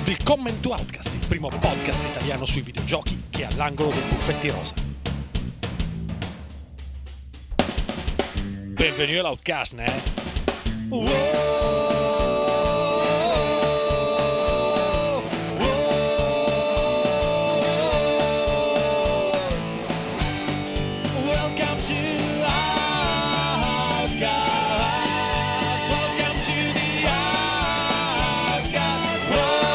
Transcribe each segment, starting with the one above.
Willkommen to Outcast, il primo podcast italiano sui videogiochi che è all'angolo dei buffetti rosa. Benvenuti all'Outcast, né? Welcome to Outcast. Welcome to the Outcast.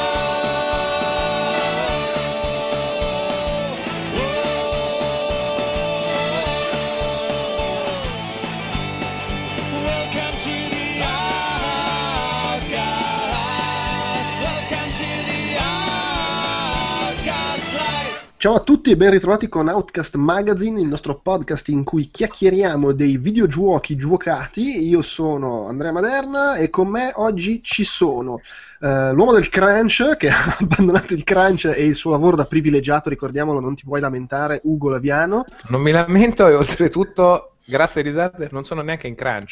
Welcome to the Outcast. Welcome to the Outcast Live. Ciao a tutti e ben ritrovati con Outcast Magazine, il nostro podcast in cui chiacchieriamo dei videogiochi giocati. Io sono Andrea Maderna e con me oggi ci sono l'uomo del crunch, che ha abbandonato il crunch e il suo lavoro da privilegiato, ricordiamolo, non ti puoi lamentare, Ugo Laviano. Non mi lamento e oltretutto, grazie risate, non sono neanche in crunch.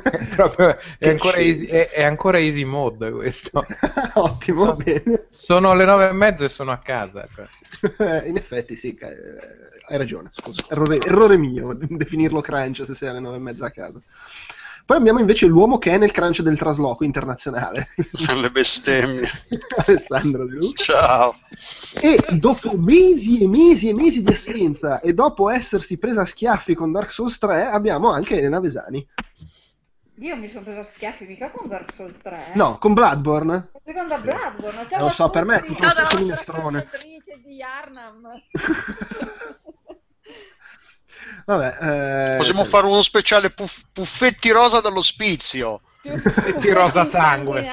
È ancora easy mode questo. Ottimo, bene. Sono le 9:30 e sono a casa. In effetti sì, hai ragione, scusa, errore mio definirlo crunch se sei alle 9:30 a casa. Poi abbiamo invece l'uomo che è nel crunch del trasloco internazionale. Le bestemmie. Alessandro De Luca. Ciao. E dopo mesi e mesi e mesi di assenza e dopo essersi presa a schiaffi con Dark Souls 3 abbiamo anche Elena Vesani. Io mi sono preso a schiaffi mica con Dark Souls 3. No, con Bloodborne. Seconda Bloodborne. Ciao Lo so, a per me è tutti. tutto lo Ciao stesso dalla vostra minestrone. calciatrice di Arnhem. Vabbè, Possiamo fare uno speciale puffetti rosa dall'ospizio. Puffetti rosa sangue.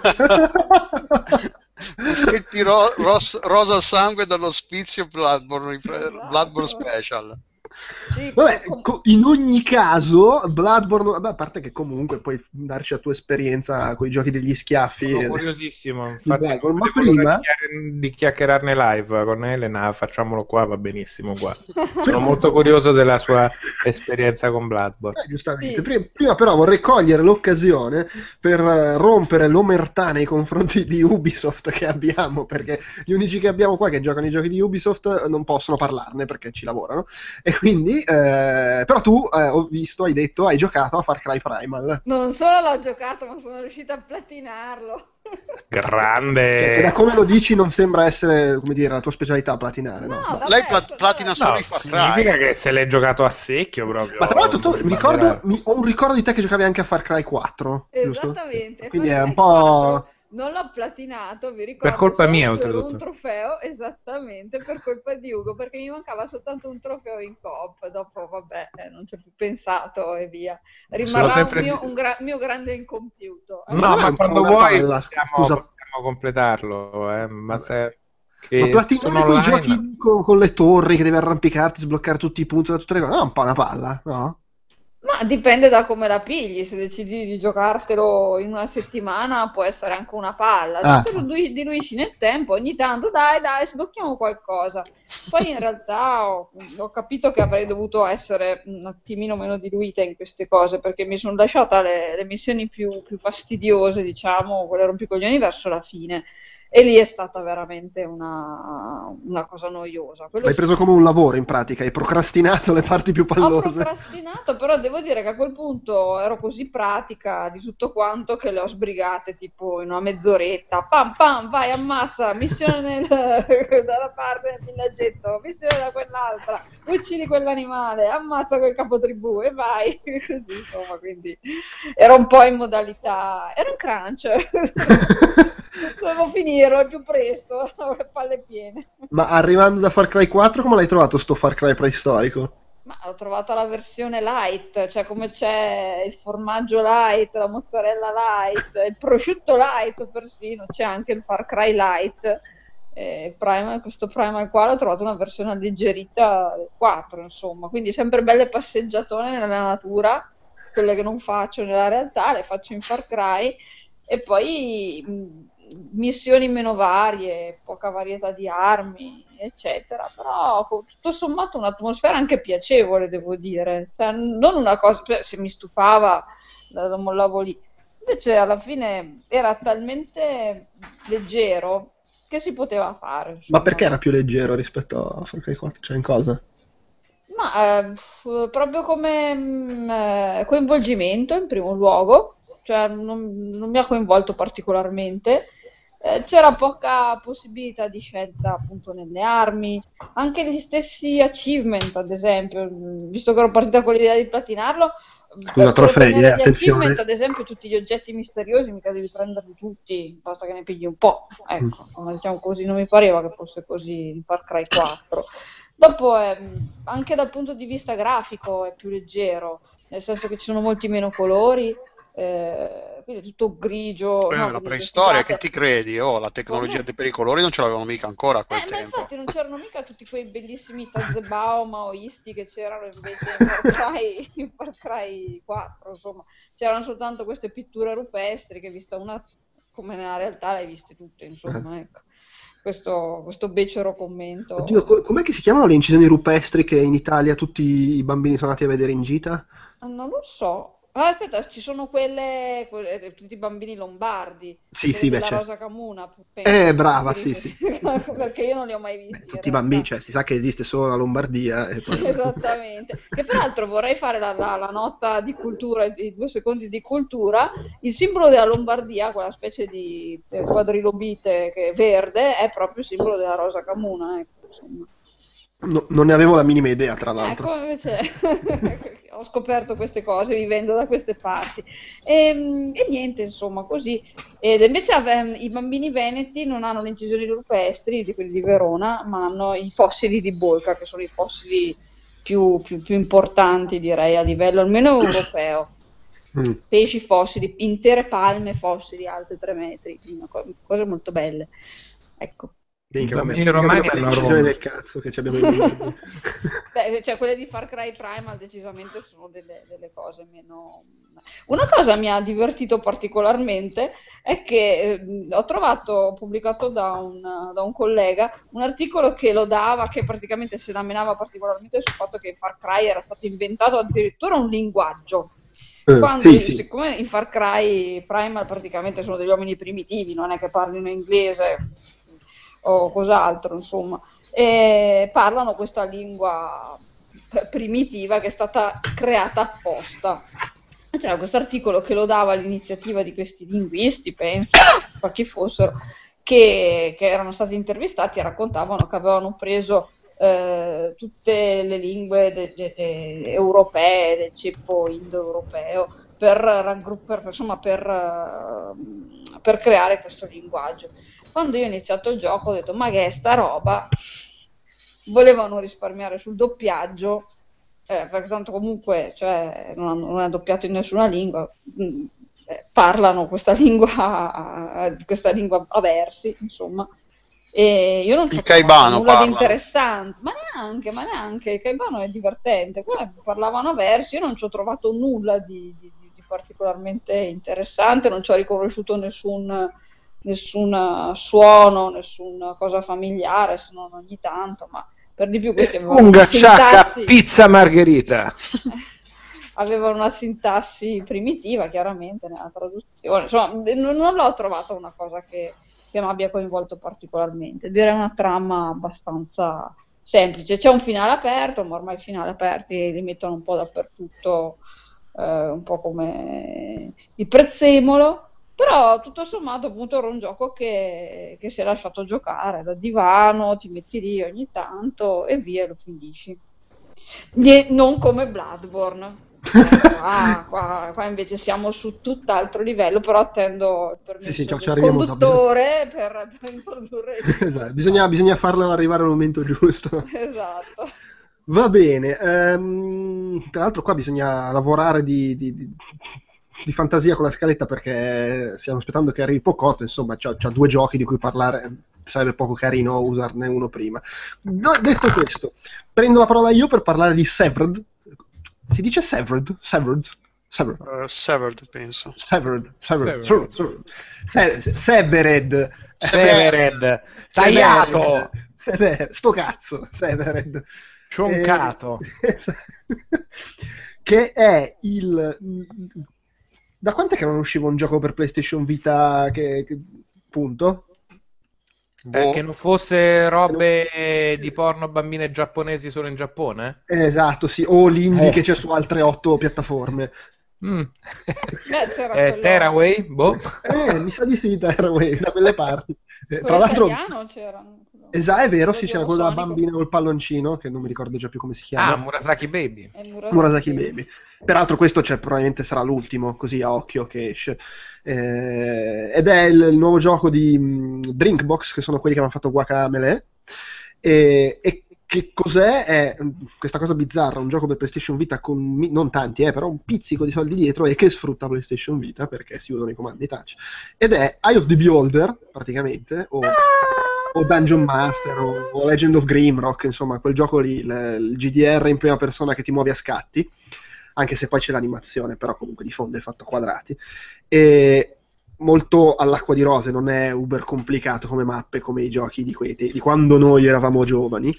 Puffetti rosa sangue dall'ospizio Bloodborne, Bloodborne Special. Sì, vabbè, in ogni caso Bloodborne, vabbè, a parte che comunque puoi darci la tua esperienza con i giochi degli schiaffi. Sono curiosissimo, infatti, Bloodborne, ma non vedo l'ora prima di chiacchierarne live con Elena, facciamolo qua, va benissimo qua. Sono molto curioso della sua esperienza con Bloodborne. Giustamente. Sì. Prima però vorrei cogliere l'occasione per rompere l'omertà nei confronti di Ubisoft che abbiamo, perché gli unici che abbiamo qua che giocano i giochi di Ubisoft non possono parlarne perché ci lavorano, e quindi però tu ho visto, hai detto, hai giocato a Far Cry Primal. Non solo l'ho giocato, ma sono riuscita a platinarlo. Grande! Cioè, che da come lo dici non sembra essere, come dire, la tua specialità platinare, no? No, vabbè, Lei platina solo No, i Far significa Cry. che se l'hai giocato a secchio proprio. Ma tra l'altro tu, ho un ricordo di te che giocavi anche a Far Cry 4, giusto? Esattamente. Quindi Far è Cry un po'... 4 non l'ho platinato, vi ricordo. Per colpa solo mia, per oltretutto. un trofeo, esattamente, per colpa di Ugo, perché mi mancava soltanto un trofeo in coop. Dopo, vabbè, non ci ho più pensato e via. Rimarrà sempre un mio grande incompiuto. No, Ma non è ma un po' quando una vuoi palla, scusa. possiamo completarlo, ma se... Che Ma platinare sono quei online... giochi con le torri che devi arrampicarti, sbloccare tutti i punti da tutte le cose, no, è un po' una palla, no? Ma dipende da come la pigli, se decidi di giocartelo in una settimana può essere anche una palla, se te lo diluisci nel tempo, ogni tanto dai, sblocchiamo qualcosa. Poi in realtà ho capito che avrei dovuto essere un attimino meno diluita in queste cose, perché mi sono lasciata le missioni più fastidiose, diciamo, quelle rompicoglioni verso la fine. E lì è stata veramente una cosa noiosa. Quello L'hai preso come un lavoro in pratica, hai procrastinato le parti più Ho pallose. procrastinato, però devo dire che a quel punto ero così pratica di tutto quanto che le ho sbrigate tipo in una mezz'oretta. Pam pam, vai, ammazza, missione dalla parte del villaggetto, missione da quell'altra, uccidi quell'animale, ammazza quel capotribù e vai. Così, insomma, quindi ero un po' in modalità... Ero in crunch. Dovevo finirlo il più presto, avevo le palle piene. Ma arrivando da Far Cry 4, come l'hai trovato sto Far Cry preistorico? Ma ho trovato la versione light, cioè come c'è il formaggio light, la mozzarella light, il prosciutto light persino, c'è anche il Far Cry light. Questo Primal qua l'ho trovato una versione alleggerita del 4, insomma, quindi sempre belle passeggiatone nella natura, quelle che non faccio nella realtà, le faccio in Far Cry, e poi missioni meno varie, poca varietà di armi, eccetera, però tutto sommato un'atmosfera anche piacevole, devo dire, cioè, non una cosa, cioè, se mi stufava la mollavo lì, invece alla fine era talmente leggero che si poteva fare. Ma Insomma. perché era più leggero rispetto a Far Cry 4? Cioè in cosa? Ma proprio come coinvolgimento in primo luogo, cioè non mi ha coinvolto particolarmente. C'era poca possibilità di scelta appunto nelle armi, anche gli stessi achievement, ad esempio, visto che ero partita con l'idea di platinarlo, Scusa, per trofei, ottenere gli attenzione. achievement, ad esempio, tutti gli oggetti misteriosi, mica devi prenderli tutti, basta che ne pigli un po'. Ecco, insomma, diciamo così, non mi pareva che fosse così in Far Cry 4. Dopo, anche dal punto di vista grafico, è più leggero, nel senso che ci sono molti meno colori, quindi è tutto grigio. No, La quindi preistoria, scusate. che ti credi? Oh, la tecnologia per i colori non ce l'avevano mica ancora a quel Ma tempo. infatti non c'erano mica tutti quei bellissimi Tazebao maoisti che c'erano invece in Far Cry 4, insomma, c'erano soltanto queste pitture rupestri che vista una come nella realtà le hai viste tutte, insomma, ecco. Questo becero commento. Oddio, com'è che si chiamano le incisioni rupestri che in Italia tutti i bambini sono andati a vedere in gita? Non lo so. Ah, aspetta, ci sono quelle tutti i bambini lombardi, Sì, quelle sì, beh, della certo. Rosa Camuna, penso, Brava, ti sì, riferisci? Perché io non li ho mai visti in Tutti i bambini, realtà. cioè si sa che esiste solo la Lombardia e poi... Esattamente. Che peraltro vorrei fare la nota di cultura, i 2 secondi di cultura. Il simbolo della Lombardia, quella specie di quadrilobite che è verde, è proprio il simbolo della Rosa Camuna, ecco, insomma. non ne avevo la minima idea, tra l'altro. Ecco, invece ho scoperto queste cose vivendo da queste parti. E niente, insomma, così. Ed invece i bambini veneti non hanno le incisioni rupestri, di quelli di Verona, ma hanno i fossili di Bolca, che sono i fossili più importanti, direi, a livello almeno europeo. Pesci fossili, intere palme fossili alte 3 metri, quindi cose molto belle. Ecco. I bambini romani hanno l'incisione del cazzo che ci abbiamo in Beh, cioè quelle di Far Cry Primal decisamente sono delle cose meno... Una cosa mi ha divertito particolarmente è che ho trovato pubblicato da un collega un articolo che lodava, che praticamente se la menava particolarmente sul fatto che in Far Cry era stato inventato addirittura un linguaggio. Quando, sì. siccome in Far Cry Primal praticamente sono degli uomini primitivi, non è che parlino inglese o cos'altro, insomma, e parlano questa lingua primitiva che è stata creata apposta. C'era questo articolo che lodava l'iniziativa di questi linguisti, penso, per chi fossero, che erano stati intervistati e raccontavano che avevano preso tutte le lingue europee, del ceppo indoeuropeo, per raggruppare, insomma, per creare questo linguaggio. Quando io ho iniziato il gioco ho detto, ma che è sta roba? Volevano risparmiare sul doppiaggio, perché tanto comunque cioè, non è doppiato in nessuna lingua, parlano questa lingua a versi, insomma. E io non il Caibano nulla parla. di interessante, ma neanche, il Caibano è divertente, quello parlavano a versi, io non ci ho trovato nulla di particolarmente interessante, non ci ho riconosciuto nessun suono, nessuna cosa familiare, se non ogni tanto, ma per di più questi avevano Unga una sintassi, pizza margherita. avevano una sintassi primitiva, chiaramente, nella traduzione. Insomma, non l'ho trovata una cosa che mi abbia coinvolto particolarmente. Direi una trama abbastanza semplice. C'è un finale aperto, ma ormai i finali aperti li mettono un po' dappertutto, un po' come il prezzemolo. Però tutto sommato appunto era un gioco che si è lasciato giocare da divano, ti metti lì ogni tanto e via, lo finisci. Non come Bloodborne. Qua invece siamo su tutt'altro livello, però attendo il permesso ci del arriviamo conduttore per introdurre il esatto, bisogna farlo arrivare al momento giusto. Esatto. Va bene, tra l'altro qua bisogna lavorare di fantasia con la scaletta perché stiamo aspettando che arrivi Pocotto, insomma c'ha 2 giochi di cui parlare, sarebbe poco carino usarne uno prima. Detto questo, prendo la parola io per parlare di Severed. Si dice Severed? Severed, penso. Severed. Tagliato. Sto cazzo, Severed. Cioncato. Che è il... Da quant'è che non usciva un gioco per PlayStation Vita punto? Che non fosse robe di porno bambine giapponesi solo in Giappone? Esatto, sì, o l'indie che c'è su altre 8 piattaforme. Beh, c'era quello... Tearaway? Boh. Mi sa di sì, Tearaway, da quelle parti. Tra quello l'altro, italiano c'era. esatto, è vero, sì, Quello c'era quello della Sonico. bambina col palloncino, che non mi ricordo già più come si chiama. Ah, Murasaki Baby. E Murasaki Baby. Peraltro questo probabilmente sarà l'ultimo, così a occhio, che esce. Ed è il nuovo gioco di Drinkbox, che sono quelli che hanno fatto Guacamelee. E che cos'è? È questa cosa bizzarra, un gioco per PlayStation Vita con non tanti, però un pizzico di soldi dietro, e che sfrutta PlayStation Vita perché si usano i comandi touch. Ed è Eye of the Beholder, praticamente, o Dungeon Master, o Legend of Grimrock, insomma, quel gioco lì, il GDR in prima persona che ti muovi a scatti, anche se poi c'è l'animazione, però comunque di fondo è fatto a quadrati. E molto all'acqua di rose, non è uber complicato come mappe, come i giochi di quando noi eravamo giovani,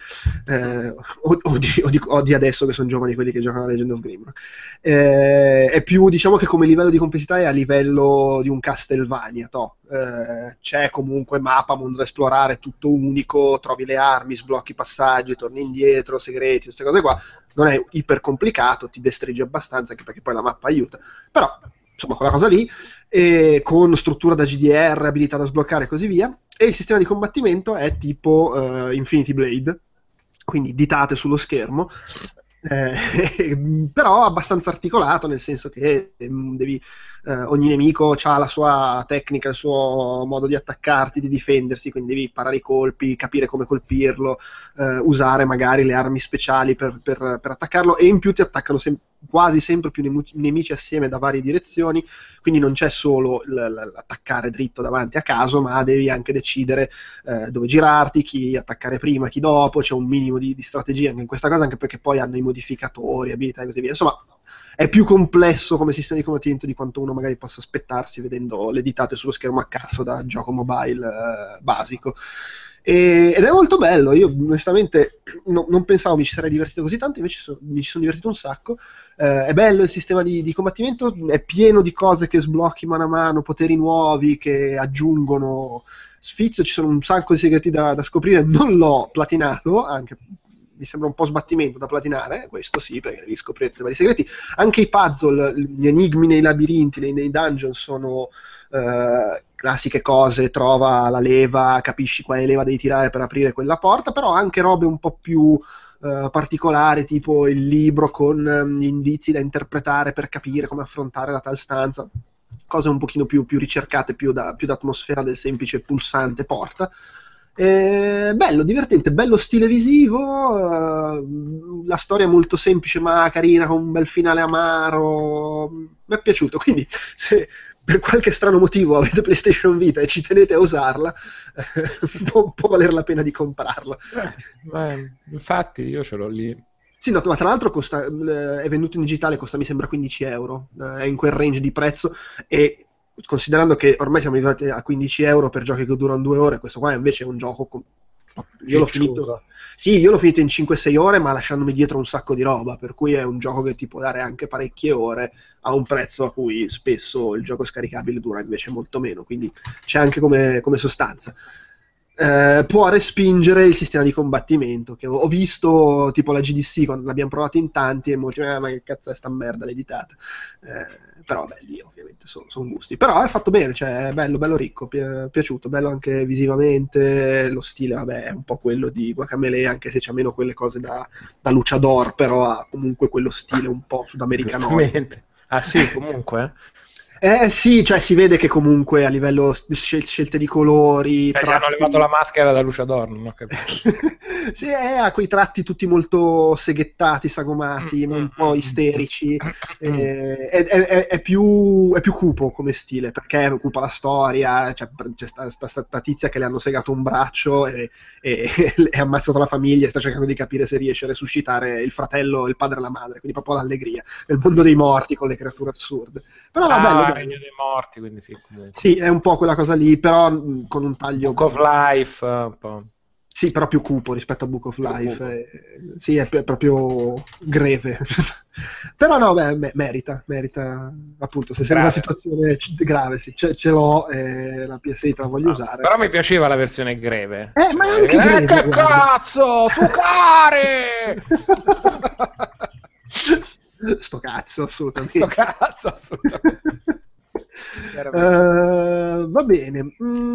o di adesso che sono giovani quelli che giocano a Legend of Grimrock. È più, diciamo che come livello di complessità è a livello di un Castlevania, c'è comunque mappa, mondo da esplorare, tutto unico, trovi le armi, sblocchi i passaggi, torni indietro, segreti, queste cose qua. Non è iper complicato, ti destreggi abbastanza, anche perché poi la mappa aiuta, però insomma quella cosa lì, con struttura da GDR, abilità da sbloccare e così via. E il sistema di combattimento è tipo Infinity Blade, quindi ditate sullo schermo, però abbastanza articolato, nel senso che ogni nemico ha la sua tecnica, il suo modo di attaccarti, di difendersi, quindi devi parare i colpi, capire come colpirlo, usare magari le armi speciali per attaccarlo, e in più ti attaccano quasi sempre più nemici assieme da varie direzioni, quindi non c'è solo l'attaccare dritto davanti a caso, ma devi anche decidere dove girarti, chi attaccare prima, chi dopo, c'è un minimo di strategia anche in questa cosa, anche perché poi hanno i modificatori, abilità e così via. Insomma, è più complesso come sistema di combattimento di quanto uno magari possa aspettarsi vedendo le ditate sullo schermo a cazzo da gioco mobile basico. Ed è molto bello. Io onestamente non pensavo mi ci sarei divertito così tanto, invece mi ci sono divertito un sacco. È bello il sistema di combattimento, è pieno di cose che sblocchi mano a mano, poteri nuovi che aggiungono sfizio, ci sono un sacco di segreti da scoprire. Non l'ho platinato, anche mi sembra un po' sbattimento da platinare, questo sì, perché devi scoprire tutti i vari segreti. Anche i puzzle, gli enigmi nei labirinti, nei dungeon sono classiche cose, trova la leva, capisci quale leva devi tirare per aprire quella porta, però anche robe un po' più particolari, tipo il libro con gli indizi da interpretare per capire come affrontare la tal stanza, cose un pochino più ricercate, più d'atmosfera del semplice pulsante porta. Bello, divertente, bello stile visivo, la storia è molto semplice ma carina, con un bel finale amaro, mi è piaciuto, quindi se per qualche strano motivo avete PlayStation Vita e ci tenete a usarla, può valer la pena di comprarla. Infatti io ce l'ho lì. Sì, no, ma tra l'altro è venduto in digitale, costa mi sembra 15 euro, è in quel range di prezzo, e considerando che ormai siamo arrivati a 15 euro per giochi che durano 2 ore, questo qua invece è un gioco io l'ho finito in 5-6 ore, ma lasciandomi dietro un sacco di roba, per cui è un gioco che ti può dare anche parecchie ore a un prezzo a cui spesso il gioco scaricabile dura invece molto meno, quindi c'è anche come sostanza. Può respingere il sistema di combattimento, che ho visto tipo la GDC quando l'abbiamo provato in tanti e molti ma che cazzo è sta merda l'editata, però vabbè, lì ovviamente sono gusti, però è fatto bene, cioè è bello ricco, piaciuto, bello anche visivamente, lo stile vabbè è un po' quello di Guacamelee, anche se c'ha meno quelle cose da luchador, però ha comunque quello stile un po' sudamericano. Ah sì, comunque sì, cioè si vede che comunque a livello scelte di colori, gli hanno levato la maschera da luchador, non ho capito. Sì, ha quei tratti tutti molto seghettati, sagomati, un po' isterici, è più cupo come stile, perché è cupa la storia, c'è sta tizia che le hanno segato un braccio e è ammazzato la famiglia e sta cercando di capire se riesce a resuscitare il fratello, il padre e la madre, quindi proprio l'allegria nel mondo dei morti con le creature assurde. Però bello. Regno dei morti, quindi sì, comunque. Sì, è un po' quella cosa lì, però con un taglio Book of Life, un po'. Sì, però più cupo rispetto a Book of Life. Sì, è proprio greve. Però no, beh, merita, appunto, se sei in una situazione grave, sì, ce l'ho, la PS8 la voglio usare. Però mi piaceva la versione greve. Ma anche greve, che cazzo, sucare! Sto cazzo, assolutamente. Va bene.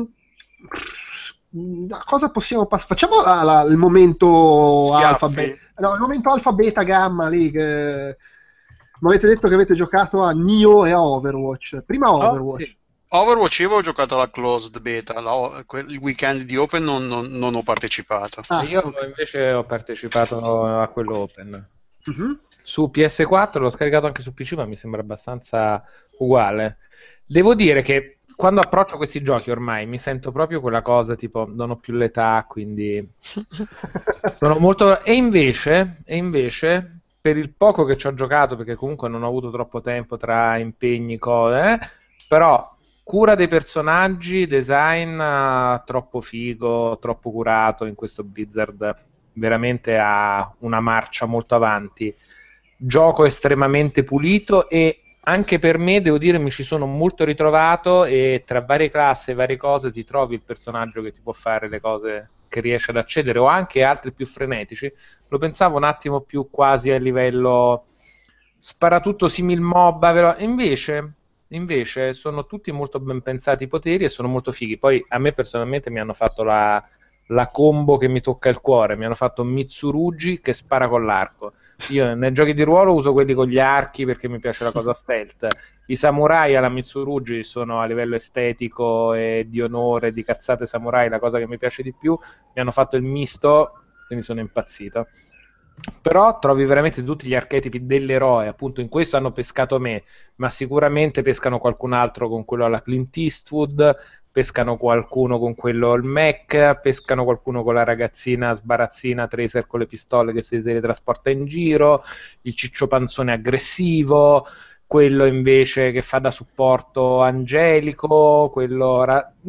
Cosa possiamo passare? Facciamo il momento alfa, il momento alfa, beta, gamma lì. Mi avete detto che avete giocato a Nioh e a Overwatch. Prima Overwatch. Sì. Overwatch io avevo giocato alla closed beta, il weekend di Open non ho partecipato. Io invece ho partecipato a quello Open. Su PS4 l'ho scaricato anche su PC, ma mi sembra abbastanza uguale. Devo dire che quando approccio questi giochi ormai mi sento proprio quella cosa tipo non ho più l'età, quindi sono molto... E invece per il poco che ci ho giocato, perché comunque non ho avuto troppo tempo tra impegni, cose, però cura dei personaggi, design troppo figo, troppo curato in questo Blizzard, veramente ha una marcia molto avanti, gioco estremamente pulito e anche per me, devo dire, mi ci sono molto ritrovato e tra varie classi e varie cose ti trovi il personaggio che ti può fare le cose che riesce ad accedere, o anche altri più frenetici. Lo pensavo un attimo più quasi a livello sparatutto simil MOBA, invece sono tutti molto ben pensati i poteri e sono molto fighi. Poi a me personalmente mi hanno fatto la combo che mi tocca il cuore, mi hanno fatto Mitsurugi che spara con l'arco. Io nei giochi di ruolo uso quelli con gli archi perché mi piace la cosa stealth. I samurai alla Mitsurugi sono a livello estetico e di onore, di cazzate samurai, la cosa che mi piace di più. Mi hanno fatto il misto, quindi sono impazzito. Però trovi veramente tutti gli archetipi dell'eroe, appunto in questo hanno pescato me, ma sicuramente pescano qualcun altro con quello alla Clint Eastwood, pescano qualcuno con quello al Mac, pescano qualcuno con la ragazzina sbarazzina Tracer con le pistole che si teletrasporta in giro, il ciccio panzone aggressivo, quello invece che fa da supporto angelico, quello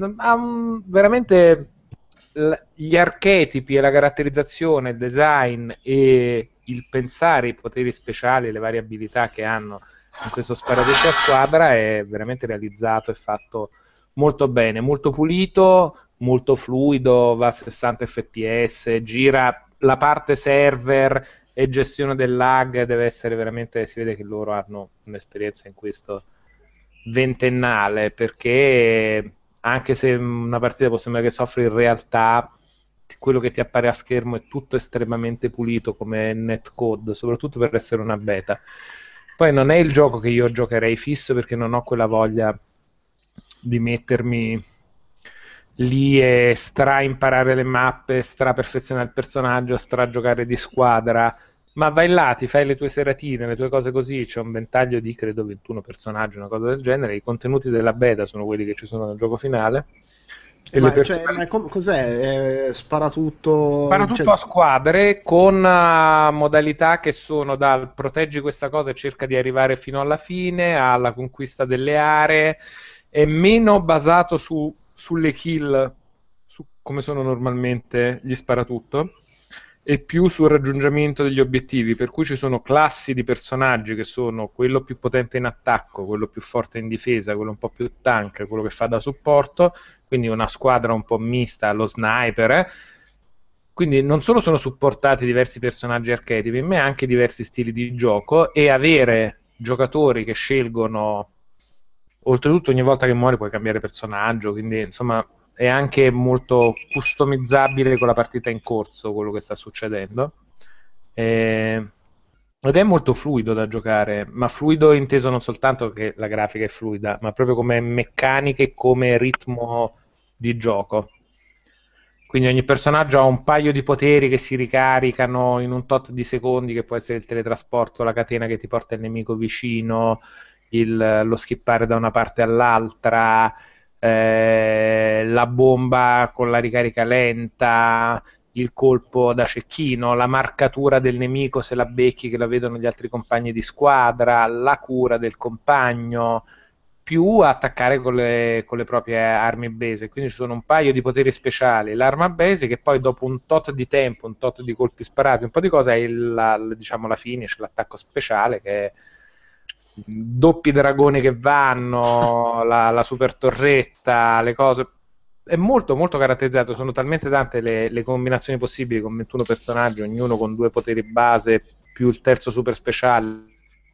veramente gli archetipi e la caratterizzazione, il design e il pensare i poteri speciali e le varie abilità che hanno in questo sparatutto a squadra è veramente realizzato e fatto molto bene, molto pulito, molto fluido, va a 60 fps, gira la parte server e gestione del lag, deve essere veramente, si vede che loro hanno un'esperienza in questo ventennale, perché anche se una partita può sembrare che soffre in realtà, quello che ti appare a schermo è tutto estremamente pulito come netcode, soprattutto per essere una beta. Poi non è il gioco che io giocherei fisso perché non ho quella voglia di mettermi lì e imparare le mappe, perfezionare il personaggio, giocare di squadra, ma vai là, ti fai le tue seratine, le tue cose così, c'è un ventaglio di credo 21 personaggi, una cosa del genere. I contenuti della beta sono quelli che ci sono nel gioco finale. E ma cos'è? Spara tutto a squadre con modalità che sono dal proteggi questa cosa e cerca di arrivare fino alla fine, alla conquista delle aree. È meno basato sulle kill, come sono normalmente gli sparatutto, e più sul raggiungimento degli obiettivi, per cui ci sono classi di personaggi che sono quello più potente in attacco, quello più forte in difesa, quello un po' più tank, quello che fa da supporto, quindi una squadra un po' mista, lo sniper, quindi non solo sono supportati diversi personaggi archetipi, ma anche diversi stili di gioco, e avere giocatori che scelgono, oltretutto ogni volta che muori puoi cambiare personaggio, quindi insomma è anche molto customizzabile con la partita in corso quello che sta succedendo, ed è molto fluido da giocare, ma fluido inteso non soltanto che la grafica è fluida, ma proprio come meccaniche e come ritmo di gioco. Quindi ogni personaggio ha un paio di poteri che si ricaricano in un tot di secondi, che può essere il teletrasporto, la catena che ti porta il nemico vicino, lo skippare da una parte all'altra, la bomba con la ricarica lenta, il colpo da cecchino, la marcatura del nemico se la becchi che la vedono gli altri compagni di squadra, la cura del compagno, più a attaccare con le proprie armi base, quindi ci sono un paio di poteri speciali, l'arma base che poi dopo un tot di tempo, un tot di colpi sparati, un po' di cose, è diciamo la finish, l'attacco speciale che è doppi dragoni che vanno, la super torretta, le cose. È molto molto caratterizzato, sono talmente tante le combinazioni possibili con 21 personaggi, ognuno con 2 poteri base più il terzo super speciale.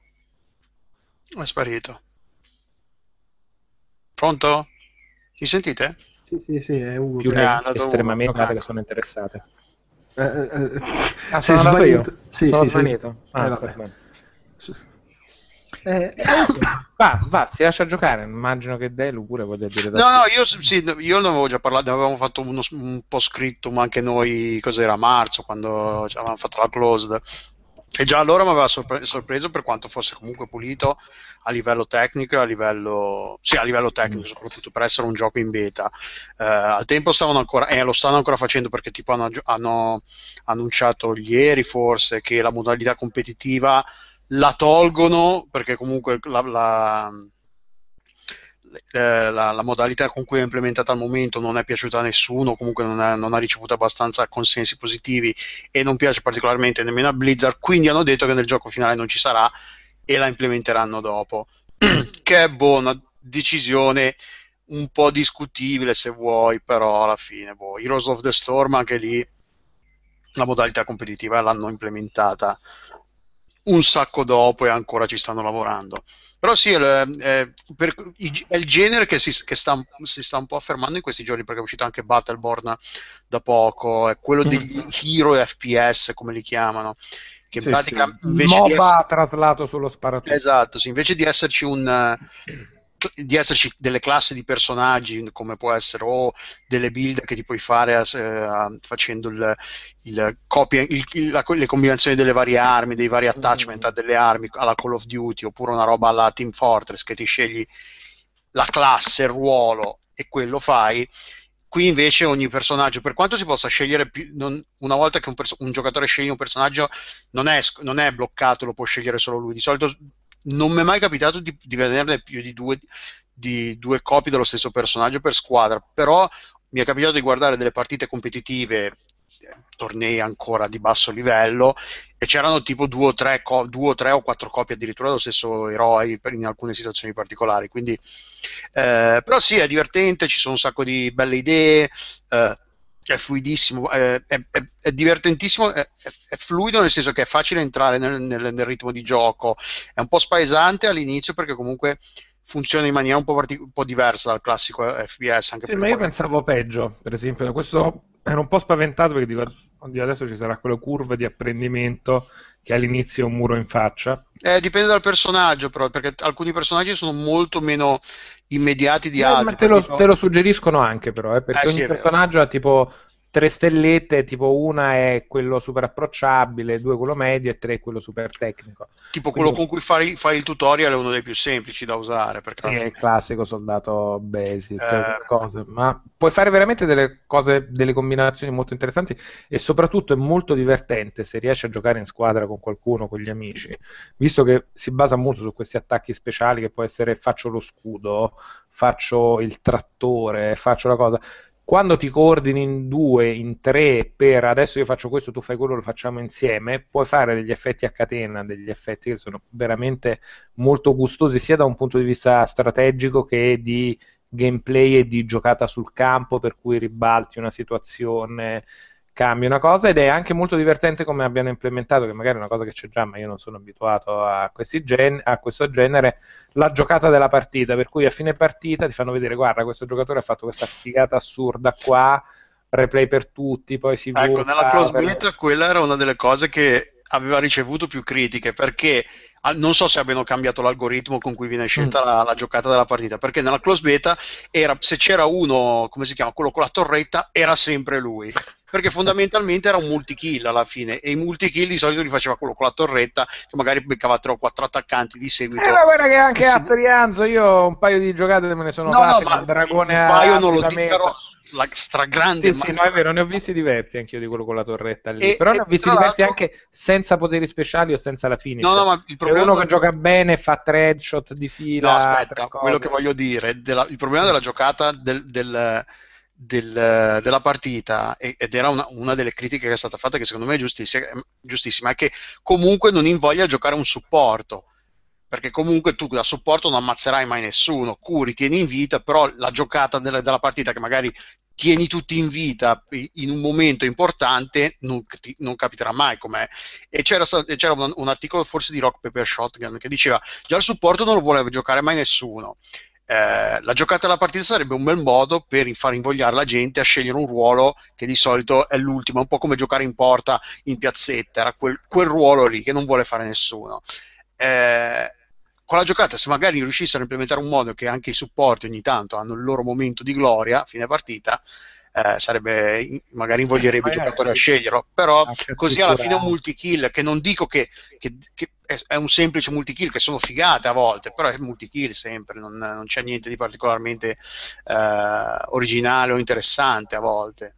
È sparito. Pronto? Mi sentite? Sì, è Ugo. Più estremamente cose che sono interessate. Sono andato io? Sì, sono sì, svanito. Va, si lascia giocare. Immagino che Delu pure voglia dire. No, io ne avevo già parlato, ne avevamo fatto un po' scritto, ma anche noi, cos'era, a marzo, quando avevamo fatto la closed. E già allora mi aveva sorpreso per quanto fosse comunque pulito a livello tecnico e a livello tecnico, soprattutto per essere un gioco in beta. Al tempo stavano ancora, lo stanno ancora facendo, perché tipo hanno annunciato ieri forse che la modalità competitiva la tolgono, perché comunque la modalità con cui è implementata al momento non è piaciuta a nessuno, comunque non ha ricevuto abbastanza consensi positivi e non piace particolarmente nemmeno a Blizzard, quindi hanno detto che nel gioco finale non ci sarà e la implementeranno dopo. Che è una decisione un po' discutibile se vuoi, però alla fine Heroes of the Storm, anche lì la modalità competitiva l'hanno implementata un sacco dopo e ancora ci stanno lavorando. Però sì, è il genere che si sta un po' affermando in questi giorni, perché è uscito anche Battleborn da poco, è quello degli hero FPS, come li chiamano, che in pratica invece MOBA traslato sullo sparatutto. Esatto, sì, invece di esserci delle classi di personaggi, come può essere, o delle build che ti puoi fare facendo le combinazioni delle varie armi, dei vari attachment a delle armi alla Call of Duty, oppure una roba alla Team Fortress che ti scegli la classe, il ruolo e quello fai. Qui invece ogni personaggio, per quanto si possa scegliere una volta che un giocatore sceglie un personaggio, non è bloccato, lo può scegliere solo lui. Di solito non mi è mai capitato di vederne più di due copie dello stesso personaggio per squadra, però mi è capitato di guardare delle partite competitive, tornei ancora di basso livello, e c'erano tipo 2 o 3 o 4 copie addirittura dello stesso eroe in alcune situazioni particolari, quindi però sì, è divertente, ci sono un sacco di belle idee, è fluidissimo, è divertentissimo, è fluido, nel senso che è facile entrare nel ritmo di gioco, è un po' spaesante all'inizio perché comunque funziona in maniera un po' diversa dal classico FPS. Anche ma io pensavo peggio, per esempio, da questo ero un po' spaventato perché dico, oddio, adesso ci sarà quella curva di apprendimento che all'inizio è un muro in faccia. Dipende dal personaggio, però, perché alcuni personaggi sono molto meno immediati di altri. Ma te lo suggeriscono anche, però, perché ogni personaggio ha tipo 3 stellette, tipo una è quello super approcciabile, 2 quello medio e 3 quello super tecnico. Tipo quello con cui fai il tutorial è uno dei più semplici da usare, perché è il classico soldato basic, cose. Ma puoi fare veramente delle cose, delle combinazioni molto interessanti, e soprattutto è molto divertente se riesci a giocare in squadra con qualcuno, con gli amici, visto che si basa molto su questi attacchi speciali, che può essere faccio lo scudo, faccio il trattore, faccio la cosa. Quando ti coordini in 2, in 3, per adesso io faccio questo, tu fai quello, lo facciamo insieme, puoi fare degli effetti a catena, degli effetti che sono veramente molto gustosi, sia da un punto di vista strategico che di gameplay e di giocata sul campo, per cui ribalti una situazione, cambi una cosa, ed è anche molto divertente come abbiano implementato, che magari è una cosa che c'è già, ma io non sono abituato a questo genere, la giocata della partita, per cui a fine partita ti fanno vedere, guarda, questo giocatore ha fatto questa figata assurda qua, replay per tutti, poi si vota. Ecco, nella close beta quella era una delle cose che aveva ricevuto più critiche, perché non so se abbiano cambiato l'algoritmo con cui viene scelta la giocata della partita, perché nella close beta se c'era uno, come si chiama, quello con la torretta, era sempre lui, perché fondamentalmente era un multi-kill alla fine, e i multi-kill di solito li faceva quello con la torretta, che magari beccava 3 o 4 attaccanti di seguito. Ma guarda che anche a Trianzo io un paio di giocate me ne sono fatte, ma il dragone un paio non lo dico, la stragrande sì, no, è vero, ne ho visti diversi anch'io di quello con la torretta lì, però ne ho visti diversi anche senza poteri speciali o senza la finisher. No, ma il problema uno che gioca bene fa 3 headshot di fila. No, aspetta, quello che voglio dire, il problema della giocata della partita, ed era una delle critiche che è stata fatta, che secondo me è giustissima, è che comunque non invoglia a giocare un supporto, perché comunque tu da supporto non ammazzerai mai nessuno, curi, tieni in vita, però la giocata della partita, che magari tieni tutti in vita in un momento importante, non capiterà mai com'è. E c'era un articolo forse di Rock Paper Shotgun che diceva già il supporto non lo vuole giocare mai nessuno. La giocata della partita sarebbe un bel modo per far invogliare la gente a scegliere un ruolo che di solito è l'ultimo, un po' come giocare in porta in piazzetta, era quel ruolo lì che non vuole fare nessuno. Con la giocata, se magari riuscissero a implementare un modo che anche i supporti ogni tanto hanno il loro momento di gloria a fine partita, sarebbe, magari invoglierebbe i giocatori a sceglierlo, però così alla fine è un multikill, che non dico che è un semplice multikill, che sono figate a volte, però è multikill sempre, non c'è niente di particolarmente originale o interessante a volte.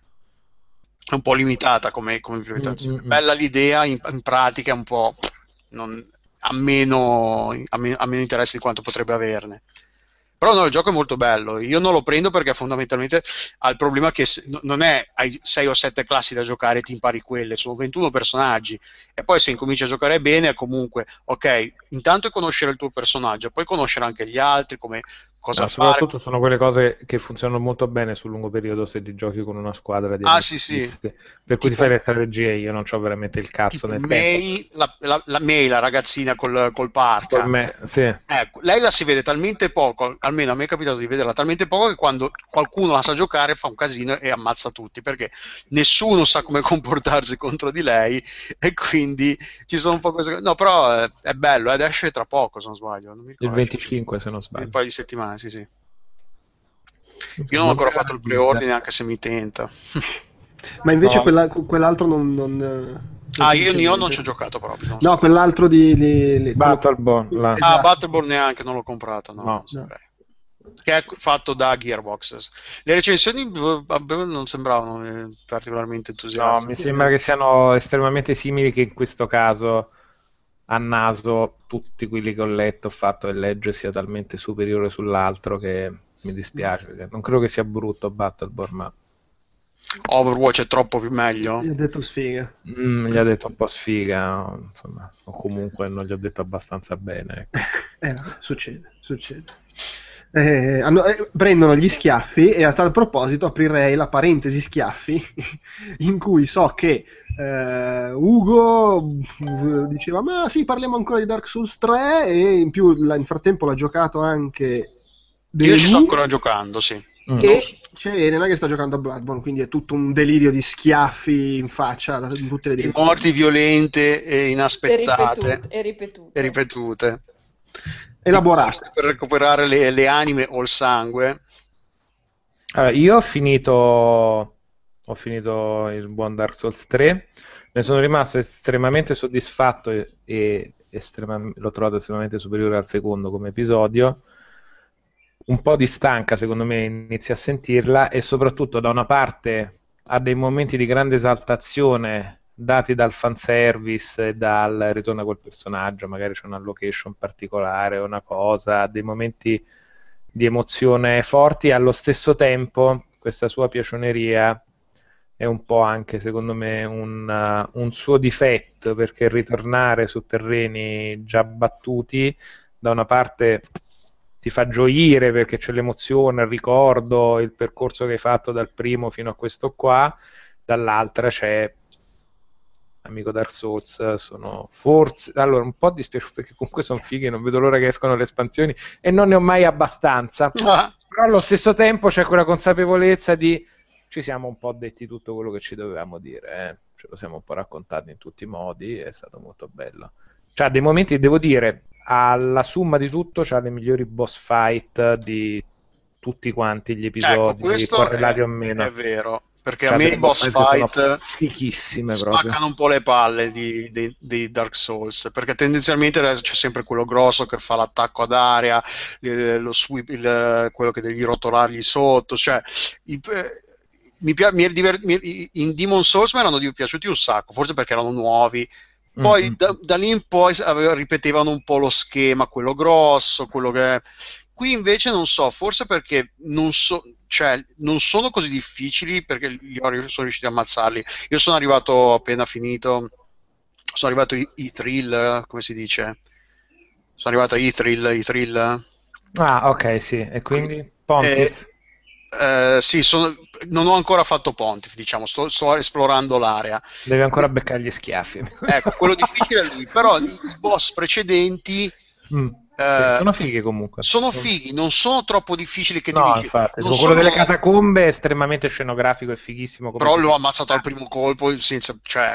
È un po' limitata come implementazione. Bella l'idea, in pratica è un po' ha meno interesse di quanto potrebbe averne. Però no, il gioco è molto bello. Io non lo prendo perché fondamentalmente ha il problema che non è hai 6 o 7 classi da giocare e ti impari quelle, sono 21 personaggi, e poi se incominci a giocare bene comunque, ok, intanto è conoscere il tuo personaggio, poi conoscere anche gli altri, come cosa fare. Soprattutto sono quelle cose che funzionano molto bene sul lungo periodo se ti giochi con una squadra di sì. Per cui ti fai le strategie. Io non c'ho veramente il cazzo nel tempo. La May, la ragazzina col parka, sì. Lei la si vede talmente poco, almeno a me è capitato di vederla talmente poco, che quando qualcuno la sa giocare fa un casino e ammazza tutti, perché nessuno sa come comportarsi contro di lei, e quindi ci sono un po' queste cose. No, però è bello, ed esce tra poco se non sbaglio, non mi ricordo, il 25 se non sbaglio, un paio di settimane. Sì. Io non ho ancora fatto il preordine, anche se mi tenta. Ma invece quell'altro non io non ci ho giocato proprio. No, quell'altro di Battleborn. Esatto. Battleborn neanche, non l'ho comprato. No. Che è fatto da Gearbox. Le recensioni non sembravano particolarmente entusiaste. No, mi sembra che siano estremamente simili, che in questo caso a naso tutti quelli che ho letto, ho fatto e legge sia talmente superiore sull'altro che mi dispiace. Non credo che sia brutto Battleborn, ma Overwatch è troppo più meglio. Gli ha detto sfiga. Gli ha detto un po' sfiga, insomma, o comunque non gli ho detto abbastanza bene. Succede. Prendono gli schiaffi, e a tal proposito aprirei la parentesi schiaffi in cui so che Ugo diceva ma sì, parliamo ancora di Dark Souls 3, e in più in frattempo l'ha giocato anche io ci sto ancora giocando, sì. E c'è Elena che sta giocando a Bloodborne, quindi è tutto un delirio di schiaffi in faccia da tutte le direzioni, morti violente e inaspettate e ripetute. Elaborate per recuperare le anime o il sangue. Allora, io ho finito il buon Dark Souls 3, ne sono rimasto estremamente soddisfatto e l'ho trovato estremamente superiore al secondo come episodio. Un po' di stanca, secondo me, inizia a sentirla, e soprattutto da una parte ha dei momenti di grande esaltazione dati dal fanservice e dal ritorno a quel personaggio, magari c'è una location particolare o una cosa, dei momenti di emozione forti, e allo stesso tempo questa sua piacioneria è un po' anche, secondo me, un suo difetto, perché ritornare su terreni già battuti da una parte ti fa gioire perché c'è l'emozione, il ricordo, il percorso che hai fatto dal primo fino a questo qua, dall'altra c'è amico Dark Souls, sono forse allora un po' dispiaciuto perché comunque sono fighi, non vedo l'ora che escono le espansioni e non ne ho mai abbastanza, però allo stesso tempo c'è quella consapevolezza di ci siamo un po' detti tutto quello che ci dovevamo dire, ce lo siamo un po' raccontati in tutti i modi, è stato molto bello. C'ha dei momenti, devo dire, alla somma di tutto c'ha le migliori boss fight di tutti quanti gli episodi, correlati o meno. È vero. perché a me i boss fight fichissime spaccano proprio un po' le palle di Dark Souls, perché tendenzialmente c'è sempre quello grosso che fa l'attacco ad area, lo sweep, quello che devi rotolargli sotto, cioè in Demon Souls mi erano piaciuti un sacco, forse perché erano nuovi. Poi da lì in poi ripetevano un po' lo schema, quello grosso, quello che... Qui invece non so, forse perché non sono così difficili, perché sono riuscito a ammazzarli. Io sono arrivato appena finito, sono arrivato i thrill, come si dice? Sono arrivato ai thrill. Ah, ok, sì, e quindi Pontiff? Sì, non ho ancora fatto Pontiff, diciamo, sto esplorando l'area. Devi ancora beccare gli schiaffi. Ecco, quello difficile è lui, però i boss precedenti sì, sono fighi comunque. Sono fighi, non sono troppo difficili che no, ti dici. Infatti, quello delle catacombe è estremamente scenografico e fighissimo. Però l'ho ammazzato al primo colpo, senza, cioè...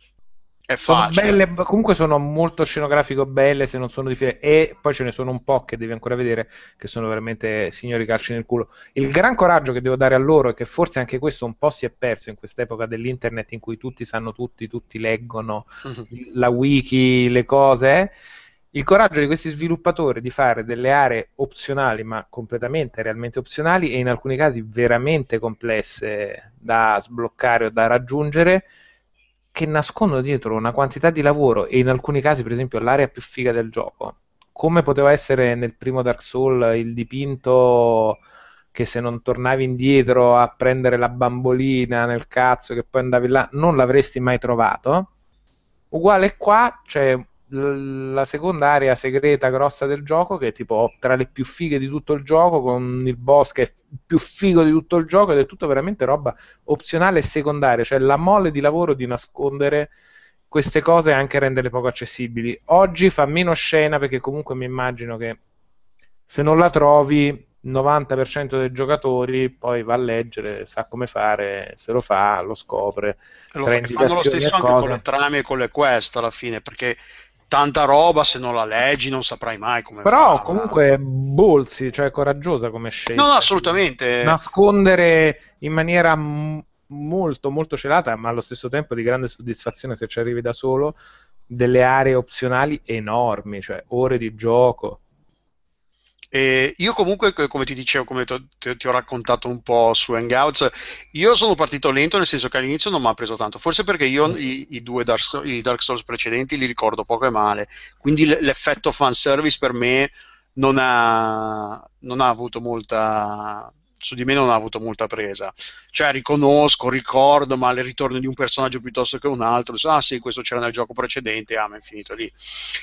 È facile. Belle, comunque sono molto scenografico belle se non sono difficili, e poi ce ne sono un po' che devi ancora vedere che sono veramente signori calci nel culo. Il gran coraggio che devo dare a loro è che forse anche questo un po' si è perso in quest'epoca dell'internet in cui tutti sanno tutti leggono la wiki, le cose. Il coraggio di questi sviluppatori di fare delle aree opzionali, ma completamente realmente opzionali, e in alcuni casi veramente complesse da sbloccare o da raggiungere, che nascondono dietro una quantità di lavoro, e in alcuni casi, per esempio, l'area più figa del gioco, come poteva essere nel primo Dark Souls il dipinto che se non tornavi indietro a prendere la bambolina nel cazzo che poi andavi là non l'avresti mai trovato. Uguale qua, c'è la seconda area segreta grossa del gioco, che è tipo tra le più fighe di tutto il gioco, con il boss che è più figo di tutto il gioco, ed è tutto veramente roba opzionale e secondaria, cioè la mole di lavoro di nascondere queste cose e anche renderle poco accessibili. Oggi fa meno scena, perché comunque mi immagino che se non la trovi, il 90% dei giocatori poi va a leggere, sa come fare, se lo fa, lo scopre. Fanno lo stesso anche con le trame e con le quest alla fine, perché tanta roba, se non la leggi non saprai mai come però farla. Comunque bolsi, cioè coraggiosa come scelta. No, assolutamente. Nascondere in maniera molto molto celata, ma allo stesso tempo di grande soddisfazione se ci arrivi da solo, delle aree opzionali enormi, cioè ore di gioco. Io comunque, come ti dicevo, come ti ho raccontato un po' su Hangouts, io sono partito lento, nel senso che all'inizio non mi ha preso tanto, forse perché io i due Dark Souls precedenti li ricordo poco e male, quindi l'effetto fanservice per me non ha avuto molta... su di me non ha avuto molta presa, cioè ricordo, ma il ritorno di un personaggio piuttosto che un altro, sì, questo c'era nel gioco precedente, ma è finito lì.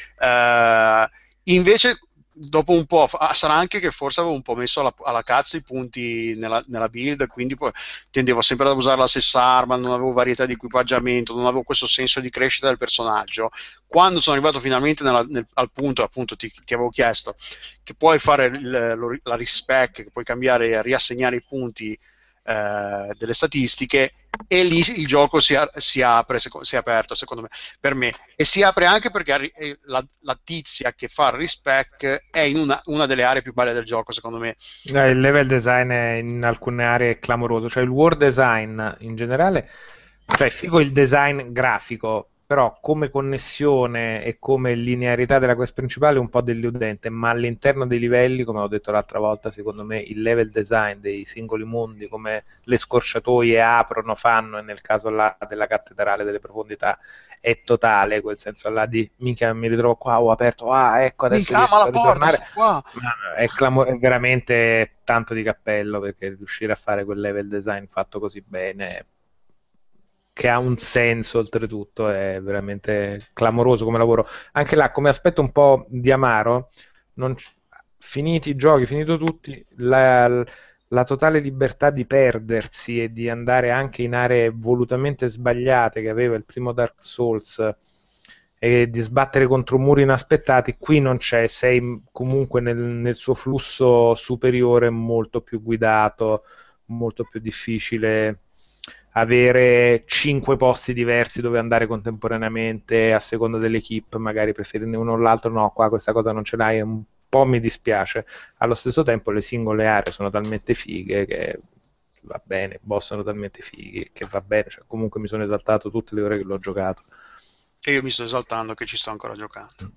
Invece dopo un po', sarà anche che forse avevo un po' messo alla cazzo i punti nella build, quindi poi tendevo sempre ad usare la stessa arma, non avevo varietà di equipaggiamento, non avevo questo senso di crescita del personaggio. Quando sono arrivato finalmente al punto, appunto ti avevo chiesto, che puoi fare la respec, che puoi cambiare e riassegnare i punti delle statistiche, e lì il gioco si è aperto, secondo me, per me, e si apre anche perché la tizia che fa il respec è in una delle aree più belle del gioco, secondo me. Il level design in alcune aree è clamoroso, cioè il world design in generale, cioè è figo il design grafico, però come connessione e come linearità della quest principale è un po' deludente, ma all'interno dei livelli, come ho detto l'altra volta, secondo me il level design dei singoli mondi, come le scorciatoie aprono, fanno, e nel caso là della cattedrale delle profondità è totale, quel senso là di mica mi ritrovo qua, ho aperto, ecco adesso la porta, qua. È veramente tanto di cappello, perché riuscire a fare quel level design fatto così bene, che ha un senso oltretutto, è veramente clamoroso come lavoro. Anche là, come aspetto un po' di amaro, finiti i giochi, finito tutti, la totale libertà di perdersi e di andare anche in aree volutamente sbagliate che aveva il primo Dark Souls, e di sbattere contro muri inaspettati, qui non c'è, sei comunque nel suo flusso superiore, molto più guidato, molto più difficile avere 5 posti diversi dove andare contemporaneamente a seconda dell'equipe, magari preferirne uno o l'altro. No, qua questa cosa non ce l'hai, un po' mi dispiace. Allo stesso tempo le singole aree sono talmente fighe che va bene, i boss sono talmente fighi che va bene, cioè, comunque mi sono esaltato tutte le ore che l'ho giocato. E io mi sto esaltando che ci sto ancora giocando.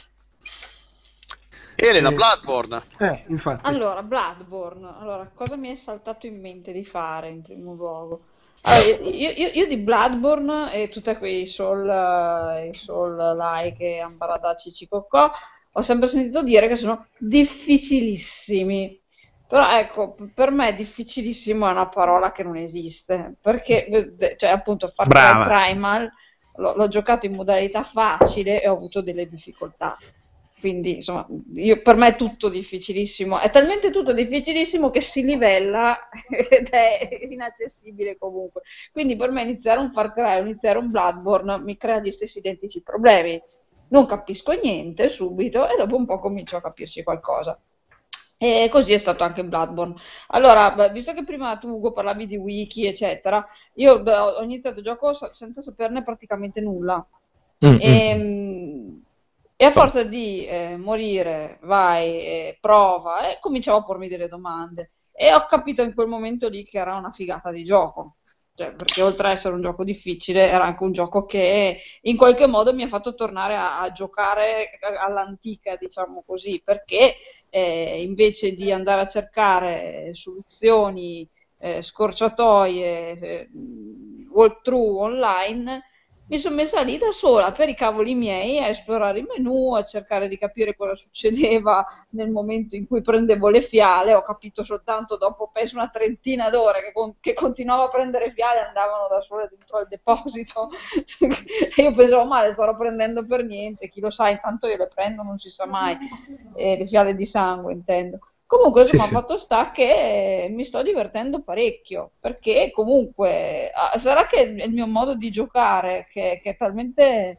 Elena, Bloodborne. Infatti. Allora, Bloodborne. Allora, cosa mi è saltato in mente di fare in primo luogo? Allora, io di Bloodborne e tutti quei Soul-like e Ambaradaci Cicocò ho sempre sentito dire che sono difficilissimi. Però ecco, per me difficilissimo è una parola che non esiste, perché cioè, appunto Far Cry Brava. Primal l'ho giocato in modalità facile e ho avuto delle difficoltà. Quindi, insomma, per me è tutto difficilissimo. È talmente tutto difficilissimo che si livella ed è inaccessibile comunque. Quindi per me iniziare un Far Cry o iniziare un Bloodborne mi crea gli stessi identici problemi. Non capisco niente subito e dopo un po' comincio a capirci qualcosa. E così è stato anche in Bloodborne. Allora, visto che prima tu, Ugo, parlavi di wiki, eccetera, io ho iniziato il gioco senza saperne praticamente nulla. E a forza di morire, vai, prova, e cominciavo a pormi delle domande. E ho capito in quel momento lì che era una figata di gioco. Cioè, perché oltre a essere un gioco difficile, era anche un gioco che in qualche modo mi ha fatto tornare a giocare all'antica, diciamo così, perché invece di andare a cercare soluzioni, scorciatoie, walkthrough online, mi sono messa lì da sola per i cavoli miei a esplorare i menu, a cercare di capire cosa succedeva nel momento in cui prendevo le fiale. Ho capito soltanto dopo, penso, una trentina d'ore che continuavo a prendere fiale e andavano da sole dentro al deposito. E io pensavo, ma le starò prendendo per niente, chi lo sa, intanto io le prendo, non si sa mai, le fiale di sangue intendo. Comunque, insomma, fatto sta che mi sto divertendo parecchio, perché comunque sarà che è il mio modo di giocare che è talmente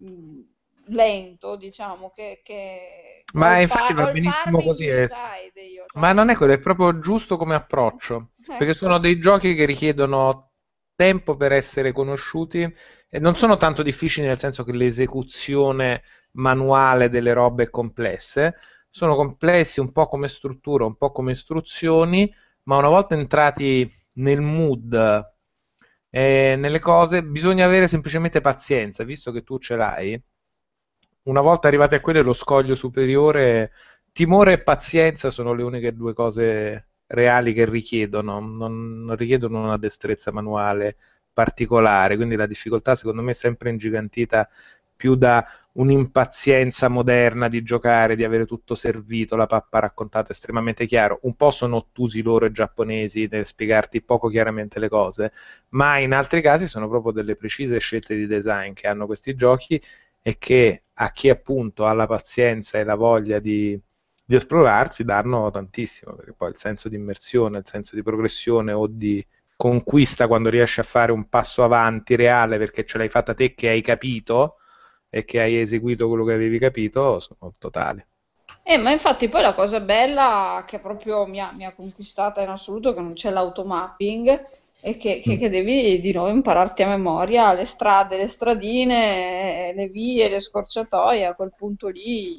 lento, diciamo, che Ma infatti va benissimo così. Ma non è quello, è proprio giusto come approccio, perché sono dei giochi che richiedono tempo per essere conosciuti e non sono tanto difficili nel senso che l'esecuzione manuale delle robe complesse. Sono complessi un po' come struttura, un po' come istruzioni, ma una volta entrati nel mood e nelle cose, bisogna avere semplicemente pazienza, visto che tu ce l'hai. Una volta arrivati a quello, lo scoglio superiore, timore e pazienza sono le uniche due cose reali che richiedono, non richiedono una destrezza manuale particolare, quindi la difficoltà secondo me è sempre ingigantita più da un'impazienza moderna di giocare, di avere tutto servito, la pappa raccontata estremamente chiaro. Un po' sono ottusi loro i giapponesi nel spiegarti poco chiaramente le cose, ma in altri casi sono proprio delle precise scelte di design che hanno questi giochi e che a chi appunto ha la pazienza e la voglia di esplorarsi danno tantissimo, perché poi il senso di immersione, il senso di progressione o di conquista quando riesci a fare un passo avanti reale perché ce l'hai fatta te che hai capito e che hai eseguito quello che avevi capito, sono totali. Ma infatti poi la cosa bella che proprio mi ha conquistata in assoluto è che non c'è l'automapping e che devi di nuovo impararti a memoria le strade, le stradine, le vie, le scorciatoie. A quel punto lì,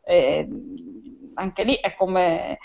anche lì è come...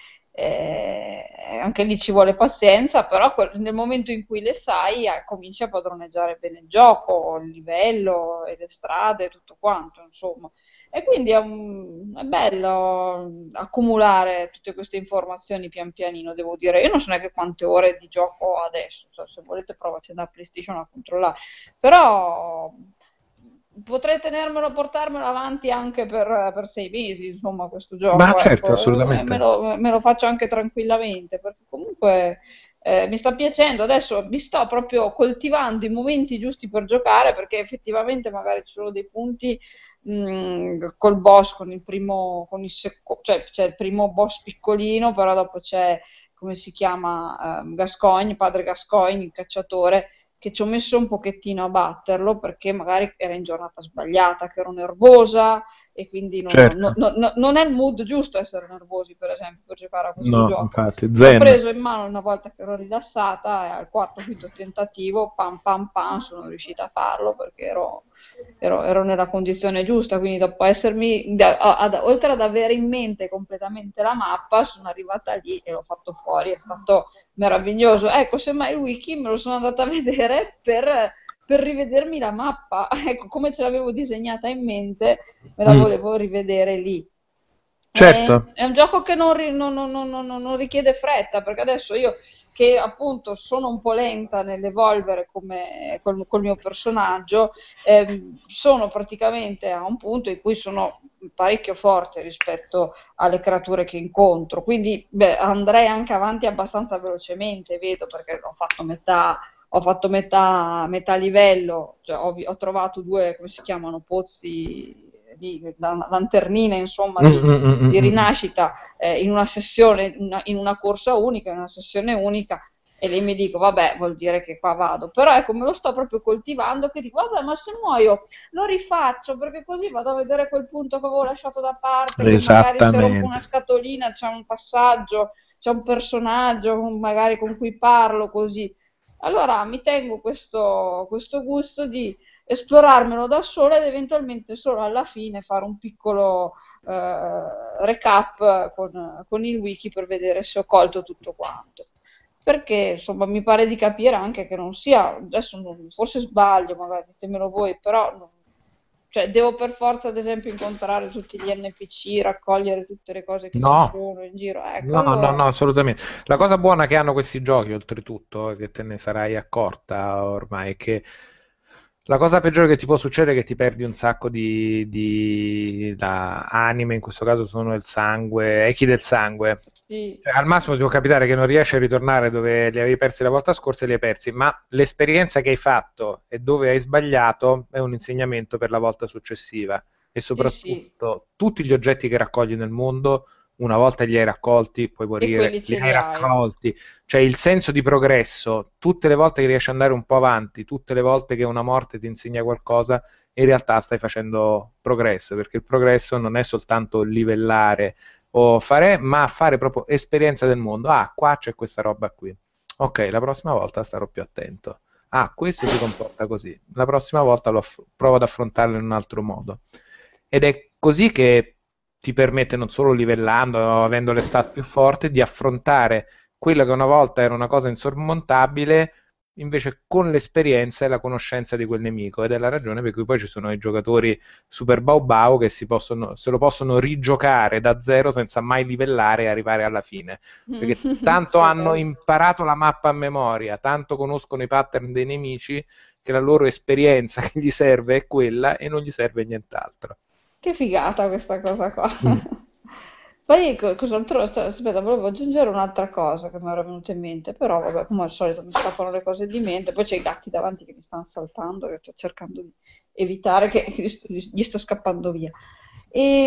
anche lì ci vuole pazienza, però nel momento in cui le sai cominci a padroneggiare bene il gioco, il livello e le strade, tutto quanto, insomma. E quindi è bello accumulare tutte queste informazioni pian pianino, devo dire. Io non so neanche quante ore di gioco ho adesso, se volete provaci da PlayStation a controllare, però potrei portarmelo avanti anche per 6 mesi, insomma, questo gioco. Ma certo, ecco. assolutamente. Me lo faccio anche tranquillamente, perché comunque mi sta piacendo. Adesso mi sto proprio coltivando i momenti giusti per giocare, perché effettivamente magari ci sono dei punti col boss, cioè c'è il primo boss piccolino, però dopo c'è, come si chiama, Gascoigne, padre Gascoigne, il cacciatore, che ci ho messo un pochettino a batterlo perché magari era in giornata sbagliata, che ero nervosa e quindi Certo. non è il mood giusto essere nervosi, per esempio, per giocare a questo No, gioco. infatti, L'ho zen. preso in mano una volta che ero rilassata e al quarto o quinto tentativo, pam pam pam, sono riuscita a farlo perché ero nella condizione giusta, quindi dopo essermi, oltre ad avere in mente completamente la mappa, sono arrivata lì e l'ho fatto fuori, è stato meraviglioso. Ecco, semmai il wiki me lo sono andata a vedere per rivedermi la mappa, ecco, come ce l'avevo disegnata in mente, me la volevo rivedere lì. Certo. È un gioco che non richiede fretta, perché adesso io, che appunto sono un po' lenta nell'evolvere come col mio personaggio, sono praticamente a un punto in cui sono parecchio forte rispetto alle creature che incontro, quindi andrei anche avanti abbastanza velocemente, vedo, perché ho fatto metà livello, cioè ho trovato 2, come si chiamano, pozzi lanternine, insomma, di rinascita in una sessione, in una corsa unica, in una sessione unica, e lì mi dico, vabbè, vuol dire che qua vado. Però ecco, me lo sto proprio coltivando, che dico, vabbè, ma se muoio lo rifaccio, perché così vado a vedere quel punto che avevo lasciato da parte, che magari se rompo una scatolina c'è un passaggio, c'è un personaggio magari con cui parlo, così. Allora mi tengo questo gusto di esplorarmelo da sola ed eventualmente solo alla fine fare un piccolo recap con il wiki per vedere se ho colto tutto quanto. Perché insomma mi pare di capire anche che non sia, adesso forse sbaglio, magari ditemelo voi, però cioè, devo per forza ad esempio incontrare tutti gli NPC, raccogliere tutte le cose che ci sono in giro. Ecco, allora... no, assolutamente. La cosa buona che hanno questi giochi, oltretutto, che te ne sarai accorta ormai, è che la cosa peggiore che ti può succedere è che ti perdi un sacco di anime, in questo caso sono il sangue, echi del sangue. Sì. Cioè, al massimo ti può capitare che non riesci a ritornare dove li avevi persi la volta scorsa e li hai persi, ma l'esperienza che hai fatto e dove hai sbagliato è un insegnamento per la volta successiva. E soprattutto tutti gli oggetti che raccogli nel mondo, una volta li hai raccolti, puoi morire, li hai raccolti. Cioè il senso di progresso, tutte le volte che riesci ad andare un po' avanti, tutte le volte che una morte ti insegna qualcosa, in realtà stai facendo progresso, perché il progresso non è soltanto livellare o fare, ma fare proprio esperienza del mondo. Ah, qua c'è questa roba qui. Ok, la prossima volta starò più attento. Ah, questo si comporta così. La prossima volta provo ad affrontarlo in un altro modo. Ed è così che ti permette, non solo livellando, avendo le stat più forti, di affrontare quella che una volta era una cosa insormontabile, invece con l'esperienza e la conoscenza di quel nemico. Ed è la ragione per cui poi ci sono i giocatori super bau che se lo possono rigiocare da zero senza mai livellare e arrivare alla fine. Perché tanto hanno imparato la mappa a memoria, tanto conoscono i pattern dei nemici, che la loro esperienza che gli serve è quella e non gli serve nient'altro. Che figata questa cosa qua. Poi cos'altro? Aspetta, volevo aggiungere un'altra cosa che mi era venuta in mente, però vabbè, come al solito mi scappano le cose di mente, poi c'è i gatti davanti che mi stanno saltando, che sto cercando di evitare che gli sto scappando via. E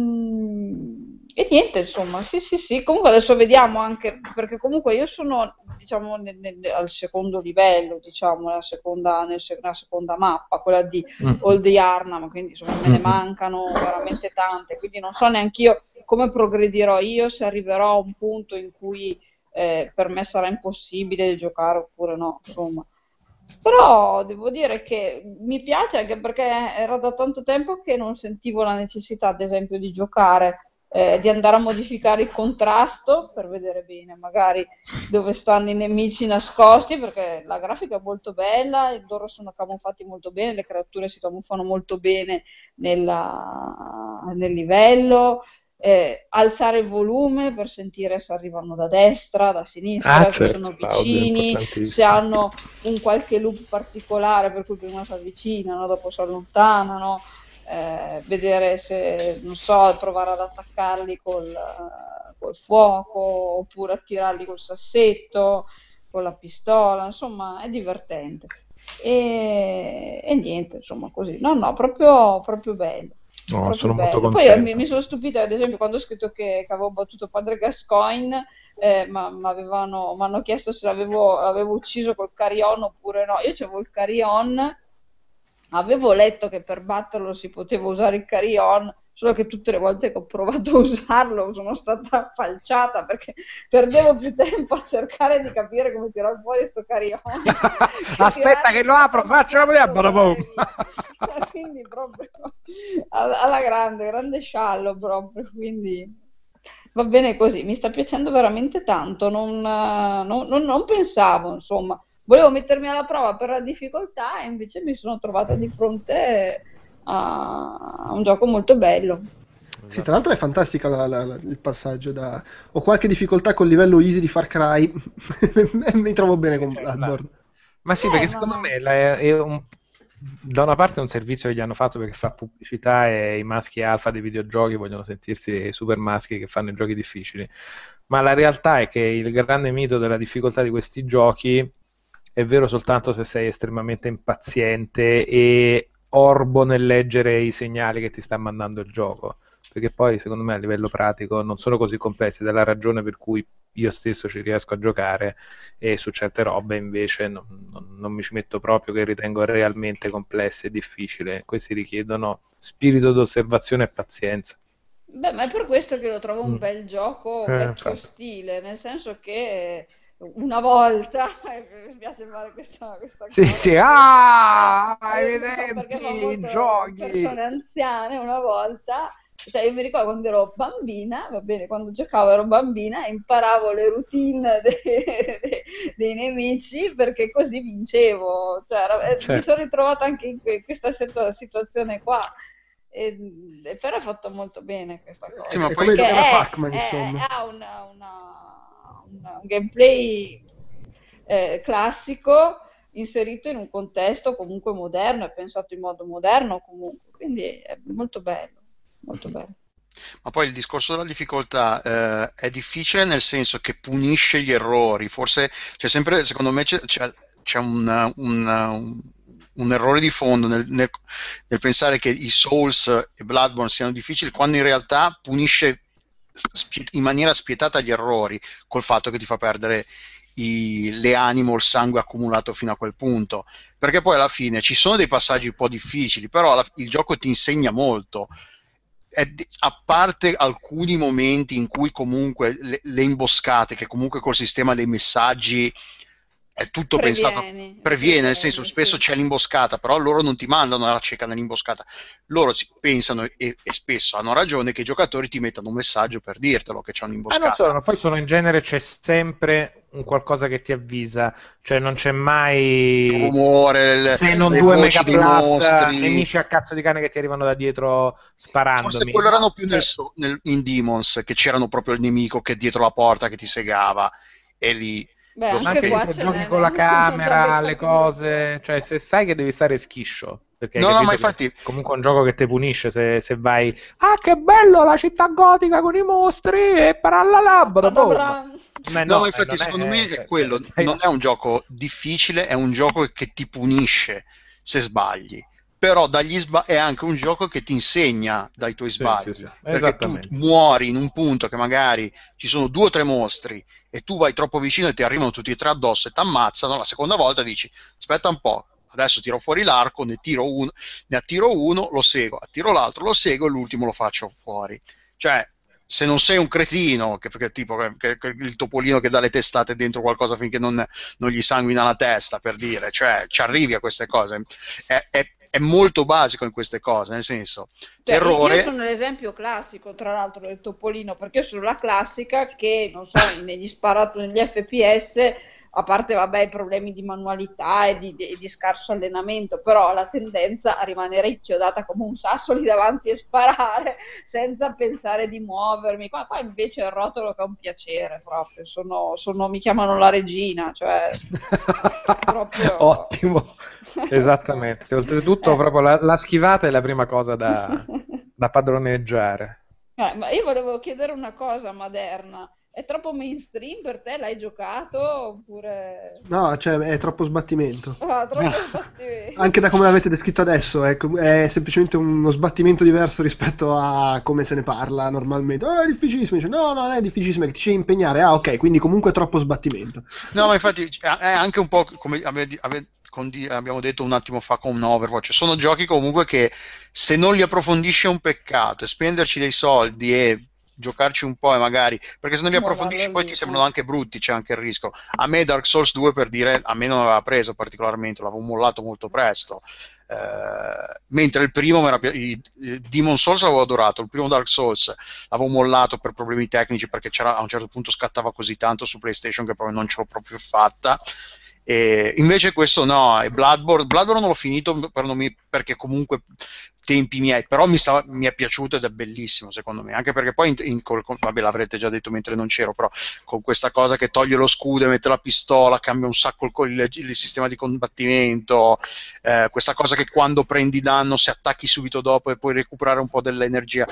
niente, insomma, sì, comunque adesso vediamo anche, perché comunque io sono, diciamo, al secondo livello, diciamo, nella seconda mappa, quella di Old Yarnam, quindi insomma me ne mancano veramente tante, quindi non so neanche io come progredirò io, se arriverò a un punto in cui per me sarà impossibile giocare oppure no, insomma. Però devo dire che mi piace anche perché era da tanto tempo che non sentivo la necessità, ad esempio, di giocare, di andare a modificare il contrasto per vedere bene magari dove stanno i nemici nascosti, perché la grafica è molto bella, loro sono camuffati molto bene, le creature si camuffano molto bene nel livello. Alzare il volume per sentire se arrivano da destra, da sinistra, se sono vicini, se hanno un qualche loop particolare per cui prima si avvicinano, dopo si allontanano, vedere se, non so, provare ad attaccarli col fuoco oppure attirarli col sassetto, con la pistola, insomma è divertente. E niente, insomma, così. No, proprio bello. No, sono molto contento. Poi mi sono stupita, ad esempio, quando ho scritto che avevo battuto Padre Gascoigne, mi hanno chiesto se l'avevo ucciso col Carillon oppure no. Io c'avevo il Carillon, avevo letto che per batterlo si poteva usare il Carillon, solo che tutte le volte che ho provato a usarlo sono stata falciata perché perdevo più tempo a cercare di capire come tirare fuori sto carillon. Aspetta che lo apro, faccio la vedere. Quindi proprio alla grande sciallo proprio, quindi va bene così, mi sta piacendo veramente tanto, non pensavo, insomma, volevo mettermi alla prova per la difficoltà e invece mi sono trovata di fronte a un gioco molto bello. Sì, tra l'altro è fantastica il passaggio da ho qualche difficoltà col livello easy di Far Cry, mi trovo bene con Bloodborne. Ma sì, perché secondo me da una parte è un servizio che gli hanno fatto perché fa pubblicità e i maschi alfa dei videogiochi vogliono sentirsi super maschi che fanno i giochi difficili, ma la realtà è che il grande mito della difficoltà di questi giochi è vero soltanto se sei estremamente impaziente e orbo nel leggere i segnali che ti sta mandando il gioco, perché poi secondo me a livello pratico non sono così complessi, ed è la ragione per cui io stesso ci riesco a giocare e su certe robe invece non mi ci metto proprio, che ritengo realmente complesse e difficili. Questi richiedono spirito d'osservazione e pazienza. Beh, ma è per questo che lo trovo un bel gioco vecchio infatti. stile, nel senso che una volta, mi piace fare questa cosa. Sì, ai Perché fa tempi, molto giochi. persone anziane una volta. Cioè, io mi ricordo quando ero bambina, va bene, quando giocavo ero bambina e imparavo le routine dei nemici perché così vincevo. Cioè, mi sono ritrovata anche in questa situazione qua. Però è fatto molto bene questa cosa. Sì, ma poi come giocare a Pac-Man, insomma. Ha un gameplay classico inserito in un contesto comunque moderno, è pensato in modo moderno comunque, quindi è molto bello. Molto bello. Ma poi il discorso della difficoltà è difficile nel senso che punisce gli errori, forse c'è sempre, secondo me c'è un errore di fondo nel pensare che i Souls e Bloodborne siano difficili, quando in realtà punisce in maniera spietata gli errori col fatto che ti fa perdere le anime o il sangue accumulato fino a quel punto, perché poi alla fine ci sono dei passaggi un po' difficili, però il gioco ti insegna molto. A parte alcuni momenti in cui comunque le imboscate, che comunque col sistema dei messaggi è tutto pensato, previene, nel senso spesso c'è l'imboscata, però loro non ti mandano alla cieca nell'imboscata, loro pensano e spesso hanno ragione che i giocatori ti mettano un messaggio per dirtelo che c'è un'imboscata. Non solo, ma poi in genere c'è sempre un qualcosa che ti avvisa, cioè non c'è mai il rumore, se non due megablast nemici a cazzo di cane che ti arrivano da dietro sparandomi. Forse quello erano più in Demons, che c'erano proprio il nemico che dietro la porta che ti segava e lì. Beh, anche qua se giochi con la camera, le cose, cioè se sai che devi stare schiscio, perché no, ma infatti comunque è un gioco che ti punisce se vai che bello la città gotica con i mostri e parallalabro. No, infatti secondo me è quello, non è un gioco difficile, è un gioco che ti punisce se sbagli, però è anche un gioco che ti insegna dai tuoi sbagli, sì. perché tu muori in un punto che magari ci sono 2 o 3 mostri e tu vai troppo vicino e ti arrivano tutti e 3 addosso e ti ammazzano, la seconda volta dici aspetta un po', adesso tiro fuori l'arco, ne attiro uno, lo seguo, attiro l'altro, lo seguo e l'ultimo lo faccio fuori. Cioè, se non sei un cretino, che il topolino che dà le testate dentro qualcosa finché non gli sanguina la testa, per dire, cioè ci arrivi a queste cose, è molto basico in queste cose, nel senso, errore. Io sono l'esempio classico, tra l'altro, del topolino, perché io sono la classica che, non so, negli FPS, a parte, vabbè, i problemi di manualità e di scarso allenamento, però ho la tendenza a rimanere inchiodata come un sasso lì davanti e sparare senza pensare di muovermi. Qua invece il rotolo che è un piacere proprio, mi chiamano la regina, cioè proprio. Ottimo. Esattamente, oltretutto proprio la schivata è la prima cosa da padroneggiare. Ma io volevo chiedere una cosa, Maderna, È troppo mainstream per te? L'hai giocato oppure... No, cioè è troppo sbattimento. Ah, troppo sbattimento. Anche da come l'avete descritto adesso, è semplicemente uno sbattimento diverso rispetto a come se ne parla normalmente. Oh, è difficilissimo. Dice, no, non è difficilissimo, è che ti devi impegnare. Ah, ok, quindi comunque è troppo sbattimento. No, ma infatti è anche un po' come abbiamo detto un attimo fa con Overwatch. Sono giochi comunque che se non li approfondisci è un peccato, e spenderci dei soldi e giocarci un po' e magari, perché se non li approfondisci poi ti sembrano anche brutti, c'è anche il rischio. A me Dark Souls 2, per dire, a me non aveva preso particolarmente, l'avevo mollato molto presto, mentre il primo Demon Souls l'avevo adorato, il primo Dark Souls l'avevo mollato per problemi tecnici, perché a un certo punto scattava così tanto su PlayStation che proprio non ce l'ho proprio fatta. E invece questo no, e Bloodborne non l'ho finito perché comunque tempi miei, però mi è piaciuto ed è bellissimo secondo me, anche perché poi vabbè, l'avrete già detto mentre non c'ero, però con questa cosa che toglie lo scudo e mette la pistola, cambia un sacco il sistema di combattimento, questa cosa che quando prendi danno se attacchi subito dopo e puoi recuperare un po' dell'energia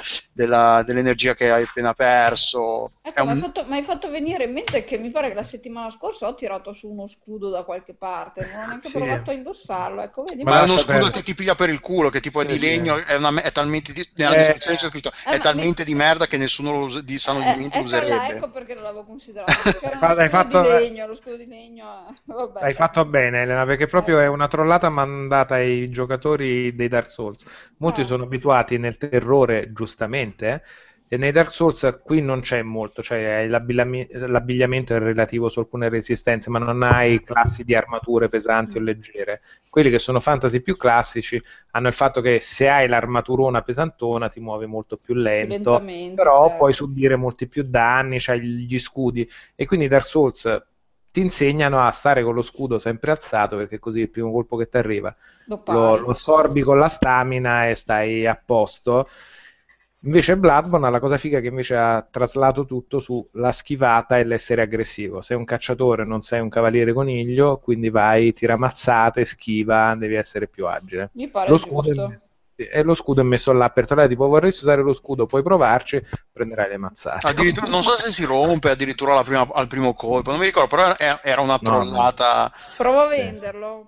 che hai appena perso. Ecco, mi hai fatto venire in mente che mi pare che la settimana scorsa ho tirato su uno scudo da qualche parte, non ho neanche provato a indossarlo, ecco, vedi. Ma è uno scudo che ti piglia per il culo, che tipo è di legno, è talmente nella descrizione c'è scritto è talmente di merda che nessuno di sano di mente userebbe. Ecco perché non l'avevo considerato, perché lo scudo di legno, vabbè. Hai fatto bene, Elena, perché proprio è una trollata mandata ai giocatori dei Dark Souls. Molti sono abituati nel terrore, giustamente, e nei Dark Souls qui non c'è molto, cioè l'abbigliamento è relativo su alcune resistenze, ma non hai classi di armature pesanti o leggere. Quelli che sono fantasy più classici hanno il fatto che se hai l'armaturona pesantona ti muovi molto più lento, però puoi subire molti più danni, c'hai gli scudi, e quindi Dark Souls ti insegnano a stare con lo scudo sempre alzato, perché così il primo colpo che ti arriva lo assorbi con la stamina e stai a posto. Invece Bloodborne ha la cosa figa che invece ha traslato tutto sulla schivata e l'essere aggressivo. Sei un cacciatore, non sei un cavaliere coniglio, quindi vai, tira mazzate, schiva, devi essere più agile. Mi pare giusto. E lo scudo è messo là per tornare, tipo vorresti usare lo scudo, puoi provarci, prenderai le mazzate. Addirittura, non so se si rompe addirittura al primo colpo, non mi ricordo, però era una trollata. Provo a venderlo.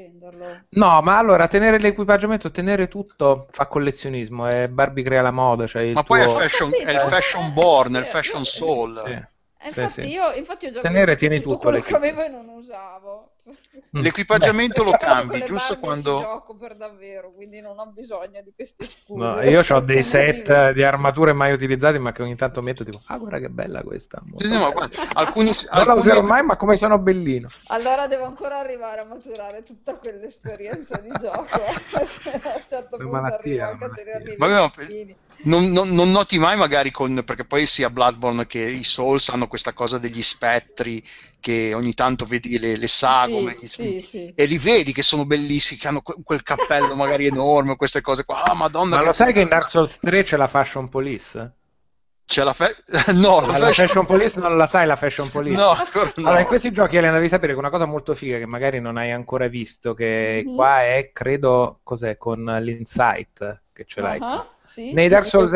No, ma allora tenere l'equipaggiamento, tenere tutto fa collezionismo, e Barbie crea la moda, cioè ma poi è il fashion born, il fashion soul. Infatti io gioco tenere, tieni tutto quello che avevo e non usavo. L'equipaggiamento lo cambi giusto quando gioco per davvero, quindi non ho bisogno di queste scuse. No, io ho dei set di armature mai utilizzati, ma che ogni tanto metto tipo guarda che bella questa. Alcuni non la userò mai, ma come sono bellino. Allora devo ancora arrivare a maturare tutta quell'esperienza di gioco. A un certo punto arrivo anche a tenerli. Non noti mai magari perché poi sia Bloodborne che i Souls hanno questa cosa degli spettri che ogni tanto vedi le sagome e li vedi che sono bellissimi, che hanno quel cappello magari enorme, queste cose qua. Madonna, ma lo sai che in Dark Souls 3 c'è la Fashion Police? C'è la Fashion Police non la sai, la Fashion Police? No, ancora no. Allora, in questi giochi, Elena, devi sapere che una cosa molto figa che magari non hai ancora visto, che qua è, credo, cos'è, con l'Insight che ce l'hai. Sì, nei Dark Souls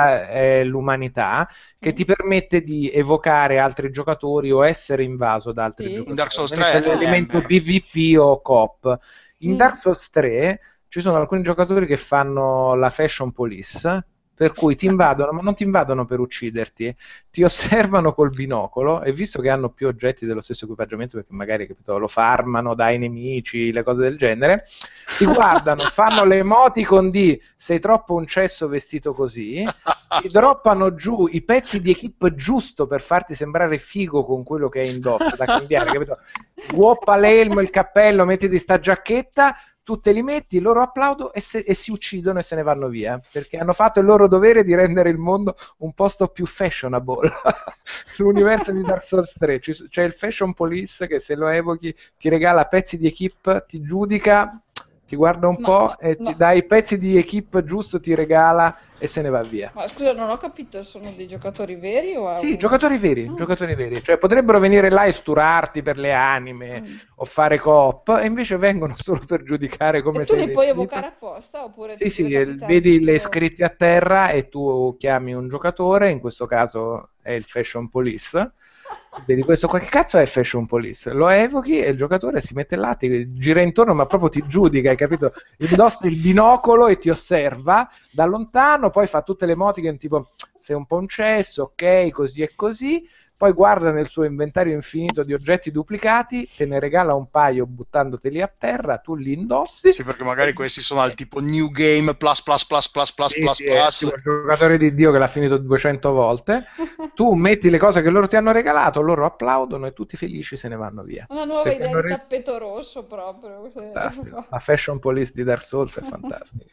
è l'umanità che ti permette di evocare altri giocatori o essere invaso da altri giocatori. In Dark Souls 3 c'è l'elemento PvP o coop. In Dark Souls 3 ci sono alcuni giocatori che fanno la Fashion Police, per cui ti invadono, ma non ti invadono per ucciderti, ti osservano col binocolo, e visto che hanno più oggetti dello stesso equipaggiamento, perché magari, capito, lo farmano dai nemici, le cose del genere, ti guardano, fanno le emoticon di sei troppo un cesso vestito così, ti droppano giù i pezzi di equip giusto per farti sembrare figo con quello che hai indosso da cambiare, capito? Guoppa l'elmo, il cappello, mettiti sta giacchetta, tu te li metti, loro applaudono e si uccidono e se ne vanno via, perché hanno fatto il loro dovere di rendere il mondo un posto più fashionable. L'universo di Dark Souls 3 c'è il Fashion Police che se lo evochi ti regala pezzi di equip, ti giudica, ti guarda un po' e ti dà i pezzi di equip giusto, ti regala e se ne va via. Ma scusa, non ho capito, sono dei giocatori veri o sì, giocatori veri, cioè potrebbero venire là e sturarti per le anime o fare coop, e invece vengono solo per giudicare come e sei tu li puoi vestito. evocare apposta? Oppure sì, vedi le scritte a terra e tu chiami un giocatore, in questo caso è il Fashion Police. Vedi questo qua, che cazzo è Fashion Police? Lo evochi e il giocatore si mette là, ti gira intorno, ma proprio ti giudica, hai capito? Indossa il binocolo e ti osserva da lontano, poi fa tutte le emoticon tipo sei un po' un cesso, ok, così e così, poi guarda nel suo inventario infinito di oggetti duplicati, te ne regala un paio buttandoteli a terra, tu li indossi. Sì, perché magari questi sono al tipo New Game plus plus plus plus plus sì, plus sì, plus. È un giocatore di Dio che l'ha finito 200 volte. Tu metti le cose che loro ti hanno regalato, loro applaudono e tutti felici se ne vanno via. Una nuova Perché idea di tappeto rosso proprio. Fantastico. La Fashion Police di Dark Souls è fantastica.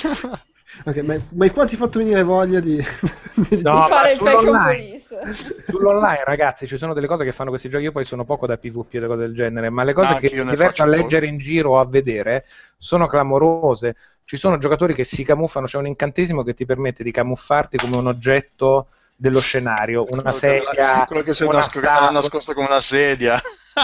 Okay, ma hai quasi fatto venire voglia di fare il Fashion Police. Sull'online, ragazzi, ci sono delle cose che fanno questi giochi. Io poi sono poco da PvP e cose del genere, ma le cose che mi diverto a leggere in giro o a vedere sono clamorose. Ci sono giocatori che si camuffano, c'è un incantesimo che ti permette di camuffarti come un oggetto dello scenario, una sedia, quello che era nascosto come una sedia.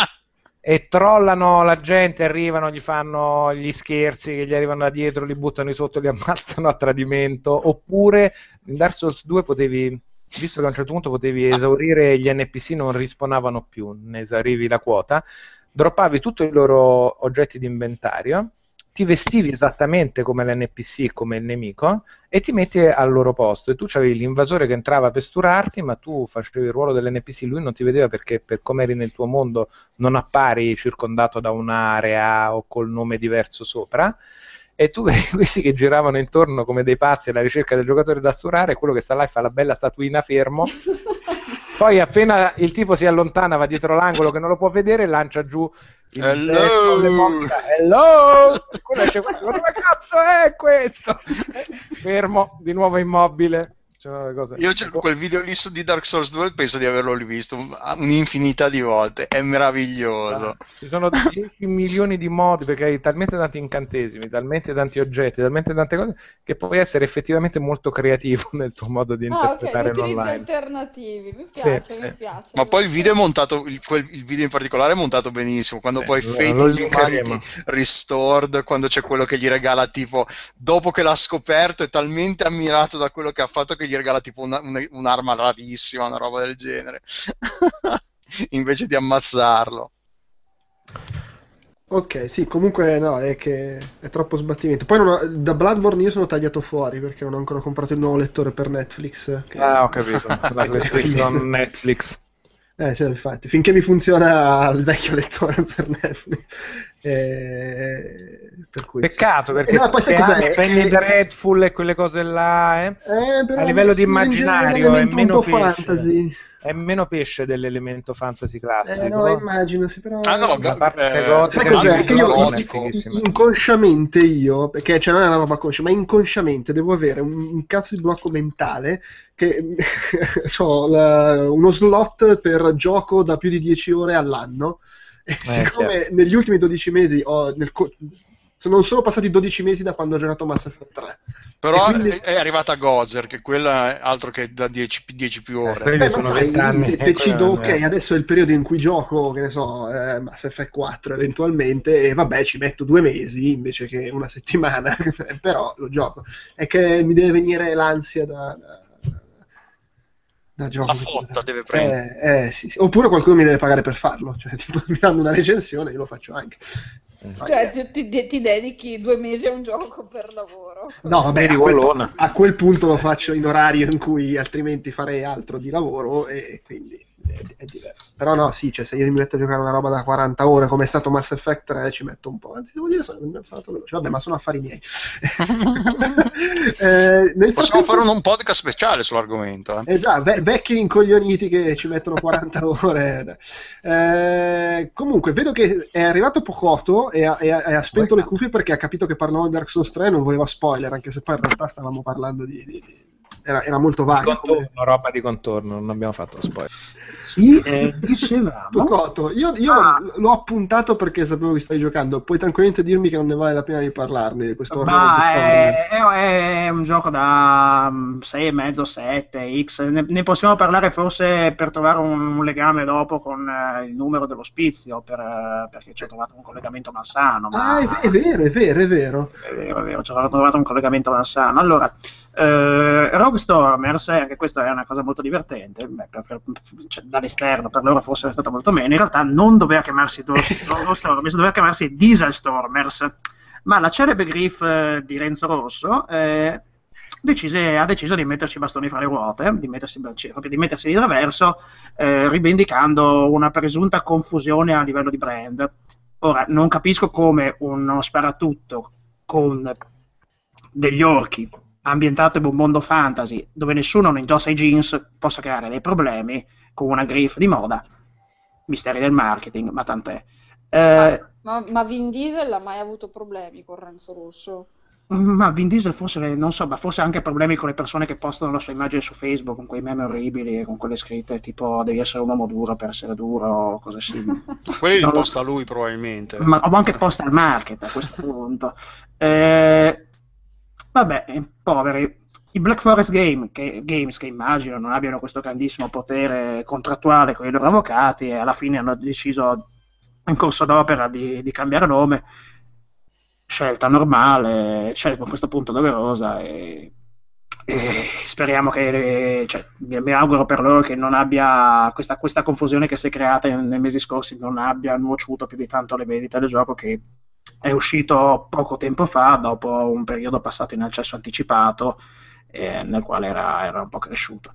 E trollano la gente, arrivano, gli fanno gli scherzi che gli arrivano da dietro, li buttano di sotto, li ammazzano a tradimento. Oppure in Dark Souls 2 potevi, visto che a un certo punto potevi esaurire gli NPC, non rispawnavano più, ne esaurivi la quota, droppavi tutti i loro oggetti di inventario, ti vestivi esattamente come l'NPC, come il nemico, e ti metti al loro posto. E tu c'avevi l'invasore che entrava per sturarti, ma tu facevi il ruolo dell'NPC, lui non ti vedeva perché per come eri nel tuo mondo non appari circondato da un'area o col nome diverso sopra, e tu vedi questi che giravano intorno come dei pazzi alla ricerca del giocatore da sturare, e quello che sta là e fa la bella statuina fermo. Poi appena il tipo si allontana, va dietro l'angolo che non lo può vedere, lancia giù il testo, le mocca. Hello! Quello esce, ma cazzo è questo? Fermo, di nuovo immobile. Io quel video lì di Dark Souls 2 penso di averlo rivisto un'infinità di volte, è meraviglioso. Ci sono 10 milioni di modi, perché hai talmente tanti incantesimi, talmente tanti oggetti, talmente tante cose, che puoi essere effettivamente molto creativo nel tuo modo di interpretare l'online. Alternativi, mi piace, sì, mi piace. Ma poi il video è montato, il video in particolare è montato benissimo, quando poi Fate Humanity Restored, quando c'è quello che gli regala tipo, dopo che l'ha scoperto è talmente ammirato da quello che ha fatto che gli regala tipo un'arma rarissima, una roba del genere invece di ammazzarlo. Ok, sì, comunque no, è che è troppo sbattimento. Poi da Bloodborne io sono tagliato fuori perché non ho ancora comprato il nuovo lettore per Netflix. Ho capito, la PlayStation Netflix. Sì, infatti, finché mi funziona il vecchio lettore per Netflix. Per cui, peccato, perché poi sai cos'è? Penny Dreadful e quelle cose là, a livello di immaginario è meno fantasy. È meno pesce dell'elemento fantasy classico. No, immagino, sì, però... sai cos'è? Che io inconsciamente perché non è una roba conscia, ma inconsciamente devo avere un cazzo di blocco mentale che ho uno slot per gioco da più di 10 ore all'anno, e siccome negli ultimi 12 mesi non sono passati 12 mesi da quando ho giocato Mass Effect 3. Però quindi... è arrivata Gozer, che quella è altro che da 10 più ore. Ma sai, decido, ok, adesso è il periodo in cui gioco, che ne so, Mass Effect 4 eventualmente, e vabbè, ci metto 2 mesi invece che una settimana, però lo gioco. È che mi deve venire l'ansia da gioco. La fotta deve prendere. Sì. Oppure qualcuno mi deve pagare per farlo, cioè tipo mi danno una recensione, io lo faccio anche. Cioè ti dedichi 2 mesi a un gioco per lavoro. No, vabbè, a quel punto lo faccio in orario in cui altrimenti farei altro di lavoro, e quindi è diverso. Però no, sì, cioè, se io mi metto a giocare una roba da 40 ore come è stato Mass Effect 3 ci metto un po', anzi devo dire sono andato veloce, vabbè, ma sono affari miei. Possiamo fare un podcast speciale sull'argomento. Esatto, vecchi incoglioniti che ci mettono 40 ore. Comunque vedo che è arrivato Pocotto e ha spento le cuffie perché ha capito che parlavamo di Dark Souls 3 e non voleva spoiler, anche se poi in realtà stavamo parlando era molto vaga. Roba di contorno, non abbiamo fatto spoiler. Sì, dicevamo. Pocotto, io l'ho appuntato perché sapevo che stai giocando. Puoi tranquillamente dirmi che non ne vale la pena di parlarne di questo è un gioco da 6,5, 7 X. Ne possiamo parlare forse per trovare un legame dopo con il numero dell'ospizio, perché ci ho trovato un collegamento malsano. È vero. Ci ho trovato un collegamento malsano. Allora, Rogue Stormers, anche questa è una cosa molto divertente, cioè, dall'esterno per loro forse è stata molto meno, in realtà non doveva chiamarsi Rogue Stormers, doveva chiamarsi Diesel Stormers, ma la celebre Griff di Renzo Rosso ha deciso di metterci i bastoni fra le ruote, di mettersi di traverso, rivendicando una presunta confusione a livello di brand. Ora, non capisco come uno sparatutto con degli orchi ambientato in un mondo fantasy dove nessuno non indossa i jeans possa creare dei problemi con una Griff di moda. Misteri del marketing, ma tant'è. Ma Vin Diesel ha mai avuto problemi con Renzo Rosso? Ma Vin Diesel forse, non so, ma forse anche problemi con le persone che postano la sua immagine su Facebook con quei meme orribili, con quelle scritte tipo devi essere un uomo duro per essere duro o cose simili. Quelli li posta lui probabilmente. Ma o anche posta al market a questo punto. Vabbè, poveri. I Black Forest Games, che immagino non abbiano questo grandissimo potere contrattuale con i loro avvocati, e alla fine hanno deciso in corso d'opera di cambiare nome. Scelta normale, scelta a questo punto doverosa, e speriamo che, mi auguro per loro che non abbia questa confusione che si è creata nei mesi scorsi non abbia nuociuto più di tanto le vendite del gioco, che è uscito poco tempo fa dopo un periodo passato in accesso anticipato, nel quale era un po' cresciuto.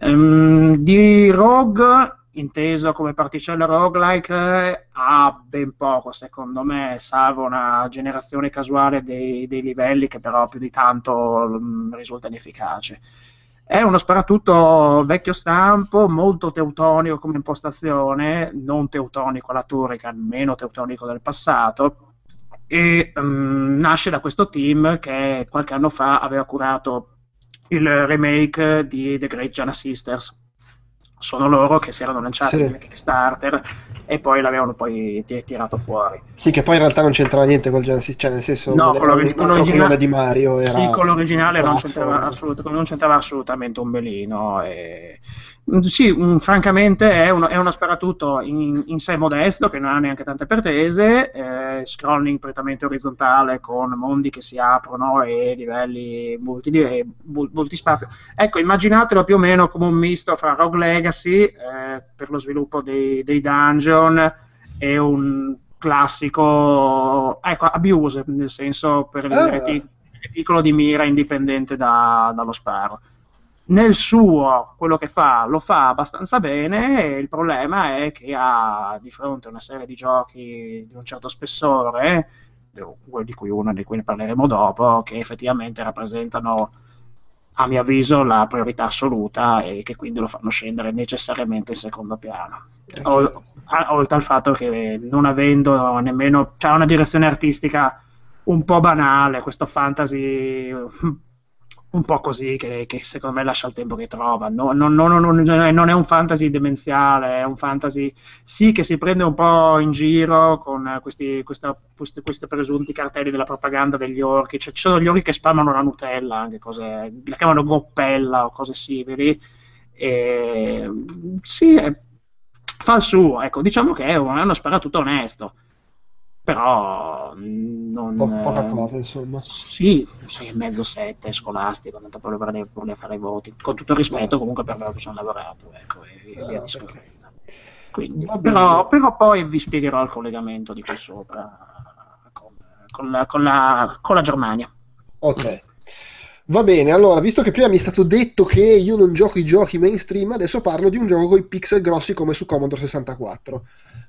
Di Rogue, inteso come particella roguelike, ha ben poco secondo me, salvo una generazione casuale dei livelli che però più di tanto risulta inefficace. È uno sparatutto vecchio stampo, molto teutonico come impostazione, non teutonico alla Turrican, meno teutonico del passato, e nasce da questo team che qualche anno fa aveva curato il remake di The Great Giana Sisters. Sono loro che si erano lanciati nel Kickstarter e poi l'avevano poi tirato fuori. Sì, che poi in realtà non c'entrava niente col Genesis, cioè nel senso no, con l'originale di Mario era... Sì, con l'originale non c'entrava assolutamente un belino. Sì, francamente è uno sparatutto in sé modesto, che non ha neanche tante pretese, scrolling prettamente orizzontale con mondi che si aprono e livelli multispazio. Ecco, immaginatelo più o meno come un misto fra Rogue Legacy per lo sviluppo dei dungeon e un classico, ecco, Abuse, nel senso per il piccolo di mira indipendente dallo sparo. Nel suo, quello che fa, lo fa abbastanza bene, e il problema è che ha di fronte una serie di giochi di un certo spessore, di cui ne parleremo dopo, che effettivamente rappresentano, a mio avviso, la priorità assoluta e che quindi lo fanno scendere necessariamente in secondo piano. Oltre al fatto che non avendo nemmeno, c'ha una direzione artistica un po' banale, questo fantasy un po' così che secondo me lascia il tempo che trova. Non è un fantasy demenziale, è un fantasy sì che si prende un po' in giro con questi presunti cartelli della propaganda degli orchi, cioè ci sono gli orchi che spammano la Nutella, anche cose, la chiamano goppella o cose simili, e sì, fa il suo, ecco, diciamo che è uno sparatutto onesto, però poca cosa, insomma. Sì, 6,5, 7 scolastico, tanto per voler fare i voti, con tutto il rispetto comunque per loro che ci hanno lavorato, ecco, e via discorrendo. Quindi, però poi vi spiegherò il collegamento di qui sopra con la Germania. Ok. Va bene, allora, visto che prima mi è stato detto che io non gioco i giochi mainstream, adesso parlo di un gioco con i pixel grossi come su Commodore 64.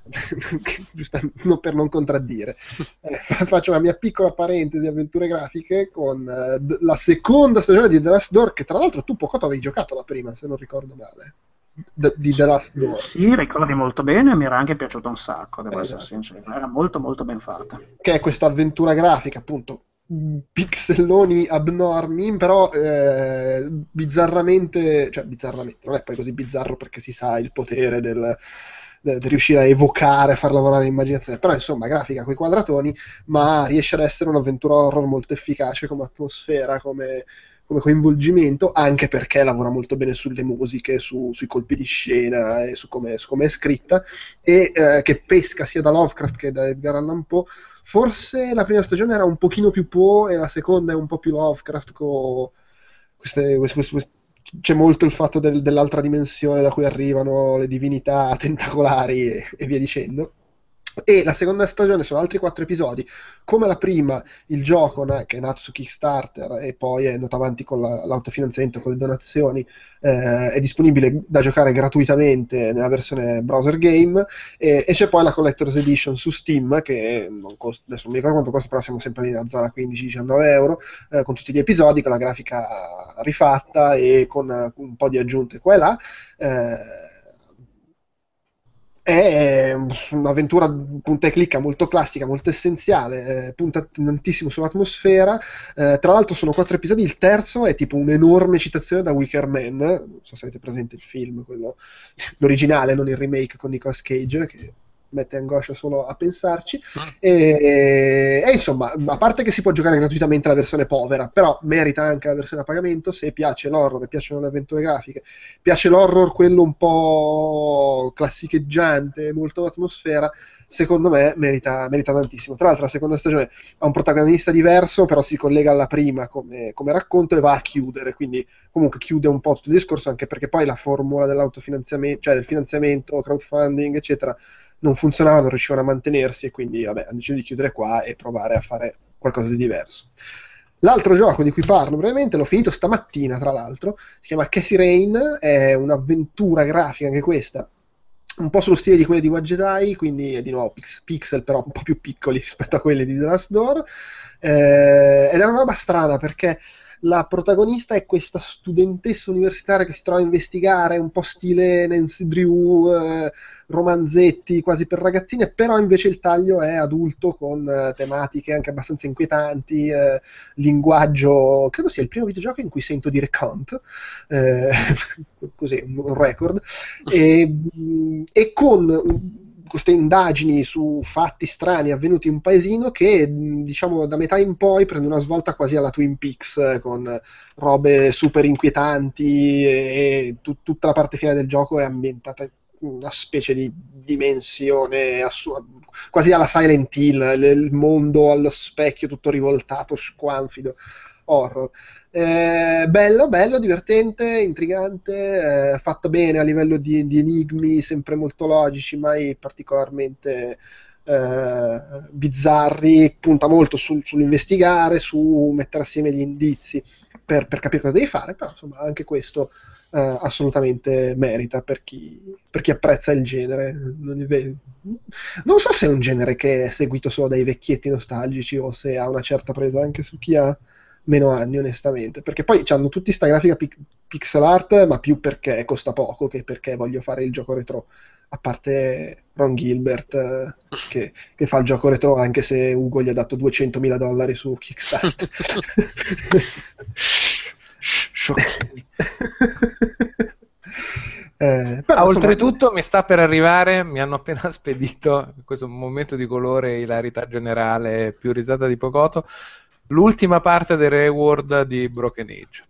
Per non contraddire. Faccio la mia piccola parentesi avventure grafiche con la seconda stagione di The Last Door, che tra l'altro tu poco avevi giocato la prima, se non ricordo male. Di The Last Door. Sì, ricordi molto bene, mi era anche piaciuto un sacco, devo essere sincero, era molto molto ben fatta. Che è questa avventura grafica, appunto, pixelloni abnormi, però bizzarramente, non è poi così bizzarro perché si sa il potere del riuscire a evocare, a far lavorare l'immaginazione, però insomma grafica coi quadratoni, ma riesce ad essere un'avventura horror molto efficace come atmosfera, come coinvolgimento, anche perché lavora molto bene sulle musiche, sui colpi di scena e su come è scritta, e che pesca sia da Lovecraft che da Edgar Allan Poe. Forse la prima stagione era un pochino più Poe e la seconda è un po' più Lovecraft con c'è molto il fatto dell'altra dimensione da cui arrivano le divinità tentacolari e via dicendo. E la seconda stagione sono altri 4 episodi. Come la prima, il gioco che è nato su Kickstarter e poi è andato avanti con l'autofinanziamento, con le donazioni, è disponibile da giocare gratuitamente nella versione browser game, e c'è poi la Collector's Edition su Steam che non costa, adesso non mi ricordo quanto costa, però siamo sempre lì nella zona 15-19 euro, con tutti gli episodi, con la grafica rifatta e con un po' di aggiunte qua e là. È un'avventura punta e clicca molto classica, molto essenziale, punta tantissimo sull'atmosfera. Tra l'altro sono 4 episodi, il terzo è tipo un'enorme citazione da Wicker Man, non so se avete presente il film, l'originale, non il remake con Nicolas Cage, che mette angoscia solo a pensarci. E insomma, a parte che si può giocare gratuitamente la versione povera, però merita anche la versione a pagamento se piace l'horror, piacciono le avventure grafiche, piace l'horror quello un po' classicheggiante, molto atmosfera. Secondo me merita tantissimo. Tra l'altro la seconda stagione ha un protagonista diverso, però si collega alla prima come racconto e va a chiudere, quindi comunque chiude un po' tutto il discorso, anche perché poi la formula dell'autofinanziamento, cioè del finanziamento, crowdfunding eccetera, non funzionava, non riuscivano a mantenersi, e quindi hanno deciso di chiudere qua e provare a fare qualcosa di diverso. L'altro gioco di cui parlo brevemente, l'ho finito stamattina tra l'altro, si chiama Cathy Rain, è un'avventura grafica anche questa, un po' sullo stile di quelle di Wadjedai, quindi è di nuovo pixel però un po' più piccoli rispetto a quelli di The Last Door, ed è una roba strana perché la protagonista è questa studentessa universitaria che si trova a investigare, un po' stile Nancy Drew, romanzetti quasi per ragazzine, però invece il taglio è adulto con tematiche anche abbastanza inquietanti, linguaggio, credo sia il primo videogioco in cui sento dire cunt, così, un record, e con queste indagini su fatti strani avvenuti in un paesino che, diciamo, da metà in poi prende una svolta quasi alla Twin Peaks, con robe super inquietanti, e tutta la parte finale del gioco è ambientata in una specie di dimensione quasi alla Silent Hill, il mondo allo specchio tutto rivoltato, squanfido, horror. Bello, divertente, intrigante, fatto bene a livello di enigmi sempre molto logici, mai particolarmente bizzarri, punta molto sull'investigare, su mettere assieme gli indizi per capire cosa devi fare, però insomma anche questo assolutamente merita per chi apprezza il genere. Non so se è un genere che è seguito solo dai vecchietti nostalgici o se ha una certa presa anche su chi ha meno anni, onestamente, perché poi hanno tutti sta grafica pixel art, ma più perché costa poco che perché voglio fare il gioco retro, a parte Ron Gilbert che fa il gioco retro, anche se Ugo gli ha dato $200.000 su Kickstarter. Però, oltretutto mi sta per arrivare, mi hanno appena spedito, questo è un momento di colore, ilarità generale, più risata di Pocotto, l'ultima parte del reward di Broken Age.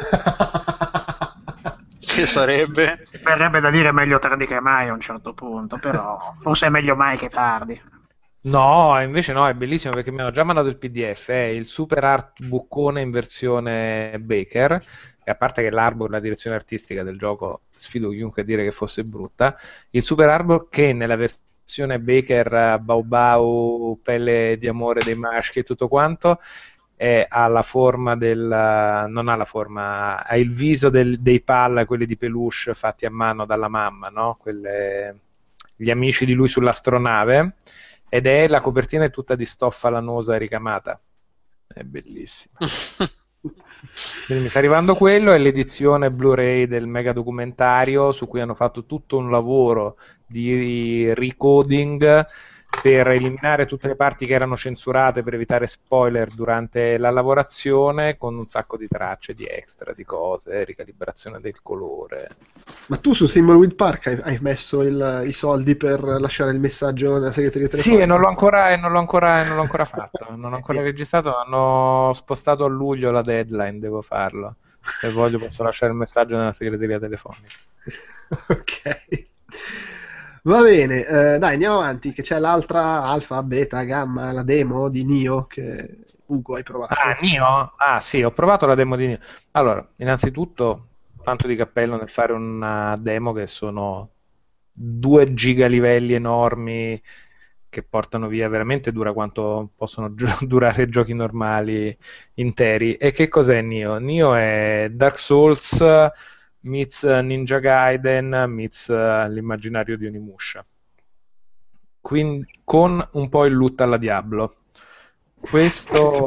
Che sarebbe? Verrebbe da dire meglio tardi che mai a un certo punto, però forse è meglio mai che tardi. No, invece no, è bellissimo perché mi hanno già mandato il PDF, è il super art bookone in versione Baker, e a parte che l'arbor, la direzione artistica del gioco, sfido chiunque a dire che fosse brutta, il super arbor che nella versione Baker Baobao, pelle di amore dei maschi e tutto quanto, ha la forma non ha la forma, ha il viso dei pal, quelli di peluche fatti a mano dalla mamma, no? Gli amici di lui sull'astronave, ed è la copertina è tutta di stoffa lanosa e ricamata, è bellissima. Quindi mi sta arrivando quello, e l'edizione Blu-ray del mega documentario su cui hanno fatto tutto un lavoro di recoding per eliminare tutte le parti che erano censurate per evitare spoiler durante la lavorazione, con un sacco di tracce, di extra, di cose, ricalibrazione del colore. Ma tu su Thimbleweed Park hai messo i soldi per lasciare il messaggio nella segreteria telefonica? Sì, e non l'ho ancora fatto, non ho ancora registrato, hanno spostato a luglio la deadline, devo farlo. Se voglio posso lasciare il messaggio nella segreteria telefonica. Ok. Va bene, dai, andiamo avanti, che c'è l'altra alfa, beta, gamma, la demo di Nioh, che Ugo, hai provato? Nioh? Sì, ho provato la demo di Nioh. Allora, innanzitutto, tanto di cappello nel fare una demo che sono 2 gigalivelli enormi che portano via, veramente dura quanto possono durare giochi normali interi. E che cos'è Nioh? Nioh è Dark Souls meets Ninja Gaiden meets l'immaginario di Onimusha. Quindi, con un po' il loot alla Diablo. Questo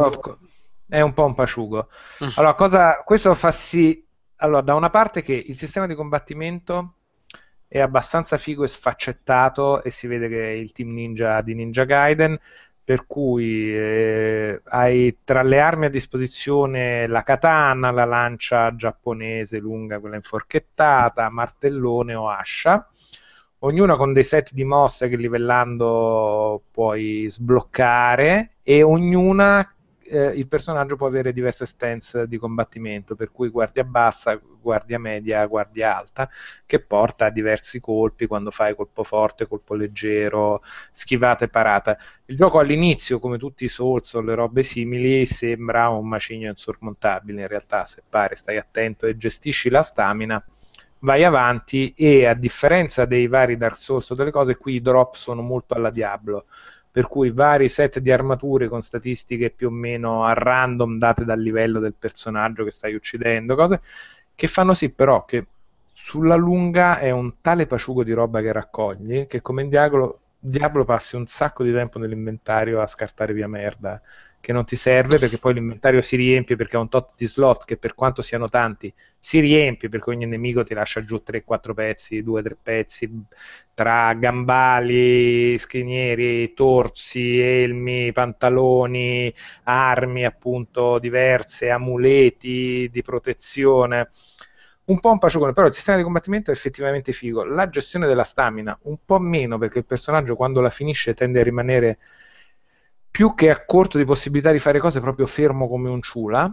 è un po' un paciugo. Allora, questo fa sì. Allora, da una parte che il sistema di combattimento è abbastanza figo e sfaccettato, e si vede che è il team ninja di Ninja Gaiden, per cui hai tra le armi a disposizione la katana, la lancia giapponese lunga, quella inforchettata, martellone o ascia, ognuna con dei set di mosse che livellando puoi sbloccare, e ognuna il personaggio può avere diverse stance di combattimento, per cui guardia bassa, guardia media, guardia alta, che porta a diversi colpi quando fai colpo forte, colpo leggero, schivata e parata. Il gioco all'inizio, come tutti i Souls o le robe simili, sembra un macigno insormontabile. In realtà, se pari, stai attento e gestisci la stamina, vai avanti, e a differenza dei vari Dark Souls o delle cose, qui i drop sono molto alla Diablo, per cui vari set di armature con statistiche più o meno a random date dal livello del personaggio che stai uccidendo, cose che fanno sì però che sulla lunga è un tale paciugo di roba che raccogli, che come in Diablo passi un sacco di tempo nell'inventario a scartare via merda che non ti serve, perché poi l'inventario si riempie perché ha un tot di slot che, per quanto siano tanti, si riempie perché ogni nemico ti lascia giù 3-4 pezzi, 2-3 pezzi, tra gambali, scrinieri, torsi, elmi, pantaloni, armi appunto diverse, amuleti di protezione. Un po' un paciocone, però il sistema di combattimento è effettivamente figo. La gestione della stamina un po' meno, perché il personaggio quando la finisce tende a rimanere più che a corto di possibilità di fare cose, proprio fermo come un ciula,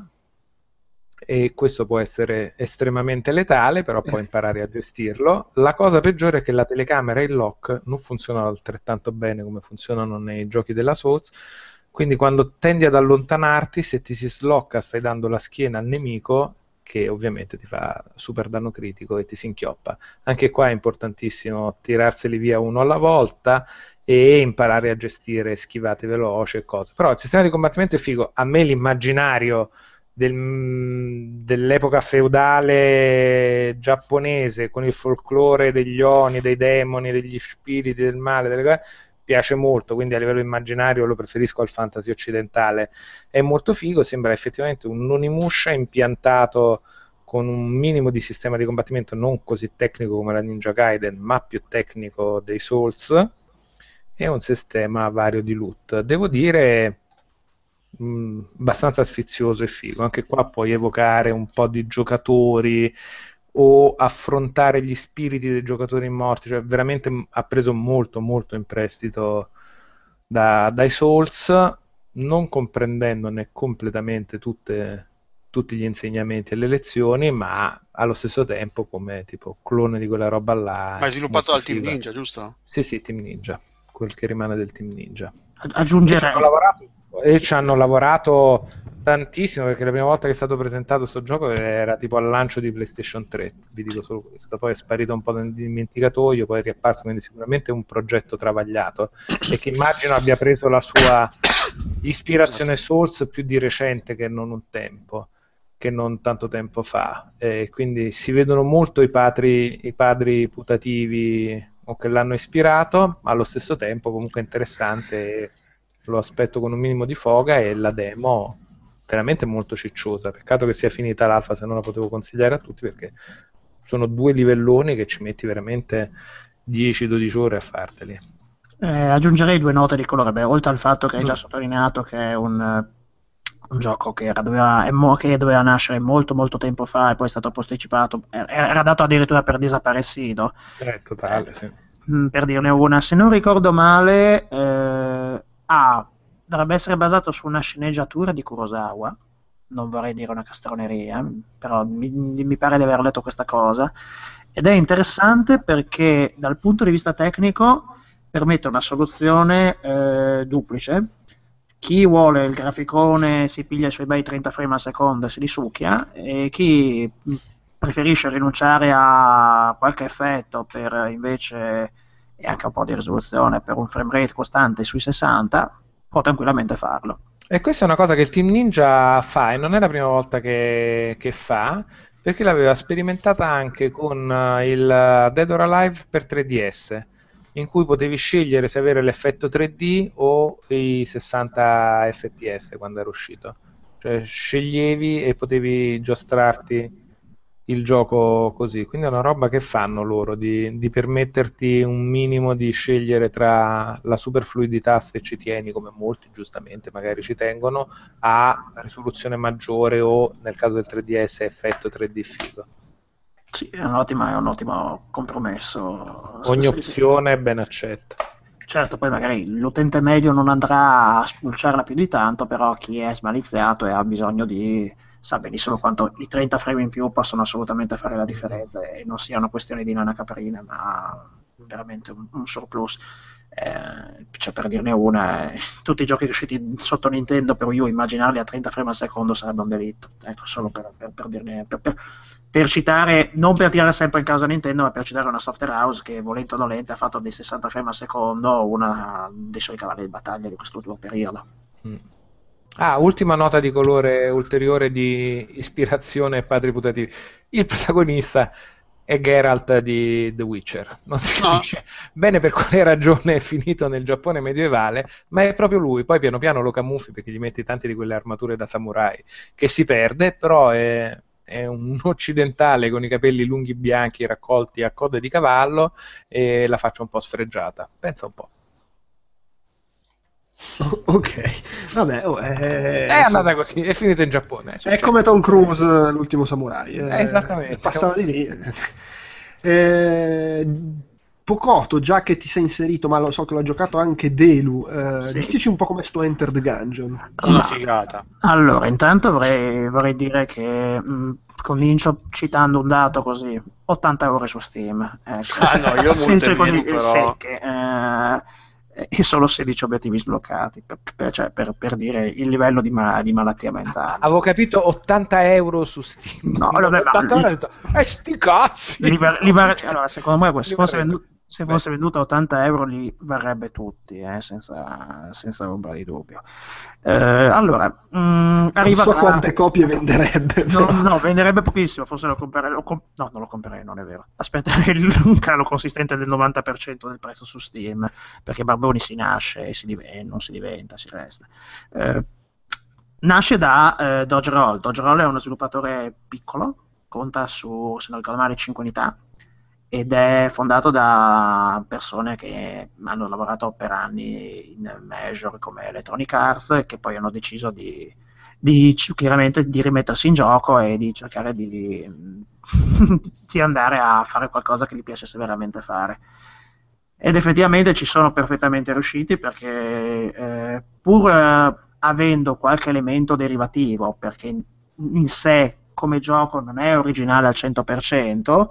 e questo può essere estremamente letale, però puoi imparare a gestirlo. La cosa peggiore è che la telecamera e il lock non funzionano altrettanto bene come funzionano nei giochi della Souls, quindi quando tendi ad allontanarti, se ti si slocca stai dando la schiena al nemico, che ovviamente ti fa super danno critico e ti si inchioppa. Anche qua è importantissimo tirarseli via uno alla volta e imparare a gestire schivate veloci e cose. Però il sistema di combattimento è figo. A me l'immaginario dell'epoca feudale giapponese, con il folklore degli oni, dei demoni, degli spiriti del male, delle cose, piace molto, quindi a livello immaginario lo preferisco al fantasy occidentale. È molto figo, sembra effettivamente un Onimusha impiantato con un minimo di sistema di combattimento non così tecnico come la Ninja Gaiden, ma più tecnico dei Souls, e un sistema vario di loot. Devo dire abbastanza sfizioso e figo. Anche qua puoi evocare un po' di giocatori o affrontare gli spiriti dei giocatori morti, cioè veramente ha preso molto molto in prestito dai Souls, non comprendendone completamente tutti gli insegnamenti e le lezioni, ma allo stesso tempo come tipo clone di quella roba là. Ma è sviluppato dal Team Ninja, giusto? Sì, Team Ninja, quel che rimane del Team Ninja. Aggiungerei. Ci hanno lavorato tantissimo, perché la prima volta che è stato presentato questo gioco era tipo al lancio di PlayStation 3, vi dico solo questo, poi è sparito un po' nel dimenticatoio, poi è riapparso, quindi sicuramente è un progetto travagliato e che immagino abbia preso la sua ispirazione Souls più di recente che non tanto tempo fa, e quindi si vedono molto i padri putativi o che l'hanno ispirato, ma allo stesso tempo comunque interessante. Lo aspetto con un minimo di foga, e la demo veramente molto cicciosa. Peccato che sia finita l'alfa, se non la potevo consigliare a tutti, perché sono 2 livelloni che ci metti veramente 10-12 ore a farteli. Aggiungerei 2 note di colore. Beh, oltre al fatto che hai già sottolineato che è un gioco che doveva nascere molto molto tempo fa e poi è stato posticipato, era dato addirittura per desaparecido. Totale, sì. Per dirne una, se non ricordo male, dovrebbe essere basato su una sceneggiatura di Kurosawa, non vorrei dire una castroneria, però mi pare di aver letto questa cosa, ed è interessante perché dal punto di vista tecnico permette una soluzione duplice, chi vuole il graficone si piglia i suoi bei 30 frame al secondo e si li succhia, e chi preferisce rinunciare a qualche effetto per invece e anche un po' di risoluzione per un frame rate costante sui 60 può tranquillamente farlo. E questa è una cosa che il Team Ninja fa, e non è la prima volta che fa, perché l'aveva sperimentata anche con il Dead or Alive per 3DS, in cui potevi scegliere se avere l'effetto 3D o i 60 fps quando era uscito. Cioè sceglievi e potevi giostrarti il gioco così. Quindi è una roba che fanno loro, di permetterti un minimo di scegliere tra la super fluidità, se ci tieni, come molti giustamente magari ci tengono, a risoluzione maggiore o, nel caso del 3DS, effetto 3D figo. Sì, è un ottimo compromesso. Ogni opzione è ben accetta. Certo, poi magari l'utente medio non andrà a spulciarla più di tanto, però chi è smaliziato e ha bisogno sa benissimo quanto i 30 frame in più possono assolutamente fare la differenza, e non sia una questione di nana caprina, ma veramente un surplus. Cioè, per dirne una, tutti i giochi usciti sotto Nintendo per Wii U, immaginarli a 30 frame al secondo sarebbe un delitto. Ecco, solo per dirne, per citare, non per tirare sempre in causa Nintendo, ma per citare una software house che, volente o nolente, ha fatto dei 60 frame al secondo una dei suoi cavalli di battaglia di quest'ultimo periodo. Ultima nota di colore ulteriore di ispirazione e padri putativi. Il protagonista è Geralt di The Witcher. Non si capisce bene per quale ragione è finito nel Giappone medievale, ma è proprio lui. Poi piano piano lo camuffi perché gli metti tante di quelle armature da samurai che si perde, però è un occidentale con i capelli lunghi bianchi raccolti a coda di cavallo e la faccia un po' sfregiata. Pensa un po'. Ok, vabbè, è andata così, è finito in Giappone. È come Tom Cruise, l'ultimo samurai. Esattamente. Passava di lì. Pocotto, già che ti sei inserito, ma lo so che l'ha giocato anche Delu, sì. Dicici un po' come sto Enter the Gungeon. Una figata. Allora, intanto vorrei dire che comincio citando un dato così: 80 ore su Steam. No, io molte così meno, però. secche, e solo 16 obiettivi sbloccati, per dire il livello di malattia mentale. Avevo capito 80 euro su Steam. No, vabbè, 80 euro ho detto, sti cazzi! Allora, secondo me, se fosse venduto a 80 euro li varrebbe tutti, senza ombra di dubbio. Allora, non so quante copie venderebbe. No, venderebbe pochissimo, forse lo comprerei. No, non lo comprerei, non è vero. Aspetterei un calo consistente del 90% del prezzo su Steam, perché Barboni si nasce e non si diventa, si resta. Nasce da Dodge Roll. Dodge Roll è uno sviluppatore piccolo, conta su, se non ricordo male, 5 unità, ed è fondato da persone che hanno lavorato per anni in major come Electronic Arts, che poi hanno deciso chiaramente di rimettersi in gioco e di cercare di andare a fare qualcosa che gli piacesse veramente fare. Ed effettivamente ci sono perfettamente riusciti, perché pur avendo qualche elemento derivativo, perché in sé come gioco non è originale al 100%,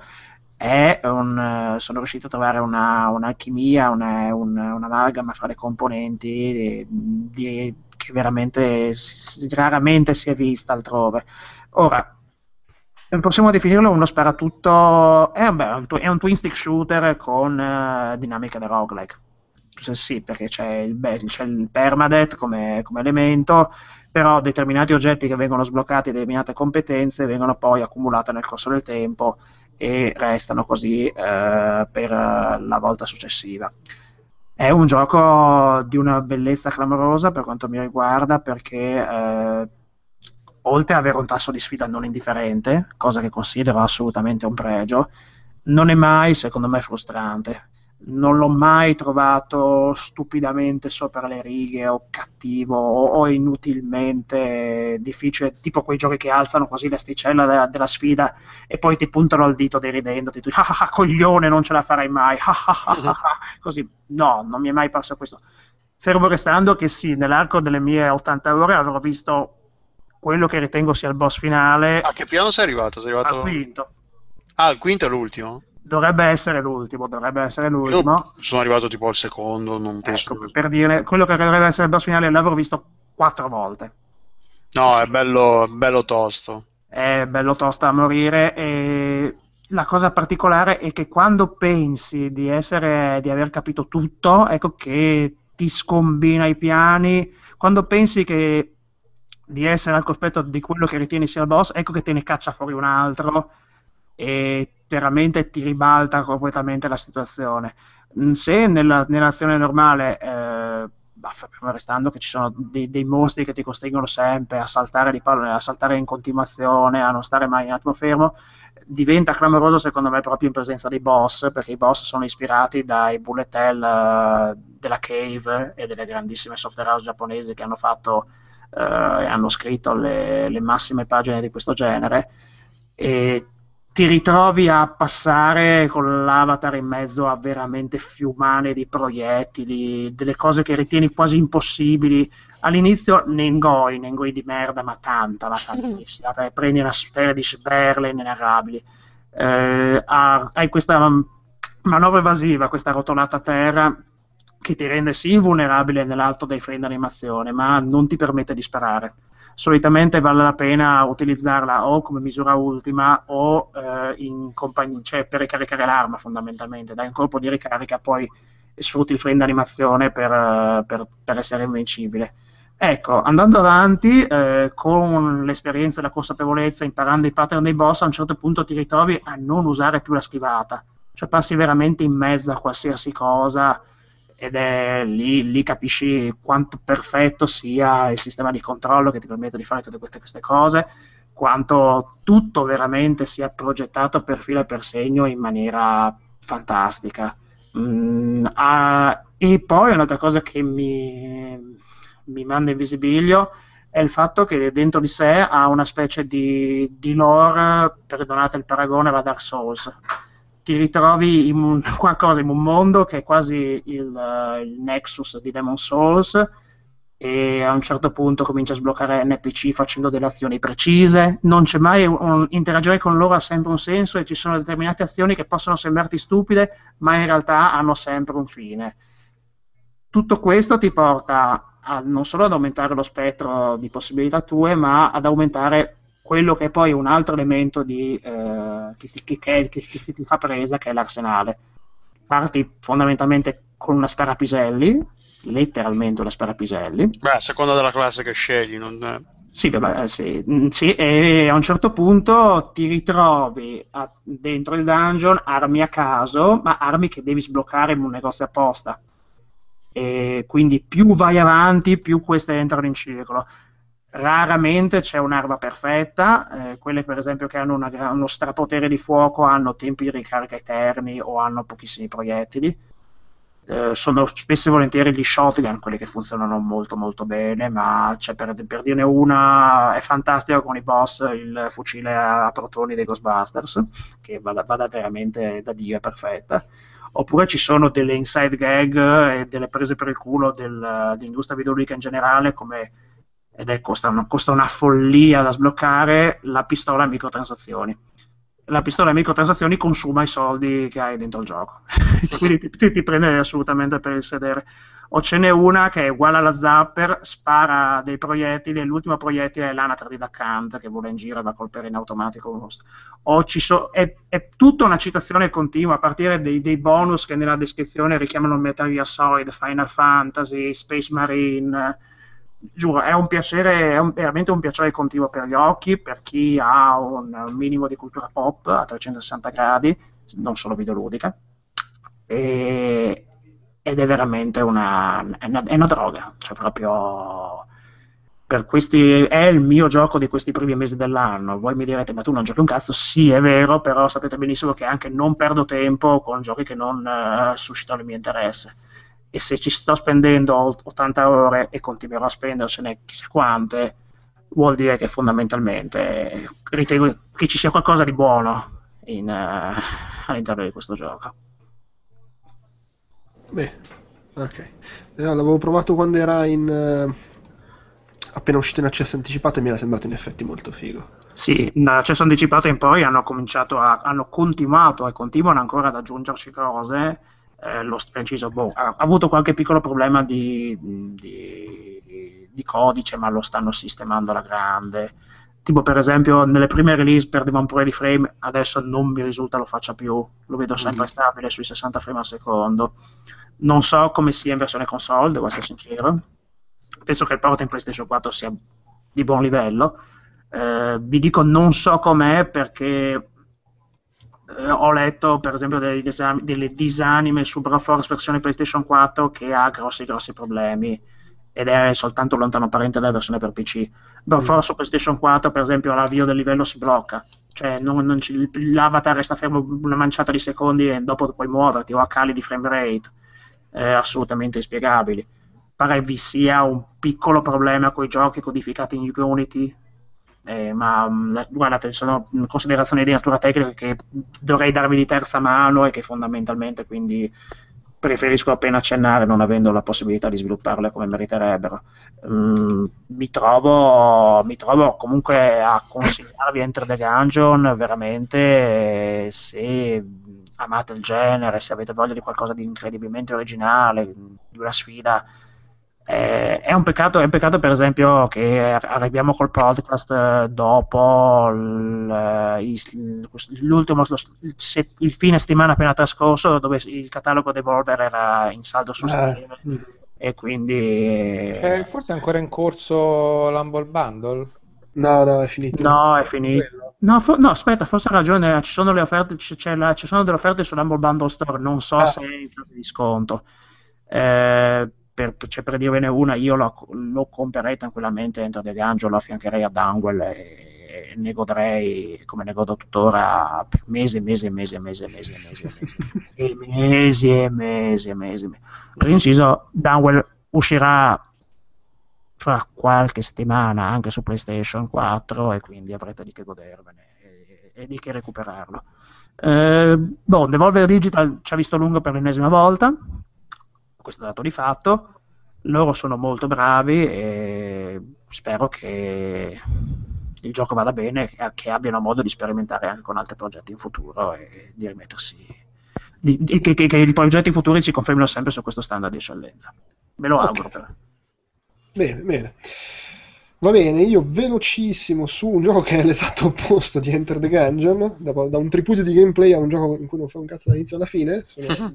sono riuscito a trovare un'alchimia, un'amalgama fra le componenti che veramente raramente si è vista altrove. Ora, possiamo definirlo uno sparatutto, è un twin stick shooter con dinamica da roguelike. Sì, perché c'è il permadeath come elemento, però determinati oggetti che vengono sbloccati, determinate competenze vengono poi accumulate nel corso del tempo e restano così per la volta successiva. È un gioco di una bellezza clamorosa per quanto mi riguarda, perché oltre ad avere un tasso di sfida non indifferente, cosa che considero assolutamente un pregio, non è mai, secondo me, frustrante. Non l'ho mai trovato stupidamente sopra le righe o cattivo o inutilmente difficile, tipo quei giochi che alzano così l'asticella della sfida e poi ti puntano al dito deridendo, ti dicono coglione, non ce la farai mai, così. No, non mi è mai parso questo. Fermo restando che sì, nell'arco delle mie 80 ore avrò visto quello che ritengo sia il boss finale. A che piano sei arrivato? Al quinto. Il quinto è l'ultimo? Dovrebbe essere l'ultimo. Io sono arrivato tipo al secondo, non penso. Ecco, per dire, quello che dovrebbe essere il boss finale l'avrò visto 4 volte. No, è bello tosto. È bello tosto a morire, e la cosa particolare è che quando pensi di aver capito tutto, ecco che ti scombina i piani. Quando pensi che di essere al cospetto di quello che ritieni sia il boss, ecco che te ne caccia fuori un altro e veramente ti ribalta completamente la situazione. Se nell'azione normale, fermo restando che ci sono dei mostri che ti costringono sempre a saltare a saltare in continuazione, a non stare mai un attimo fermo, diventa clamoroso secondo me proprio in presenza dei boss, perché i boss sono ispirati dai bullet hell della Cave e delle grandissime software house giapponesi che hanno fatto e hanno scritto le massime pagine di questo genere, e ti ritrovi a passare con l'avatar in mezzo a veramente fiumane di proiettili, delle cose che ritieni quasi impossibili. All'inizio Nengoi di merda, ma tantissima, prendi una serie di sberle inenarrabili, hai questa manovra evasiva, questa rotolata a terra che ti rende sì invulnerabile nell'alto dei frame d'animazione, ma non ti permette di sparare. Solitamente vale la pena utilizzarla o come misura ultima o in compagnia, cioè per ricaricare l'arma fondamentalmente, dai un colpo di ricarica, poi sfrutti il frame d'animazione per essere invincibile. Ecco, andando avanti con l'esperienza e la consapevolezza, imparando i pattern dei boss, a un certo punto ti ritrovi a non usare più la schivata, cioè passi veramente in mezzo a qualsiasi cosa, ed è lì capisci quanto perfetto sia il sistema di controllo che ti permette di fare tutte queste cose, quanto tutto veramente sia progettato per filo e per segno in maniera fantastica. E poi un'altra cosa che mi manda in visibilio è il fatto che dentro di sé ha una specie di lore, perdonate il paragone, alla Dark Souls. Ti ritrovi in un mondo che è quasi il Nexus di Demon Souls, e a un certo punto comincia a sbloccare NPC facendo delle azioni precise, non c'è mai interagire con loro ha sempre un senso, e ci sono determinate azioni che possono sembrarti stupide ma in realtà hanno sempre un fine. Tutto questo ti porta non solo ad aumentare lo spettro di possibilità tue, ma ad aumentare quello che è poi un altro elemento che ti fa presa, che è l'arsenale. Parti fondamentalmente con una sparapiselli, letteralmente una sparapiselli. Beh, a seconda della classe che scegli, sì, e a un certo punto ti ritrovi dentro il dungeon armi a caso, ma armi che devi sbloccare in un negozio apposta. E quindi più vai avanti, più queste entrano in circolo. Raramente c'è un'arma perfetta, quelle per esempio che hanno uno strapotere di fuoco hanno tempi di ricarica eterni o hanno pochissimi proiettili. Sono spesso e volentieri gli shotgun quelli che funzionano molto molto bene, ma c'è per dirne una, è fantastico con i boss il fucile a protoni dei Ghostbusters, che vada veramente da Dio, è perfetta. Oppure ci sono delle inside gag e delle prese per il culo dell'industria videoludica in generale, costa una follia da sbloccare, la pistola a microtransazioni. La pistola a microtransazioni consuma i soldi che hai dentro il gioco, quindi ti prende assolutamente per il sedere. O ce n'è una che è uguale alla Zapper, spara dei proiettili e l'ultimo proiettile è l'anatra di Duck Hunt che vola in giro e va a colpire in automatico un mostro. È tutta una citazione continua, a partire dei bonus che nella descrizione richiamano Metal Gear Solid, Final Fantasy, Space Marine. Giuro, è un piacere, veramente un piacere continuo per gli occhi, per chi ha un minimo di cultura pop a 360 gradi, non solo videoludica, ed è veramente una droga, cioè proprio per questi è il mio gioco di questi primi mesi dell'anno. Voi mi direte, ma tu non giochi un cazzo? Sì, è vero, però sapete benissimo che anche non perdo tempo con giochi che non suscitano il mio interesse. E se ci sto spendendo 80 ore e continuerò a spendercene chissà quante, vuol dire che fondamentalmente ritengo che ci sia qualcosa di buono all'interno di questo gioco. Beh, ok. L'avevo provato quando era appena uscito in accesso anticipato e mi era sembrato in effetti molto figo. Sì, da accesso anticipato in poi hanno continuato e continuano ancora ad aggiungerci cose. Lo preciso ha avuto qualche piccolo problema di di codice, ma lo stanno sistemando alla grande. Tipo, per esempio, nelle prime release perdeva un po' di frame, adesso non mi risulta lo faccia più, lo vedo sempre stabile sui 60 frame al secondo. Non so come sia in versione console, devo essere sincero. Penso che il port in PlayStation 4 sia di buon livello. Vi dico non so com'è perché ho letto per esempio delle disanime su Broforce versione PlayStation 4 che ha grossi problemi ed è soltanto un lontano parente della versione per PC. Broforce su PlayStation 4 per esempio all'avvio del livello si blocca, cioè l'avatar resta fermo una manciata di secondi e dopo puoi muoverti, o a cali di frame rate assolutamente inspiegabili. Pare vi sia un piccolo problema con i giochi codificati in Unity, ma guardate, sono considerazioni di natura tecnica che dovrei darvi di terza mano e che fondamentalmente quindi preferisco appena accennare, non avendo la possibilità di svilupparle come meriterebbero. Mi trovo comunque a consigliarvi Enter the Gungeon veramente, se amate il genere, se avete voglia di qualcosa di incredibilmente originale, di una sfida. È un peccato per esempio che arriviamo col podcast dopo il fine settimana appena trascorso, dove il catalogo Devolver era in saldo su Steam, e quindi forse è ancora in corso l'Humble Bundle. No, è finito. No, aspetta, forse ha ragione, ci sono le offerte, ci sono delle offerte sull'Humble Bundle Store, non so se è in fase di sconto. Per dirvene una, io lo comprerei tranquillamente Enter the Gungeon, lo affiancherei a Dunwell e ne godrei come ne godo tuttora per mesi. Per inciso, Dunwell uscirà fra qualche settimana anche su PlayStation 4 e quindi avrete di che godervene e di che recuperarlo. Devolver Digital ci ha visto lungo per l'ennesima volta, questo è dato di fatto. Loro sono molto bravi e spero che il gioco vada bene, che abbiano modo di sperimentare anche con altri progetti in futuro e di rimettersi che i progetti futuri si confermino sempre su questo standard di eccellenza. Me lo auguro però. Bene. Va bene, io velocissimo su un gioco che è l'esatto opposto di Enter the Gungeon, da un tripudio di gameplay a un gioco in cui non fa un cazzo dall'inizio alla fine,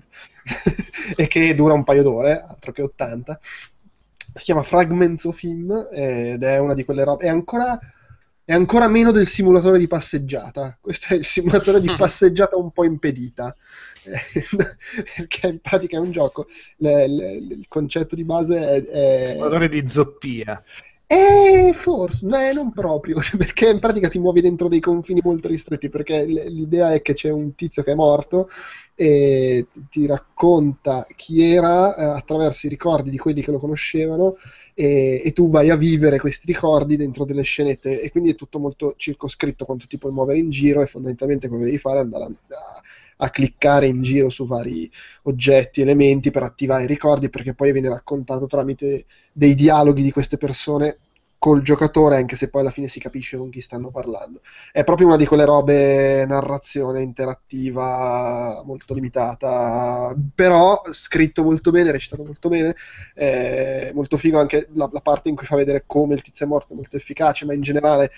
e che dura un paio d'ore, altro che 80. Si chiama Fragments of Him, ed è una di quelle robe... È ancora meno del simulatore di passeggiata. Questo è il simulatore di passeggiata un po' impedita, perché in pratica è un gioco... Il concetto di base è... Simulatore di zoppia. Forse, non proprio, perché in pratica ti muovi dentro dei confini molto ristretti, perché l'idea è che c'è un tizio che è morto e ti racconta chi era attraverso i ricordi di quelli che lo conoscevano, e tu vai a vivere questi ricordi dentro delle scenette, e quindi è tutto molto circoscritto quanto ti puoi muovere in giro, e fondamentalmente quello che devi fare è andare a cliccare in giro su vari oggetti, elementi per attivare i ricordi, perché poi viene raccontato tramite dei dialoghi di queste persone col giocatore, anche se poi alla fine si capisce con chi stanno parlando. È proprio una di quelle robe narrazione interattiva molto limitata, però scritto molto bene, recitato molto bene, molto figo anche la parte in cui fa vedere come il tizio è morto, molto efficace, ma in generale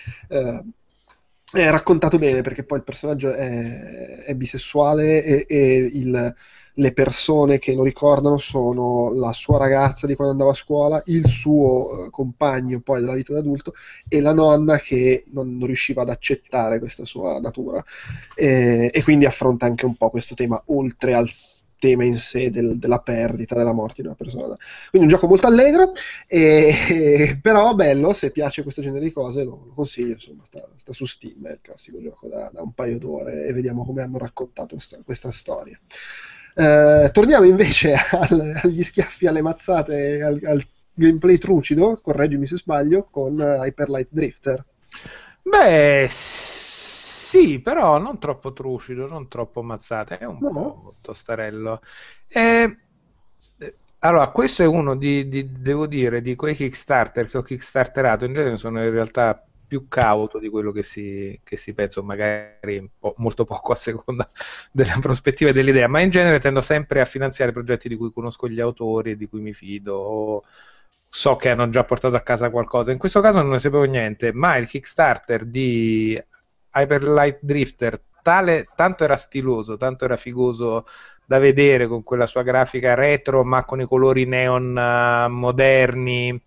è raccontato bene, perché poi il personaggio è bisessuale e le persone che lo ricordano sono la sua ragazza di quando andava a scuola, il suo compagno poi della vita d'adulto e la nonna che non riusciva ad accettare questa sua natura, e quindi affronta anche un po' questo tema oltre al tema in sé della perdita, della morte di una persona. Quindi un gioco molto allegro, però bello, se piace questo genere di cose lo consiglio, insomma, sta su Steam, è il classico gioco da un paio d'ore, e vediamo come hanno raccontato questa storia. Torniamo invece agli schiaffi, alle mazzate, al gameplay trucido, correggimi se sbaglio, con Hyper Light Drifter. Beh, sì, però non troppo trucido, non troppo mazzate, è un po' tostarello. Allora, questo è uno devo dire, di quei Kickstarter che ho kickstarterato, in genere sono in realtà più cauto di quello che si pensa, magari molto poco a seconda della prospettiva e dell'idea, ma in genere tendo sempre a finanziare progetti di cui conosco gli autori e di cui mi fido, so che hanno già portato a casa qualcosa. In questo caso non ne sapevo niente, ma il Kickstarter di Hyper Light Drifter tanto era stiloso, tanto era figoso da vedere, con quella sua grafica retro ma con i colori neon moderni,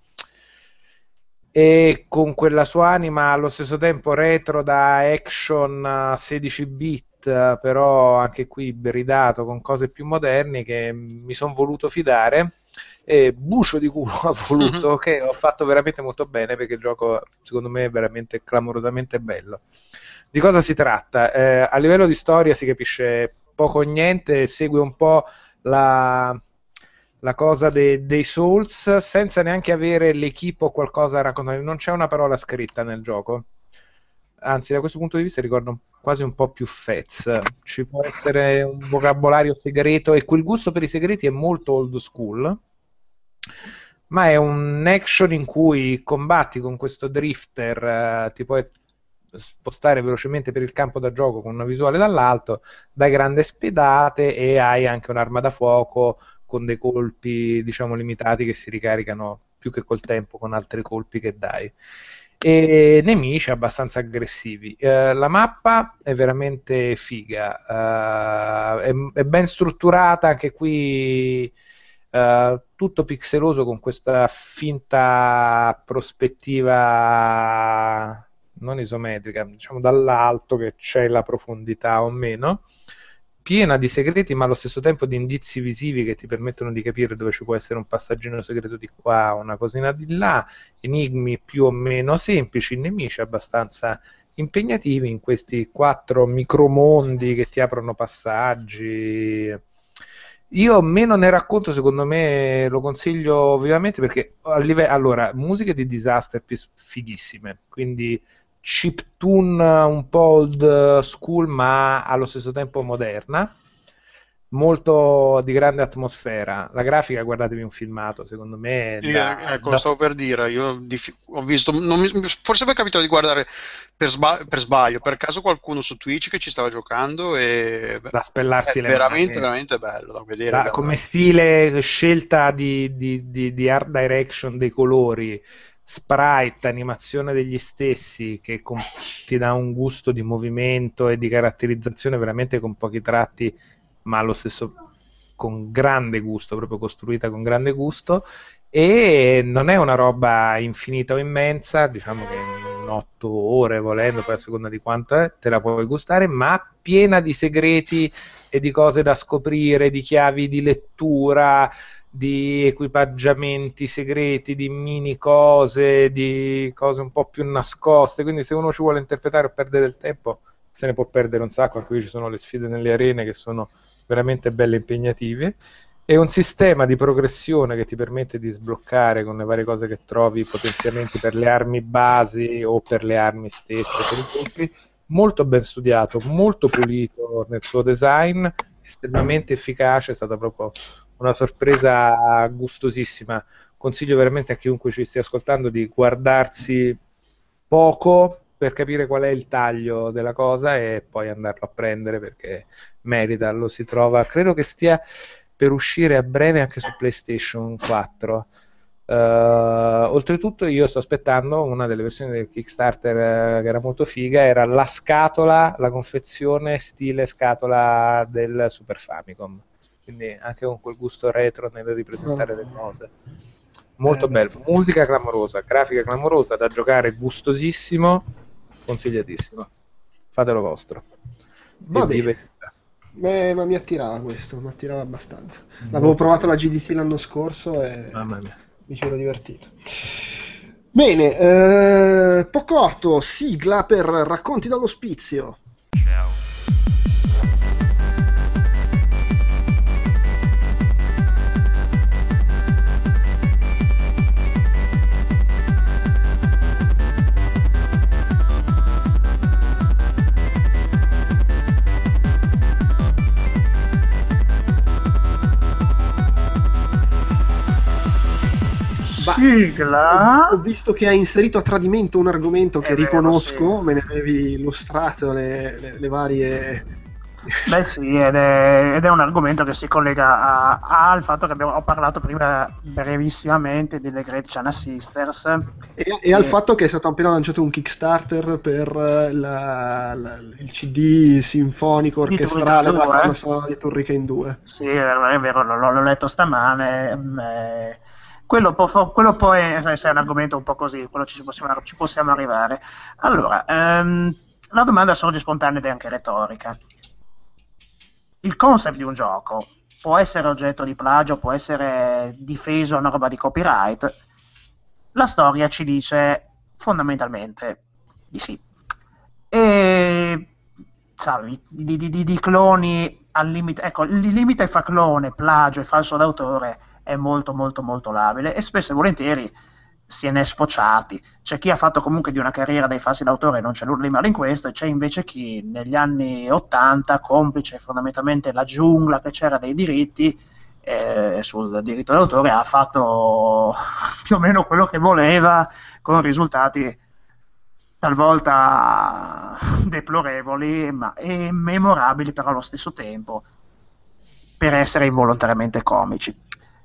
e con quella sua anima allo stesso tempo retro da action 16 bit, però anche qui ibridato con cose più moderni, che mi sono voluto fidare, e bucio di culo ha voluto, che ho fatto veramente molto bene, perché il gioco secondo me è veramente clamorosamente bello. Di cosa si tratta? A livello di storia si capisce poco o niente, segue un po' la cosa dei Souls, senza neanche avere l'equipe o qualcosa da raccontare. Non c'è una parola scritta nel gioco, anzi da questo punto di vista ricordo quasi un po' più Fez. Ci può essere un vocabolario segreto, e quel gusto per i segreti è molto old school, ma è un action in cui combatti con questo drifter, ti puoi spostare velocemente per il campo da gioco con una visuale dall'alto, dai grandi spedate, e hai anche un'arma da fuoco con dei colpi, diciamo, limitati, che si ricaricano più che col tempo con altri colpi che dai, e nemici abbastanza aggressivi. La mappa è veramente figa, è ben strutturata, anche qui tutto pixeloso, con questa finta prospettiva non isometrica, diciamo dall'alto, che c'è la profondità o meno, piena di segreti, ma allo stesso tempo di indizi visivi che ti permettono di capire dove ci può essere un passaggino segreto di qua, una cosina di là, enigmi più o meno semplici, nemici abbastanza impegnativi in questi 4 micromondi che ti aprono passaggi. Io meno ne racconto, secondo me lo consiglio vivamente, perché allora, musiche di Disaster Piece fighissime, quindi chiptune un po' old school ma allo stesso tempo moderna, molto di grande atmosfera. La grafica, guardatevi un filmato, secondo me ecco, stavo per dire, io ho visto, forse mi è capitato di guardare per sbaglio, per caso, qualcuno su Twitch che ci stava giocando, e da spellarsi le veramente, mani. Veramente bello da vedere, come stile, scelta di art direction dei colori, sprite, animazione degli stessi, che ti dà un gusto di movimento e di caratterizzazione veramente con pochi tratti, ma allo stesso con grande gusto, proprio costruita con grande gusto. E non è una roba infinita o immensa, diciamo che in 8 ore, volendo, poi a seconda di quanto è, te la puoi gustare, ma piena di segreti e di cose da scoprire, di chiavi di lettura, di equipaggiamenti segreti, di mini cose, di cose un po' più nascoste. Quindi se uno ci vuole interpretare o perdere del tempo, se ne può perdere un sacco. Anche qui ci sono le sfide nelle arene che sono veramente belle e impegnative, e un sistema di progressione che ti permette di sbloccare con le varie cose che trovi, potenziamenti per le armi basi o per le armi stesse, per i colpi, molto ben studiato, molto pulito nel suo design, estremamente efficace. È stata proprio una sorpresa gustosissima. Consiglio veramente a chiunque ci stia ascoltando di guardarsi poco per capire qual è il taglio della cosa e poi andarlo a prendere, perché merita. Lo si trova, credo che stia per uscire a breve anche su PlayStation 4. Oltretutto io sto aspettando una delle versioni del Kickstarter che era molto figa, era la scatola, la confezione stile scatola del Super Famicom, quindi anche con quel gusto retro nel ripresentare le cose. Molto bello, musica clamorosa, grafica clamorosa, da giocare gustosissimo, consigliatissimo, fatelo vostro. Va bene. Ma mi attirava questo, mi attirava abbastanza. L'avevo provato alla GDC l'anno scorso e mi ci ero divertito. Bene, Pocotto, sigla per Racconti dall'Ospizio. Ciao. Sigla. Ho visto che hai inserito a tradimento un argomento che riconosco, sì. Me ne avevi illustrato le varie Beh sì, ed è un argomento che si collega al fatto che ho parlato prima brevissimamente delle Great Chana Sisters e al fatto che è stato appena lanciato un Kickstarter per il CD sinfonico orchestrale della colonna sonora di Turrican 2. Sì, è vero, l'ho letto stamane. Quello poi è un argomento un po' così, quello ci possiamo arrivare. Allora, la domanda sorge spontanea ed è anche retorica. Il concept di un gioco può essere oggetto di plagio, può essere difeso a norma di copyright? La storia ci dice fondamentalmente di sì. E di cloni al limite, ecco, il limite fra clone, plagio e falso d'autore è molto molto molto labile e spesso e volentieri se ne è sfociati. C'è chi ha fatto comunque di una carriera dai falsi d'autore, non c'è nulla di male in questo, e c'è invece chi negli anni 80, complice fondamentalmente la giungla che c'era dei diritti sul diritto d'autore, ha fatto più o meno quello che voleva con risultati talvolta deplorevoli e memorabili però allo stesso tempo per essere involontariamente comici.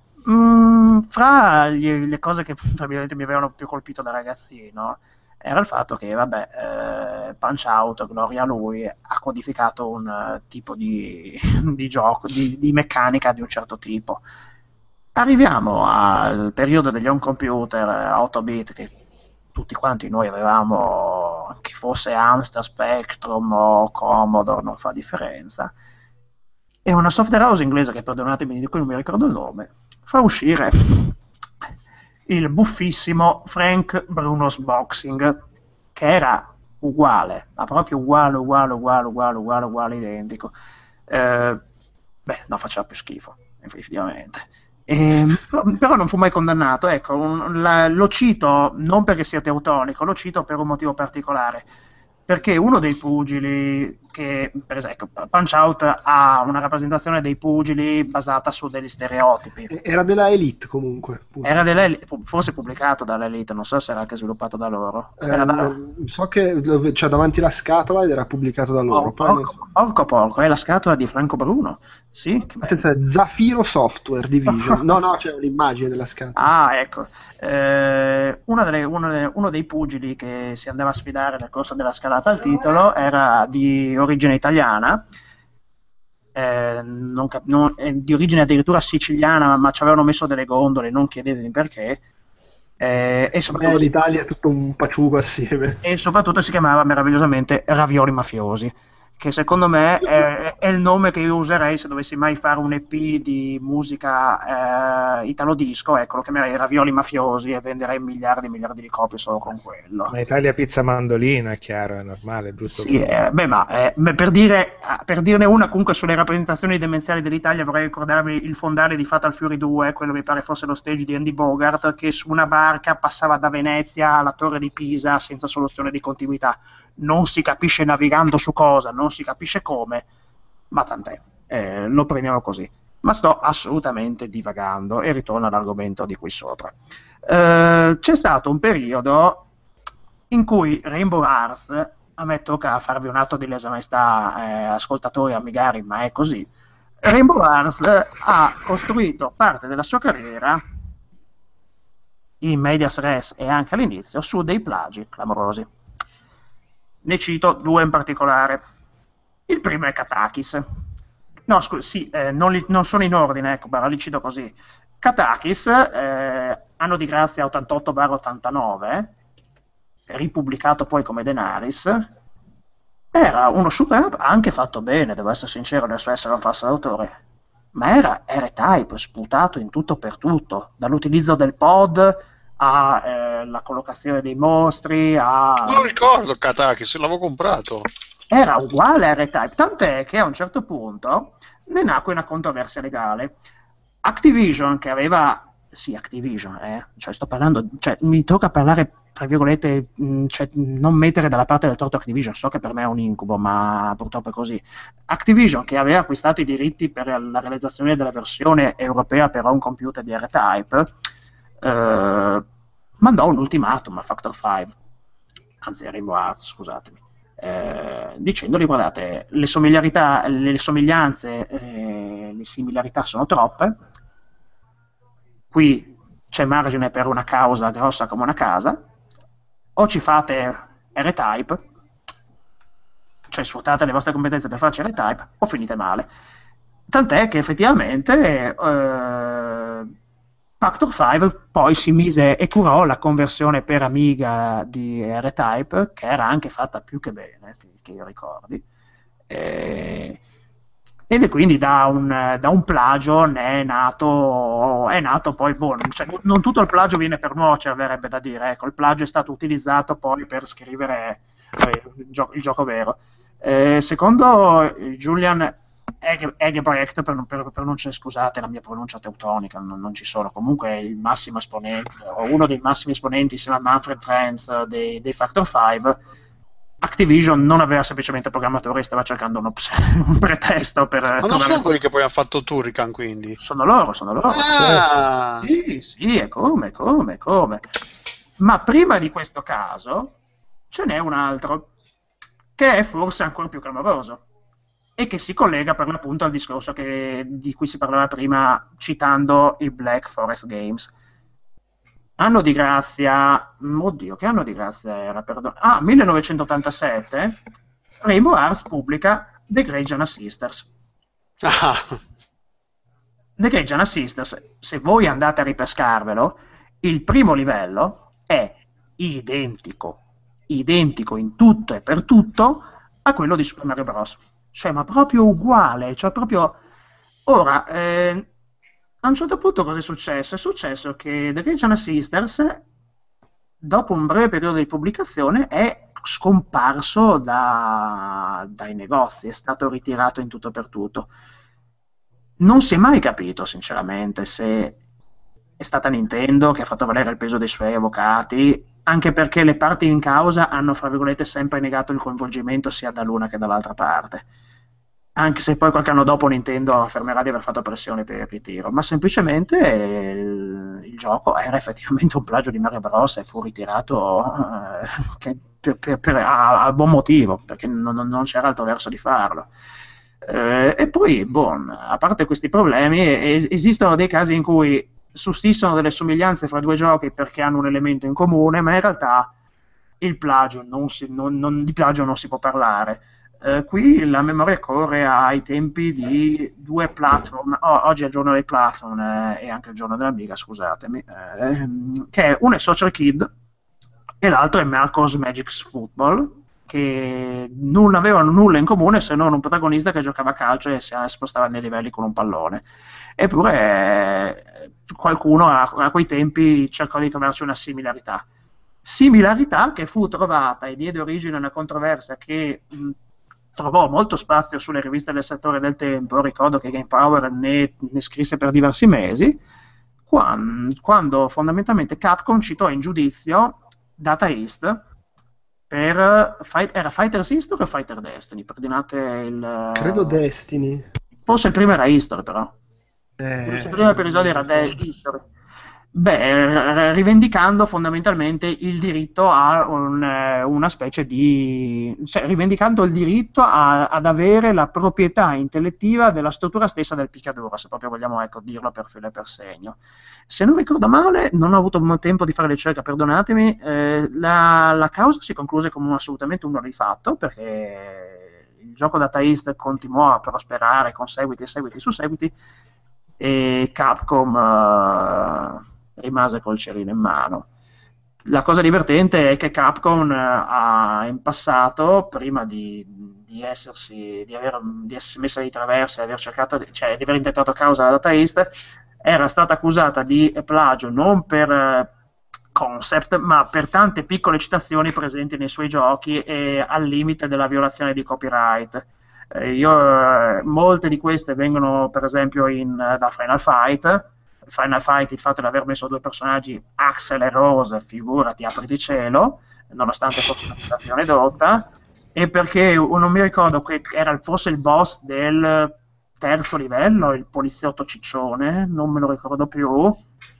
Fra le cose che probabilmente mi avevano più colpito da ragazzino era il fatto che, Punch Out, gloria a lui, ha codificato un tipo di gioco, di meccanica di un certo tipo. Arriviamo al periodo degli home computer 8-bit che tutti quanti noi avevamo, che fosse Amstrad, Spectrum o Commodore, non fa differenza. E una software house inglese, che perdonatemi di cui non mi ricordo il nome, fa uscire il buffissimo Frank Bruno's Boxing, che era uguale, ma proprio uguale, identico. Non faceva più schifo, effettivamente. Però non fu mai condannato. Ecco, lo cito non perché sia teutonico, lo cito per un motivo particolare. Perché uno dei pugili, che per esempio Punch Out ha una rappresentazione dei pugili basata su degli stereotipi. Era della Elite comunque. Era della Elite, forse pubblicato dalla Elite, non so se era anche sviluppato da loro. So che c'è davanti la scatola ed era pubblicato da loro. Porco, è la scatola di Franco Bruno. Sì, attenzione, Zafiro Software Division. No, c'è un'immagine della scatola. Ah, ecco. Uno dei pugili che si andava a sfidare nel corso della scalata al titolo era di origine italiana, di origine addirittura siciliana, ma ci avevano messo delle gondole, non chiedetemi perché. E soprattutto l'Italia è tutto un paciugo assieme. E soprattutto si chiamava meravigliosamente Ravioli Mafiosi, che secondo me è il nome che io userei se dovessi mai fare un EP di musica italo disco. Ecco, lo chiamerei Ravioli Mafiosi e venderei miliardi di copie solo con quello. Ma Italia Pizza Mandolino, è chiaro, è normale, giusto? Sì, per dirne una comunque sulle rappresentazioni demenziali dell'Italia vorrei ricordarmi il fondale di Fatal Fury 2, quello mi pare fosse lo stage di Andy Bogart, che su una barca passava da Venezia alla Torre di Pisa senza soluzione di continuità. Non si capisce navigando su cosa, non si capisce come, ma tant'è, lo prendiamo così. Ma sto assolutamente divagando e ritorno all'argomento di qui sopra. C'è stato un periodo in cui Rainbow Arts, a me tocca farvi un atto di lesa maestà, ascoltatori amigari, ma è così. Rainbow Arts ha costruito parte della sua carriera in medias res e anche all'inizio su dei plagi clamorosi. Ne cito due in particolare. Il primo è Katakis. No, scusi, non sono in ordine, ecco, li cito così. Katakis, anno di grazia 88/89, ripubblicato poi come Denaris, era uno shooter up anche fatto bene, devo essere sincero, adesso essere un falso d'autore, ma era R-Type, sputato in tutto per tutto, dall'utilizzo del pod la collocazione dei mostri non lo ricordo Katakis, l'avevo comprato, era uguale a R-Type, tant'è che a un certo punto ne nacque una controversia legale. Activision, che aveva Activision, cioè sto parlando, cioè mi tocca parlare tra virgolette, cioè non mettere dalla parte del torto Activision, so che per me è un incubo, ma purtroppo è così. Activision, che aveva acquistato i diritti per la realizzazione della versione europea per un computer di R-Type, mandò un ultimatum a Factor 5, anzi a Rainbow Arts, scusatemi, dicendogli: guardate, le somiglianze, le similarità sono troppe, qui c'è margine per una causa grossa come una casa, o ci fate R-Type, cioè sfruttate le vostre competenze per farci R-Type, o finite male. Tant'è che effettivamente Factor 5 poi si mise e curò la conversione per Amiga di R-Type, che era anche fatta più che bene, che io ricordi, e quindi da un plagio ne è nato poi, cioè, non tutto il plagio viene per nuocere, verrebbe da dire, ecco, il plagio è stato utilizzato poi per scrivere il gioco vero. Secondo Julian Eggebrecht, per non c'è, scusate la mia pronuncia teutonica, non ci sono, comunque il massimo esponente, o uno dei massimi esponenti insieme a Manfred Trenz dei Factor 5, Activision non aveva semplicemente programmatori, stava cercando un pretesto per... Ma non sono quelli che poi hanno fatto Turrican, quindi? Sono loro. Ah! Sì, e come. Ma prima di questo caso ce n'è un altro che è forse ancora più clamoroso e che si collega per l'appunto al discorso di cui si parlava prima citando i Black Forest Games. Anno di grazia, oddio, che anno di grazia era? 1987, Rainbow Arts pubblica The Great Giana Sisters. Ah. The Great Giana Sisters, se voi andate a ripescarvelo, il primo livello è identico in tutto e per tutto a quello di Super Mario Bros. Cioè, ma proprio uguale, cioè proprio... Ora, a un certo punto cosa è successo? È successo che The Great Giana Sisters, dopo un breve periodo di pubblicazione, è scomparso dai negozi, è stato ritirato in tutto per tutto. Non si è mai capito, sinceramente, se è stata Nintendo che ha fatto valere il peso dei suoi avvocati, anche perché le parti in causa hanno, fra virgolette, sempre negato il coinvolgimento sia dall'una che dall'altra parte. Anche se poi qualche anno dopo Nintendo affermerà di aver fatto pressione per il ritiro, ma semplicemente il gioco era effettivamente un plagio di Mario Bros. E fu ritirato a buon motivo, perché non c'era altro verso di farlo. E poi, a parte questi problemi, esistono dei casi in cui sussistono delle somiglianze fra due giochi perché hanno un elemento in comune, ma in realtà di plagio non si può parlare. Qui la memoria corre ai tempi di due platform, oggi è il giorno dei platform e anche il giorno dell'Amiga, scusatemi, che uno è Social Kid e l'altro è Marco's Magic Football, che non avevano nulla in comune se non un protagonista che giocava a calcio e si spostava nei livelli con un pallone. Eppure qualcuno a quei tempi cercò di trovarci una similarità che fu trovata e diede origine a una controversia che trovò molto spazio sulle riviste del settore del tempo. Ricordo che Game Power ne scrisse per diversi mesi, quando fondamentalmente Capcom citò in giudizio Data East era Fighter's History o Fighter Destiny? Perdonate credo Destiny. Forse il primo era History, però. Il primo episodio era History. Rivendicando fondamentalmente il diritto a una specie di... cioè rivendicando il diritto ad avere la proprietà intellettiva della struttura stessa del picchiaduro, se proprio vogliamo dirlo per filo e per segno. Se non ricordo male, non ho avuto tempo di fare ricerca, perdonatemi, la causa si concluse come assolutamente un nulla di fatto, perché il gioco Data East continuò a prosperare con seguiti su seguiti, e Capcom rimase col cerino in mano. La cosa divertente è che Capcom in passato, prima di essersi messa di traversa e aver cercato di aver intentato causa alla Data East, era stata accusata di plagio non per concept, ma per tante piccole citazioni presenti nei suoi giochi e al limite della violazione di copyright. Molte di queste vengono per esempio da Final Fight, il fatto di aver messo due personaggi, Axel e Rose, figurati, apriti cielo, nonostante fosse una citazione dotta, e perché non mi ricordo, era forse il boss del terzo livello, il poliziotto ciccione, non me lo ricordo più,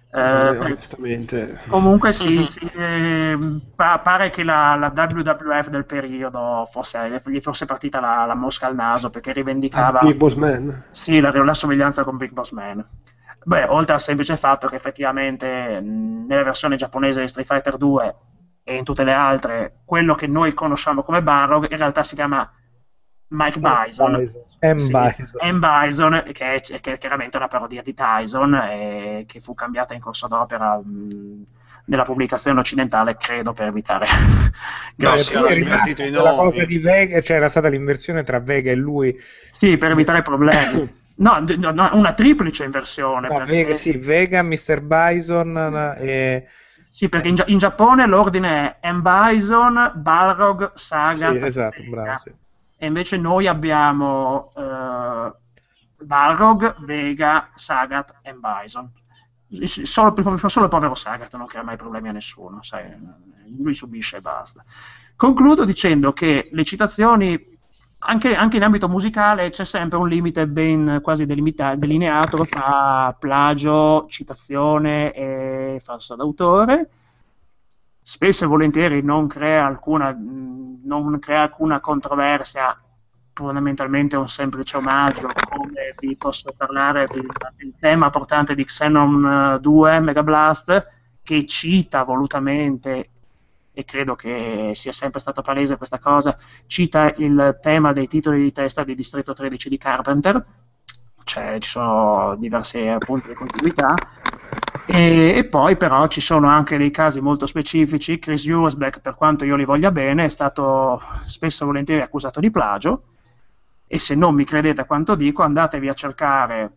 Onestamente. Comunque sì, pare che la WWF del periodo gli fosse partita la mosca al naso, perché rivendicava Big Boss Man. sì, la somiglianza con Big Boss Man. Beh, oltre al semplice fatto che effettivamente nella versione giapponese di Street Fighter 2 e in tutte le altre, quello che noi conosciamo come Balrog in realtà si chiama Mike Bison. M. Bison, che è chiaramente una parodia di Tyson e che fu cambiata in corso d'opera nella pubblicazione occidentale, credo, per evitare la cosa di Vega, cioè era stata l'inversione tra Vega e lui. Sì, per evitare problemi. No, una triplice inversione. No, Vega, Mr. Bison e... Sì, perché in Giappone l'ordine è M. Bison, Balrog, Sagat. Sì, esatto, bravo, sì. E invece noi abbiamo Balrog, Vega, Sagat e Bison. Solo il povero Sagat non crea mai problemi a nessuno, sai? Lui subisce e basta. Concludo dicendo che le citazioni, anche in ambito musicale, c'è sempre un limite ben quasi delineato fra plagio, citazione e falso d'autore. Spesso e volentieri non crea alcuna controversia, fondamentalmente è un semplice omaggio, come vi posso parlare del tema portante di Xenon 2 Mega Blast, che cita volutamente, e credo che sia sempre stato palese questa cosa, cita il tema dei titoli di testa di Distretto 13 di Carpenter, cioè ci sono diversi punti di continuità. E poi però ci sono anche dei casi molto specifici. Chris Hughes, per quanto io li voglia bene, è stato spesso e volentieri accusato di plagio, e se non mi credete a quanto dico, andatevi a cercare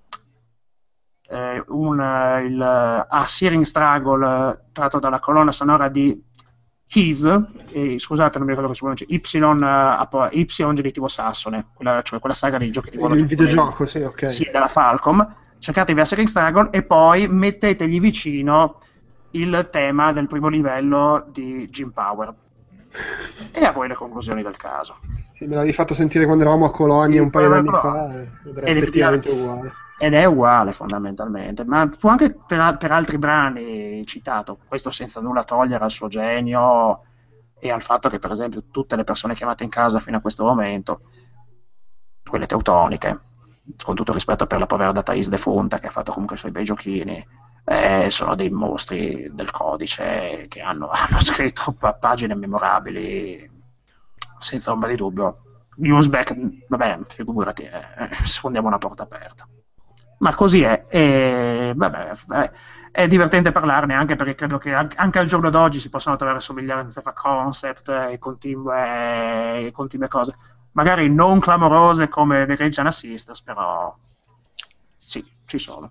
il Searing Struggle tratto dalla colonna sonora di His, scusate non mi ricordo come si pronuncia, Y Genitivo Sassone, cioè quella saga di giochi di ruolo, il videogioco, sì, ok. Sì, della Falcom. Cercatevi a Searing Struggle e poi mettetegli vicino il tema del primo livello di Jim Power e a voi le conclusioni del caso. Sì, me l'avevi fatto sentire quando eravamo a Colonia un paio d'anni fa ed era effettivamente uguale. Ed è uguale fondamentalmente, ma fu anche per altri brani citato, questo senza nulla togliere al suo genio e al fatto che per esempio tutte le persone chiamate in casa fino a questo momento, quelle teutoniche, con tutto il rispetto per la povera Dataïs defunta che ha fatto comunque i suoi bei giochini, sono dei mostri del codice che hanno scritto pagine memorabili senza ombra di dubbio. Newsback, vabbè, figurati, sfondiamo una porta aperta. Ma così è, e vabbè, è divertente parlarne, anche perché credo che anche al giorno d'oggi si possono trovare somiglianze fra concept e continue cose, magari non clamorose come The Rage Sisters, però sì, ci sono.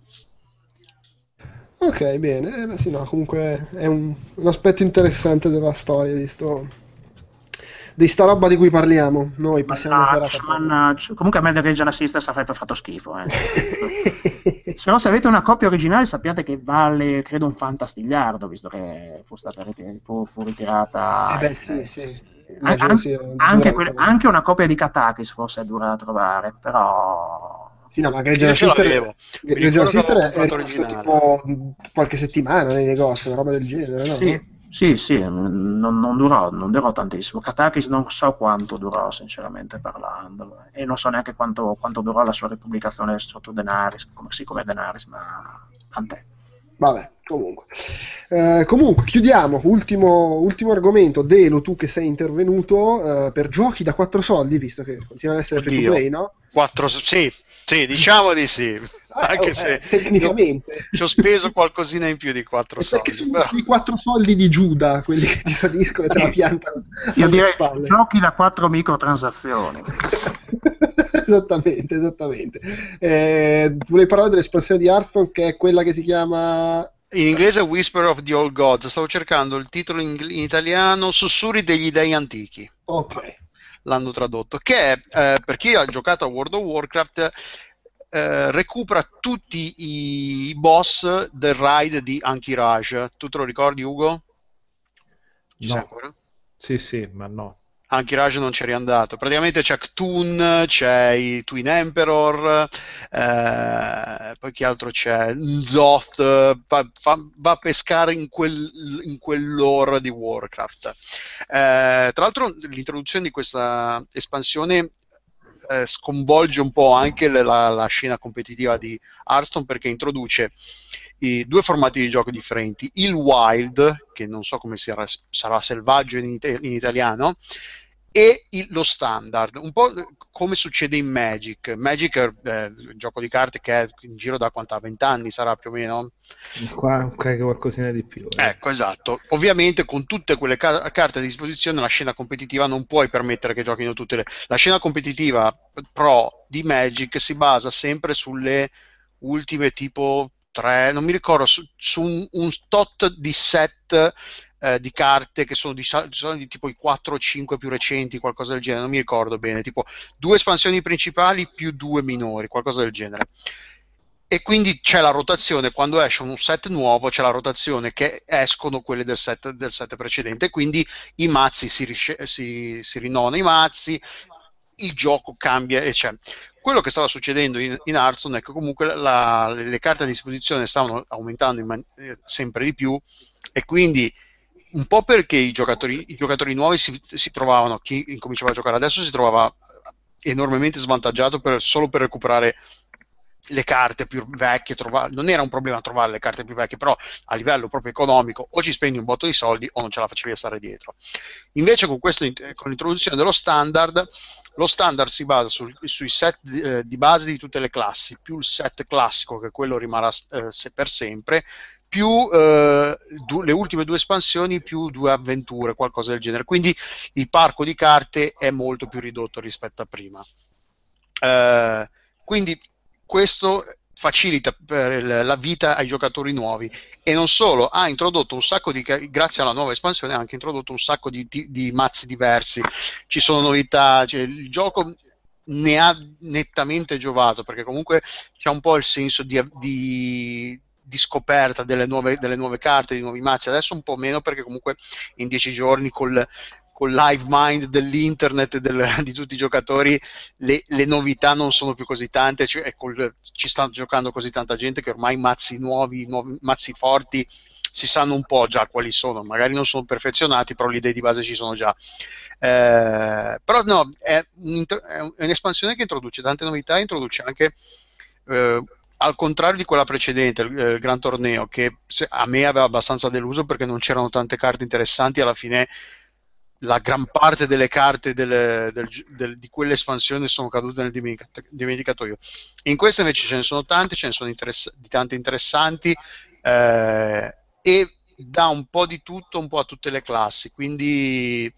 Ok, bene, sì, no, comunque è un aspetto interessante della storia di sta roba di cui parliamo. Noi passiamo la serata. Comunque a me The Rage Sisters avrebbe fatto schifo. Però se avete una copia originale sappiate che vale, credo, un fantastigliardo, visto che fu ritirata. Sì. Anche una copia di Katakis forse è dura da trovare, però... Sì, no, ma Rage Sister è rimasto tipo qualche settimana nei negozi, una roba del genere, no? Sì, non durò tantissimo. Katakis non so quanto durò, sinceramente parlando, e non so neanche quanto durò la sua ripubblicazione sotto Denaris, come Denaris, ma tant'è. Vabbè, comunque chiudiamo, ultimo argomento. Delo, tu che sei intervenuto per giochi da 4 soldi, visto che continua ad essere free to play, no? 4, sì, diciamo di sì. Anche se tecnicamente ci ho speso qualcosina in più di 4 soldi. Perché sono i 4 soldi di Giuda, quelli che ti tradiscono e te la piantano. Io direi giochi da 4 microtransazioni. Esattamente. Volevi parlare dell'espansione di Hearthstone, che è quella che si chiama... In inglese Whisper of the Old Gods. Stavo cercando il titolo in italiano, Sussurri degli Dei Antichi. Ok. L'hanno tradotto. Che è, per chi ha giocato a World of Warcraft, recupera tutti i boss del raid di Ankh-Raj. Tu te lo ricordi, Ugo? No. Sì, ma no. Anche Raj non ci è riandato. Praticamente c'è Cthulhu, c'è i Twin Emperor, poi che altro c'è? Nzoth, va a pescare in quel lore di Warcraft. Tra l'altro l'introduzione di questa espansione sconvolge un po' anche la scena competitiva di Hearthstone, perché introduce i due formati di gioco differenti: il Wild, che non so come sarà selvaggio in italiano, e lo Standard, un po' come succede in Magic. Magic è un gioco di carte che è in giro da 20 anni sarà più o meno? Qua qualcosina di più. Ecco, esatto. Ovviamente con tutte quelle carte a disposizione la scena competitiva non puoi permettere che giochino tutte la scena competitiva pro di Magic si basa sempre sulle ultime tipo 3, non mi ricordo, su un tot di set di carte che sono di tipo i 4 o 5 più recenti, qualcosa del genere, non mi ricordo bene, tipo 2 espansioni principali più 2 minori, qualcosa del genere. E quindi c'è la rotazione, quando esce un set nuovo c'è la rotazione che escono quelle del set precedente, quindi i mazzi si rinnovano, i mazzi, il gioco cambia e c'è. Quello che stava succedendo in Hearthstone è che comunque le carte a disposizione stavano aumentando sempre di più, e quindi un po' perché i giocatori nuovi si trovavano, chi incominciava a giocare adesso si trovava enormemente svantaggiato solo per recuperare le carte più vecchie. Non era un problema trovare le carte più vecchie, però a livello proprio economico o ci spendi un botto di soldi o non ce la facevi a stare dietro. Invece con l'introduzione dello standard, lo standard si basa sui set di base di tutte le classi, più il set classico, che quello rimarrà per sempre, più le ultime 2 espansioni, più 2 avventure, qualcosa del genere. Quindi il parco di carte è molto più ridotto rispetto a prima. Quindi questo facilita la vita ai giocatori nuovi, e non solo, ha introdotto un sacco grazie alla nuova espansione ha anche introdotto un sacco di mazzi diversi, ci sono novità, cioè, il gioco ne ha nettamente giovato, perché comunque c'è un po' il senso di scoperta delle nuove carte, di nuovi mazzi. Adesso un po' meno, perché comunque in 10 giorni col live mind dell'internet di tutti i giocatori le novità non sono più così tante, ci sta giocando così tanta gente che ormai mazzi nuovi mazzi forti si sanno un po' già quali sono, magari non sono perfezionati, però le idee di base ci sono già. Però no, è un'espansione che introduce tante novità, introduce anche al contrario di quella precedente, il Gran Torneo, che a me aveva abbastanza deluso perché non c'erano tante carte interessanti. Alla fine la gran parte delle carte di quell'espansione sono cadute nel dimenticatoio. In questa invece ce ne sono tante, di tante interessanti, e dà un po' di tutto, un po' a tutte le classi, quindi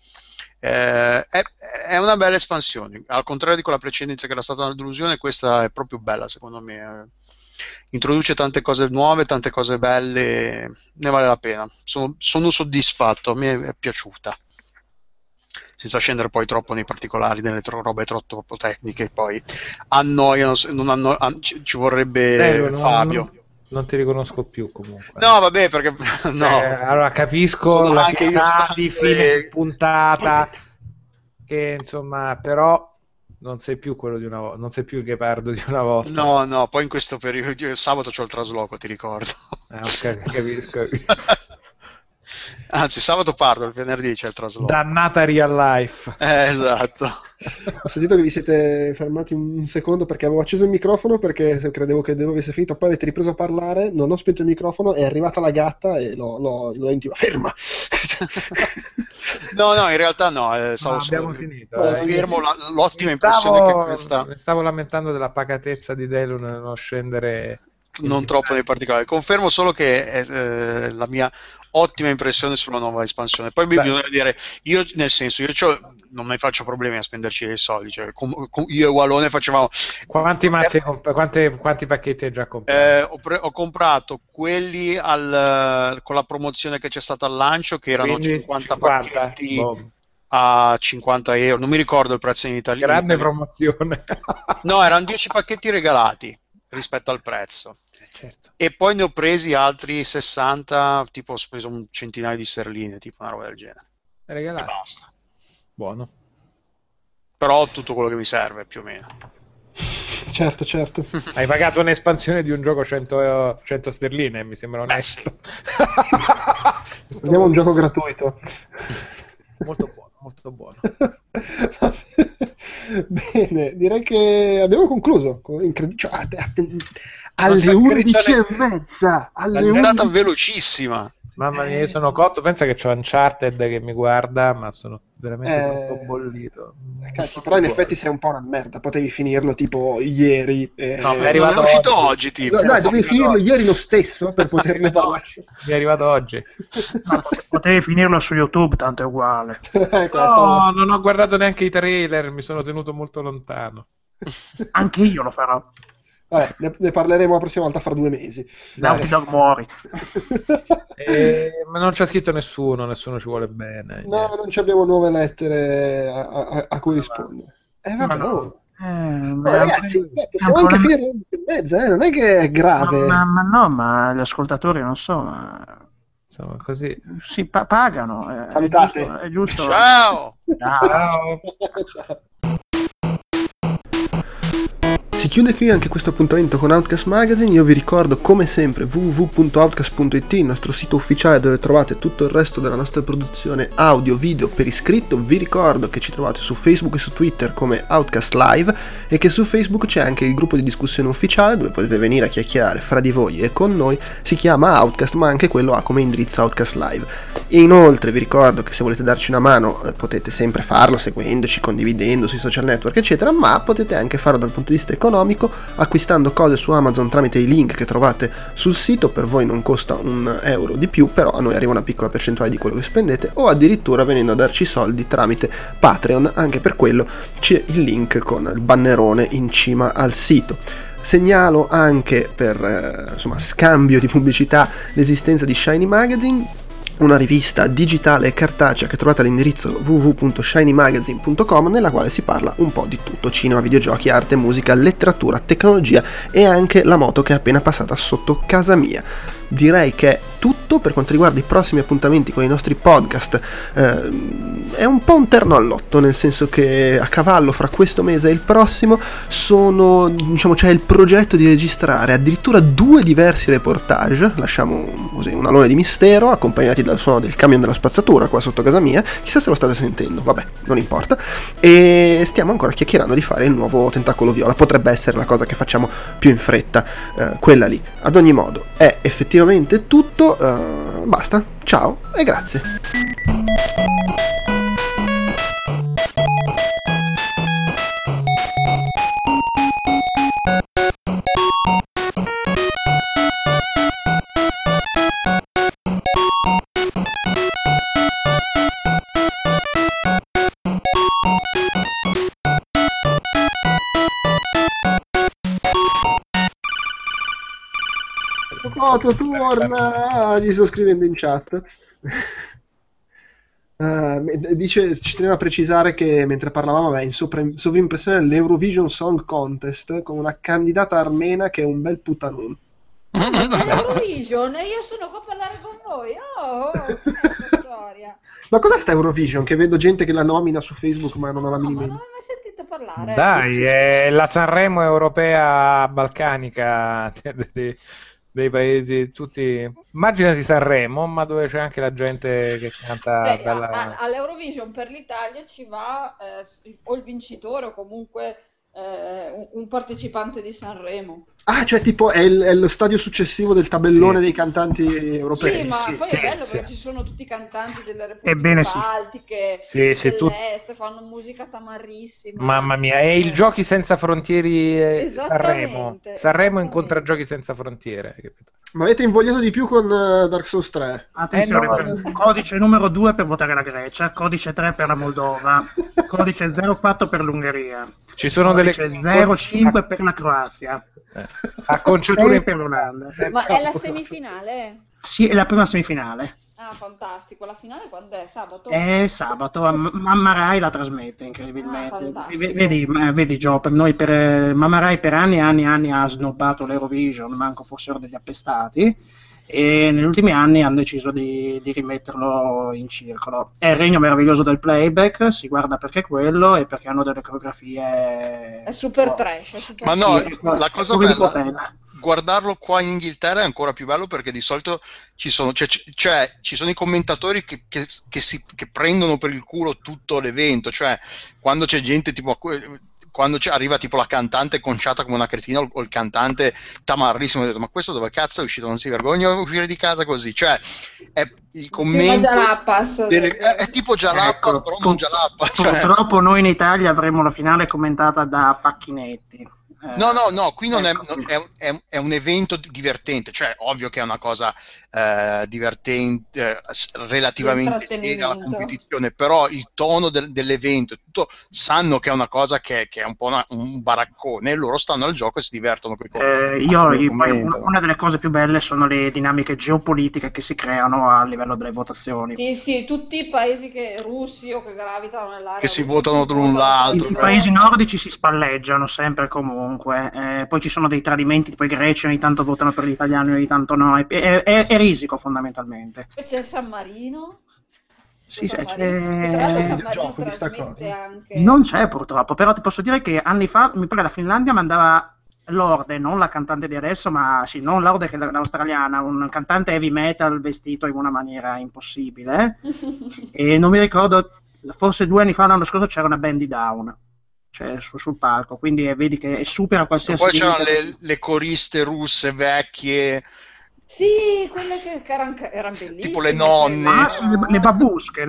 è una bella espansione. Al contrario di quella precedente che era stata una delusione, questa è proprio bella secondo me. Introduce tante cose nuove, tante cose belle, ne vale la pena. Sono soddisfatto, a me è piaciuta, senza scendere poi troppo nei particolari delle robe troppo tecniche, poi annoiano, ci vorrebbe Fabio. Non ti riconosco più comunque. No, vabbè, perché no. Allora capisco sono la pietà di fine puntata, che insomma, però non sei più quello di una volta, non sei più il Ghepardo di una volta. No, poi in questo periodo sabato c'ho il trasloco, ti ricordo. Ok, capisco. Anzi, sabato parto, il venerdì c'è il trasloco. Dannata real life. Esatto. Ho sentito che vi siete fermati un secondo perché avevo acceso il microfono, perché credevo che non avesse finito, poi avete ripreso a parlare, non ho spento il microfono, è arrivata la gatta e l'ho intima. Ferma! No, in realtà no, abbiamo finito. Fermo l'ottima impressione che questa... Mi stavo lamentando della pacatezza di Delu nel non scendere... Non troppo nei particolari, confermo solo che è la mia ottima impressione sulla nuova espansione. Poi bisogna dire, io nel senso, non mi faccio problemi a spenderci dei soldi, cioè, io e Wallone facevamo... Quanti pacchetti hai già comprato? Ho comprato quelli con la promozione che c'è stata al lancio, che erano 50 pacchetti a 50 euro, non mi ricordo il prezzo in Italia. Grande promozione. No, erano 10 pacchetti regalati rispetto al prezzo. Certo. E poi ne ho presi altri 60, tipo ho speso un centinaio di sterline, tipo una roba del genere. Regalato. E basta. Buono. Però ho tutto quello che mi serve, più o meno. Certo. Hai pagato un'espansione di un gioco 100 sterline, mi sembra onesto. Sì. Abbiamo un gioco gratuito. Molto buono. Bene, direi che abbiamo concluso. Alle 11:30. È andata velocissima. Mamma mia, io sono cotto. Pensa che c'ho Uncharted che mi guarda, ma sono veramente troppo bollito. Cacchio, però in effetti sei un po' una merda. Potevi finirlo tipo ieri. No, mi è arrivato uscito oggi tipo. Dai, dovevi finirlo ieri lo stesso per poterne parlare. Mi è arrivato oggi. Ma potevi finirlo su YouTube, tanto è uguale. No, non ho guardato neanche i trailer, mi sono tenuto molto lontano. Anche io lo farò. Vabbè, ne parleremo la prossima volta fra 2 mesi. Naughty Dog muori. Ma non c'è scritto nessuno ci vuole bene. No, non abbiamo nuove lettere a cui rispondere. Vabbè, no. Ragazzi, possiamo anche finire alle 11:30, non è che è grave. Ma gli ascoltatori non so, insomma, così si pagano. Salutate. È giusto. Ciao. Ciao. Si chiude qui anche questo appuntamento con Outcast Magazine. Io vi ricordo come sempre www.outcast.it, il nostro sito ufficiale dove trovate tutto il resto della nostra produzione audio, video per iscritto. Vi ricordo che ci trovate su Facebook e su Twitter come Outcast Live e che su Facebook c'è anche il gruppo di discussione ufficiale dove potete venire a chiacchierare fra di voi e con noi. Si chiama Outcast, ma anche quello ha come indirizzo Outcast Live. E inoltre vi ricordo che se volete darci una mano potete sempre farlo seguendoci, condividendo sui social network eccetera, ma potete anche farlo dal punto di vista economico acquistando cose su Amazon tramite i link che trovate sul sito. Per voi non costa €1 di più, però a noi arriva una piccola percentuale di quello che spendete, o addirittura venendo a darci soldi tramite Patreon. Anche per quello c'è il link con il bannerone in cima al sito. Segnalo anche per scambio di pubblicità l'esistenza di Shiny Magazine, una rivista digitale e cartacea che trovate all'indirizzo www.shinymagazine.com, nella quale si parla un po' di tutto: cinema, videogiochi, arte, musica, letteratura, tecnologia e anche la moto che è appena passata sotto casa mia. Direi che è tutto per quanto riguarda i prossimi appuntamenti con i nostri podcast. È un po' un terno all'otto, nel senso che a cavallo fra questo mese e il prossimo c'è il progetto di registrare addirittura 2 diversi reportage. Lasciamo così un alone di mistero, accompagnati dal suono del camion della spazzatura qua sotto casa mia. Chissà se lo state sentendo, vabbè, non importa. E stiamo ancora chiacchierando di fare il nuovo Tentacolo Viola. Potrebbe essere la cosa che facciamo più in fretta, quella lì. Ad ogni modo è effettivamente tutto. Basta, ciao e grazie. Foto torna, gli sto scrivendo in chat. Dice, ci teneva a precisare che mentre parlavamo in sovrimpressione l'Eurovision Song Contest con una candidata armena che è un bel puttanone. Eurovision e io sono qua a parlare con voi. Storia. Ma cos'è sta Eurovision? Che vedo gente che la nomina su Facebook ma non ho la minima. Ma non ho mai sentito parlare. Dai, è la Sanremo europea balcanica dei paesi tutti. Immaginati Sanremo, ma dove c'è anche la gente che canta all'Eurovision per l'Italia ci va o il vincitore o comunque un partecipante di Sanremo. Ah, cioè tipo è lo stadio successivo del tabellone dei cantanti europei. Sì, ma poi è bello perché ci sono tutti i cantanti delle Ebbene, Baltiche, dell'Est, fanno musica tamarrissima. Mamma mia, è il Giochi Senza Frontiere Sanremo. Sanremo incontra Giochi Senza Frontiere. Ma avete invogliato di più con Dark Souls 3? Attenzione, codice numero 2 per votare la Grecia, codice 3 per la Moldova, codice 04 per l'Ungheria, ci sono codice 05 per la Croazia, acconciature per l'Olanda. Ma è la semifinale? Sì, è la prima semifinale. Ah, fantastico. La finale quando è? Sabato? È sabato, Mamma Rai la trasmette incredibilmente. Vedi Gio, per noi Mamma Rai per anni ha snobbato l'Eurovision, manco fossero degli appestati. e negli ultimi anni hanno deciso di rimetterlo in circolo. È il regno meraviglioso del playback, si guarda perché è quello e perché hanno delle coreografie... È super trash. È super Ma no, sì, la cosa bella, guardarlo qua in Inghilterra è ancora più bello perché di solito ci sono i commentatori che prendono per il culo tutto l'evento, cioè quando c'è gente tipo quando arriva tipo la cantante conciata come una cretina o il cantante tamarrissimo, ho detto ma questo dove cazzo è uscito, non si vergogna a uscire di casa così, cioè è il commento è tipo Jalapas, ecco, però non Jalapas, purtroppo noi in Italia avremo la finale commentata da Facchinetti. No, qui non è un evento divertente, cioè ovvio che è una cosa divertente relativamente alla competizione, però il tono dell'evento tutto sanno che è una cosa che è un po' un baraccone e loro stanno al gioco e si divertono una delle cose più belle sono le dinamiche geopolitiche che si creano a livello delle votazioni. Sì, tutti i paesi russi o che gravitano nell'area che si votano l'un l'altro, i paesi nordici si spalleggiano sempre e comunque, poi ci sono dei tradimenti, tipo i greci ogni tanto votano per gli italiani, ogni tanto no, è risico fondamentalmente. Poi c'è il San Marino. Sì, c'è anche... Non c'è purtroppo, però ti posso dire che anni fa, mi pare la Finlandia mandava Lorde, non la cantante di adesso, ma sì, non Lorde che è l'australiana, un cantante heavy metal vestito in una maniera impossibile, e non mi ricordo, forse 2 anni fa, l'anno scorso c'era una band di Down, cioè sul palco, quindi vedi che supera qualsiasi... Poi c'erano le coriste russe vecchie. Sì, quelle che erano bellissime. Tipo le nonne. Sì, le babusche.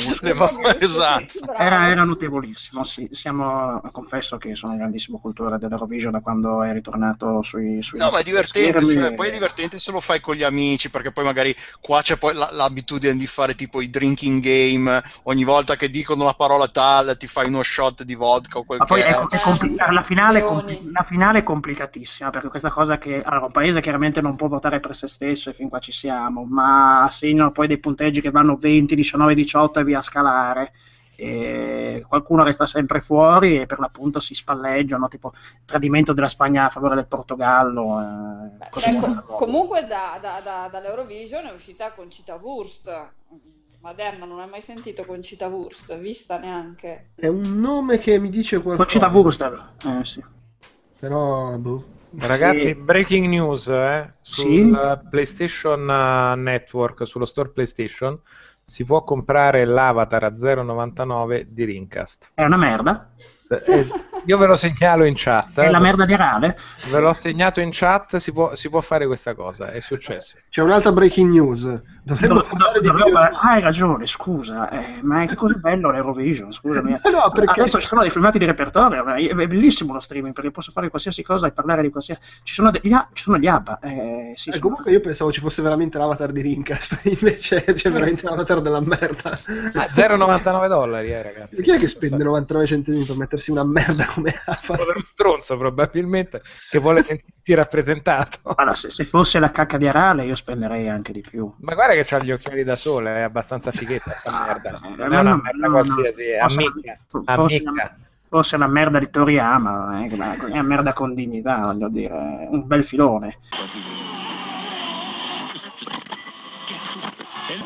Esatto. Era notevolissimo, sì. Confesso che sono un grandissimo cultore dell'Eurovision da quando è ritornato sui no, ma è divertente, cioè, poi è divertente se lo fai con gli amici, perché poi magari qua c'è poi l'abitudine di fare tipo i drinking game, ogni volta che dicono la parola tal ti fai uno shot di vodka o quel ma che poi la finale è complicatissima, perché questa cosa che allora, un paese chiaramente non può votare per se stesso e fin qua ci siamo, ma assegnano poi dei punteggi che vanno 20, 19, 18 e via a scalare, e qualcuno resta sempre fuori e per l'appunto si spalleggiano, tipo tradimento della Spagna a favore del Portogallo. Comunque dall'Eurovision è uscita Conchita Wurst. Maderna non hai mai sentito Conchita Wurst, vista neanche? È un nome che mi dice qualcosa. Conchita Wurst, sì. Però ragazzi, breaking news sul PlayStation Network, sullo store PlayStation si può comprare l'avatar a 0,99 di Rincast. È una merda. Io ve lo segnalo in chat. È la merda di Rave? Ve l'ho segnato in chat, si può fare questa cosa, è successo. C'è un'altra breaking news. Dovremmo parlare di hai ragione, scusa, ma che cosa bello l'Eurovision, scusami. No, perché... Adesso ci sono dei filmati di repertorio, è bellissimo lo streaming, perché posso fare qualsiasi cosa e parlare di qualsiasi... Ci sono gli ABBA. Sì, comunque io pensavo ci fosse veramente l'avatar di Rincast, invece c'è veramente l'avatar della merda. $0,99, ragazzi. Chi è che spende 99 centesimi per mettersi una merda come avatar? Un stronzo probabilmente che vuole sentirti rappresentato. Allora, se fosse la cacca di Arale io spenderei anche di più. Ma guarda che c'ha gli occhiali da sole, è abbastanza fighetta questa merda. Non è una merda qualsiasi, ammicca. Forse la merda di Toriyama, è una merda con dignità, voglio dire, un bel filone.